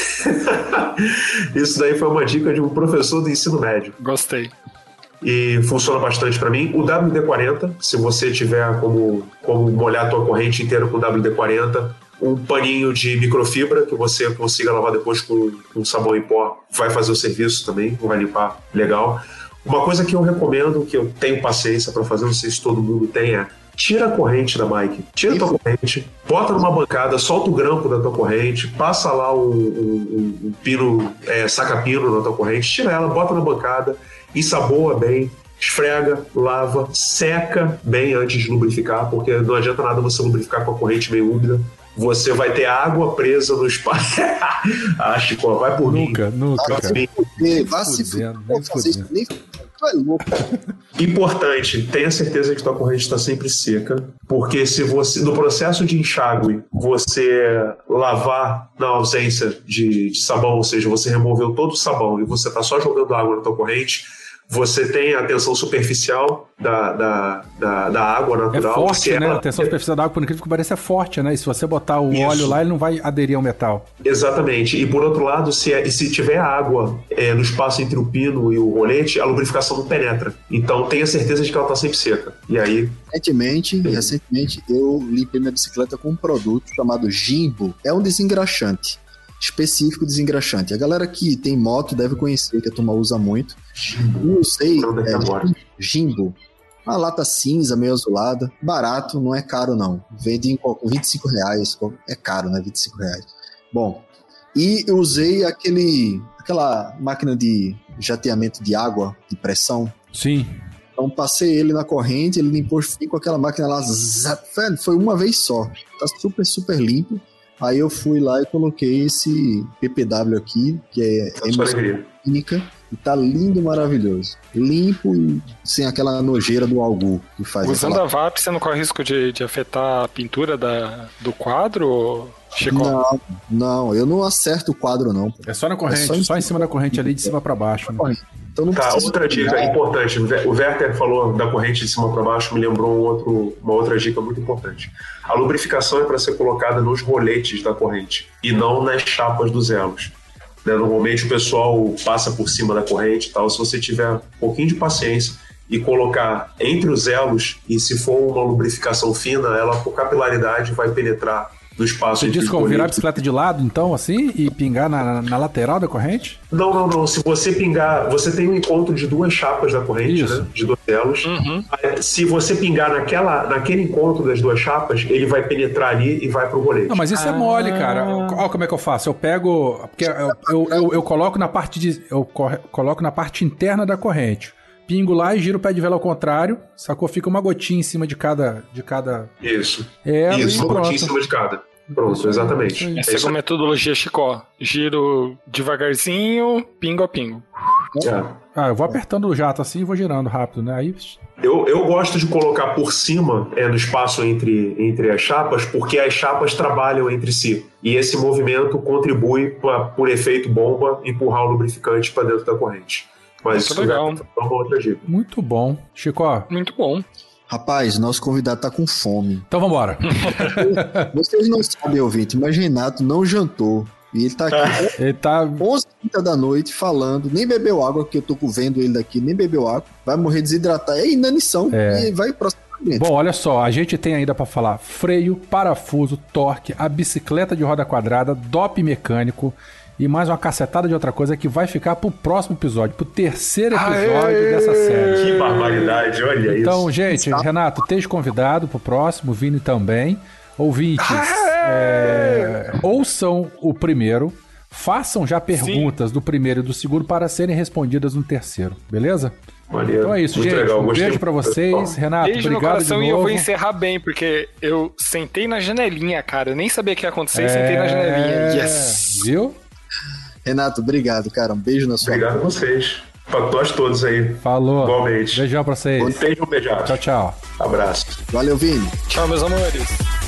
Isso daí foi uma dica de um professor do ensino médio. Gostei. E funciona bastante para mim. O W D quarenta, se você tiver como, como molhar a tua corrente inteira com W D quarenta, um paninho de microfibra que você consiga lavar depois com, com sabão em pó, vai fazer o serviço também, vai limpar legal. Uma coisa que eu recomendo, que eu tenho paciência para fazer, não sei se todo mundo tem, é tira a corrente da bike, tira a tua corrente, bota numa bancada, solta o grampo da tua corrente, passa lá um, um, um pino, é, saca-pino na tua corrente, tira ela, bota na bancada, ensaboa bem, esfrega, lava, seca bem antes de lubrificar, porque não adianta nada você lubrificar com a corrente meio úmida. Você vai ter água presa no espaço. Ah, Chico, vai por mim. Nunca, nunca. Vai se fuder, vai se fuder. Fazer isso nem tu é louco. Importante, tenha certeza que tua corrente está sempre seca, porque se você, no processo de enxágue, você lavar na ausência de, de sabão, ou seja, você removeu todo o sabão e você está só jogando água na tua corrente, você tem a tensão superficial da, da, da, da água natural. É forte, né? Ela... A tensão superficial da água, por incrível que pareça, é forte, né? E se você botar o Isso. óleo lá, ele não vai aderir ao metal. Exatamente. E por outro lado, se, é, se tiver água é, no espaço entre o pino e o rolete, a lubrificação não penetra. Então tenha certeza de que ela está sempre seca. E aí... Recentemente, recentemente, eu limpei minha bicicleta com um produto chamado Jimbo. É um desengraxante. Específico desengraxante. A galera que tem moto deve conhecer, que a turma usa muito. Eu usei é, Jimbo. Uma lata cinza, meio azulada. Barato, não é caro não. Vende em vinte e cinco reais. É caro, né? vinte e cinco reais. Bom, e eu usei aquele, aquela máquina de jateamento de água, de pressão. Sim. Então passei ele na corrente, ele limpou os fios com aquela máquina lá. Zap, foi uma vez só. Tá super, super limpo. Aí eu fui lá e coloquei esse P P W aqui, que é hemoclínica, e tá lindo, maravilhoso. Limpo e sem aquela nojeira do algu que faz. Usando aquela... a V A P, você não corre risco de, de afetar a pintura da, do quadro, Chico? Não, não, eu não acerto o quadro, não. É só na corrente, é só, em... só em cima da corrente ali, de cima pra baixo. Né? Então não tá, outra dica pegar. Importante. O Werther falou da corrente de cima para baixo, me lembrou um outro, uma outra dica muito importante. A lubrificação é para ser colocada nos roletes da corrente e não nas chapas dos elos. Né? Normalmente o pessoal passa por cima da corrente e tal. Se você tiver um pouquinho de paciência e colocar entre os elos, e se for uma lubrificação fina, ela por capilaridade vai penetrar do espaço. Você diz como virar a bicicleta de lado, então, assim, e pingar na, na lateral da corrente? Não, não, não. Se você pingar, você tem um encontro de duas chapas da corrente, Isso. né? De dois elos. Uhum. Se você pingar naquela, naquele encontro das duas chapas, ele vai penetrar ali e vai pro rolete. Não, mas isso ah. é mole, cara. Olha como é que eu faço. Eu pego... Porque eu, eu, eu, eu coloco na parte de... Eu coloco na parte interna da corrente. Pingo lá e giro o pé de vela ao contrário, sacou? Fica uma gotinha em cima de cada... De cada... Isso. É, Isso, uma gotinha em cima de cada. Pronto, exatamente. Essa é, é a metodologia Chicó. Giro devagarzinho, pingo a pingo. É. Ah, eu vou apertando o jato assim e vou girando rápido, né? Aí... Eu, eu gosto de colocar por cima, é, no espaço entre, entre as chapas, porque as chapas trabalham entre si. E esse movimento contribui, pra, por efeito bomba, empurrar o lubrificante para dentro da corrente. Mas muito legal. É uma outra dica. Muito bom. Chico. Muito bom. Rapaz, nosso convidado tá com fome. Então vambora. Vocês não sabem, ouvinte, mas Renato não jantou. E ele tá aqui ele tá onze e trinta da noite falando, nem bebeu água, que eu tô vendo ele daqui, nem bebeu água. Vai morrer desidratado. É inanição. É. E vai próximo. Bom, olha só, a gente tem ainda pra falar freio, parafuso, torque, a bicicleta de roda quadrada, dop mecânico e mais uma cacetada de outra coisa que vai ficar pro próximo episódio, pro terceiro episódio Aê! dessa série. Que barbaridade, olha então, isso. Então, gente, Renato, esteja convidado pro próximo, Vini também. Ouvintes, é, ouçam o primeiro, façam já perguntas Sim. do primeiro e do segundo para serem respondidas no terceiro, beleza? Maneiro. Então é isso, Muito gente. legal. Um Gostei beijo pra vocês. Renato, beijo obrigado no coração de novo. E eu vou encerrar bem, porque eu sentei na janelinha, cara. Eu nem sabia o que ia acontecer e é... sentei na janelinha. Yes! Viu? Renato, obrigado, cara. Um beijo na sua Obrigado a vocês. Pra nós todos aí. Falou. Igualmente. Beijão pra vocês. Um beijo, um beijado. Tchau, tchau. Abraço. Valeu, Vini. Tchau, meus amores.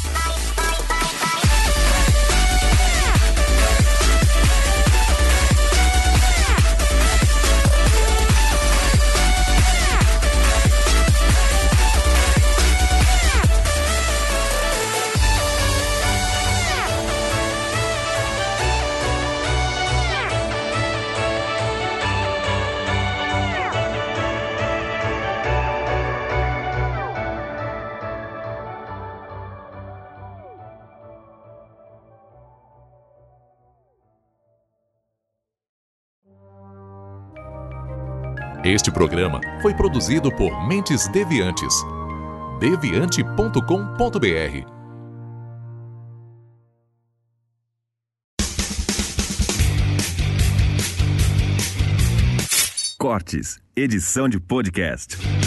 Este programa foi produzido por Mentes Deviantes. deviante ponto com ponto b r. Cortes, edição de podcast.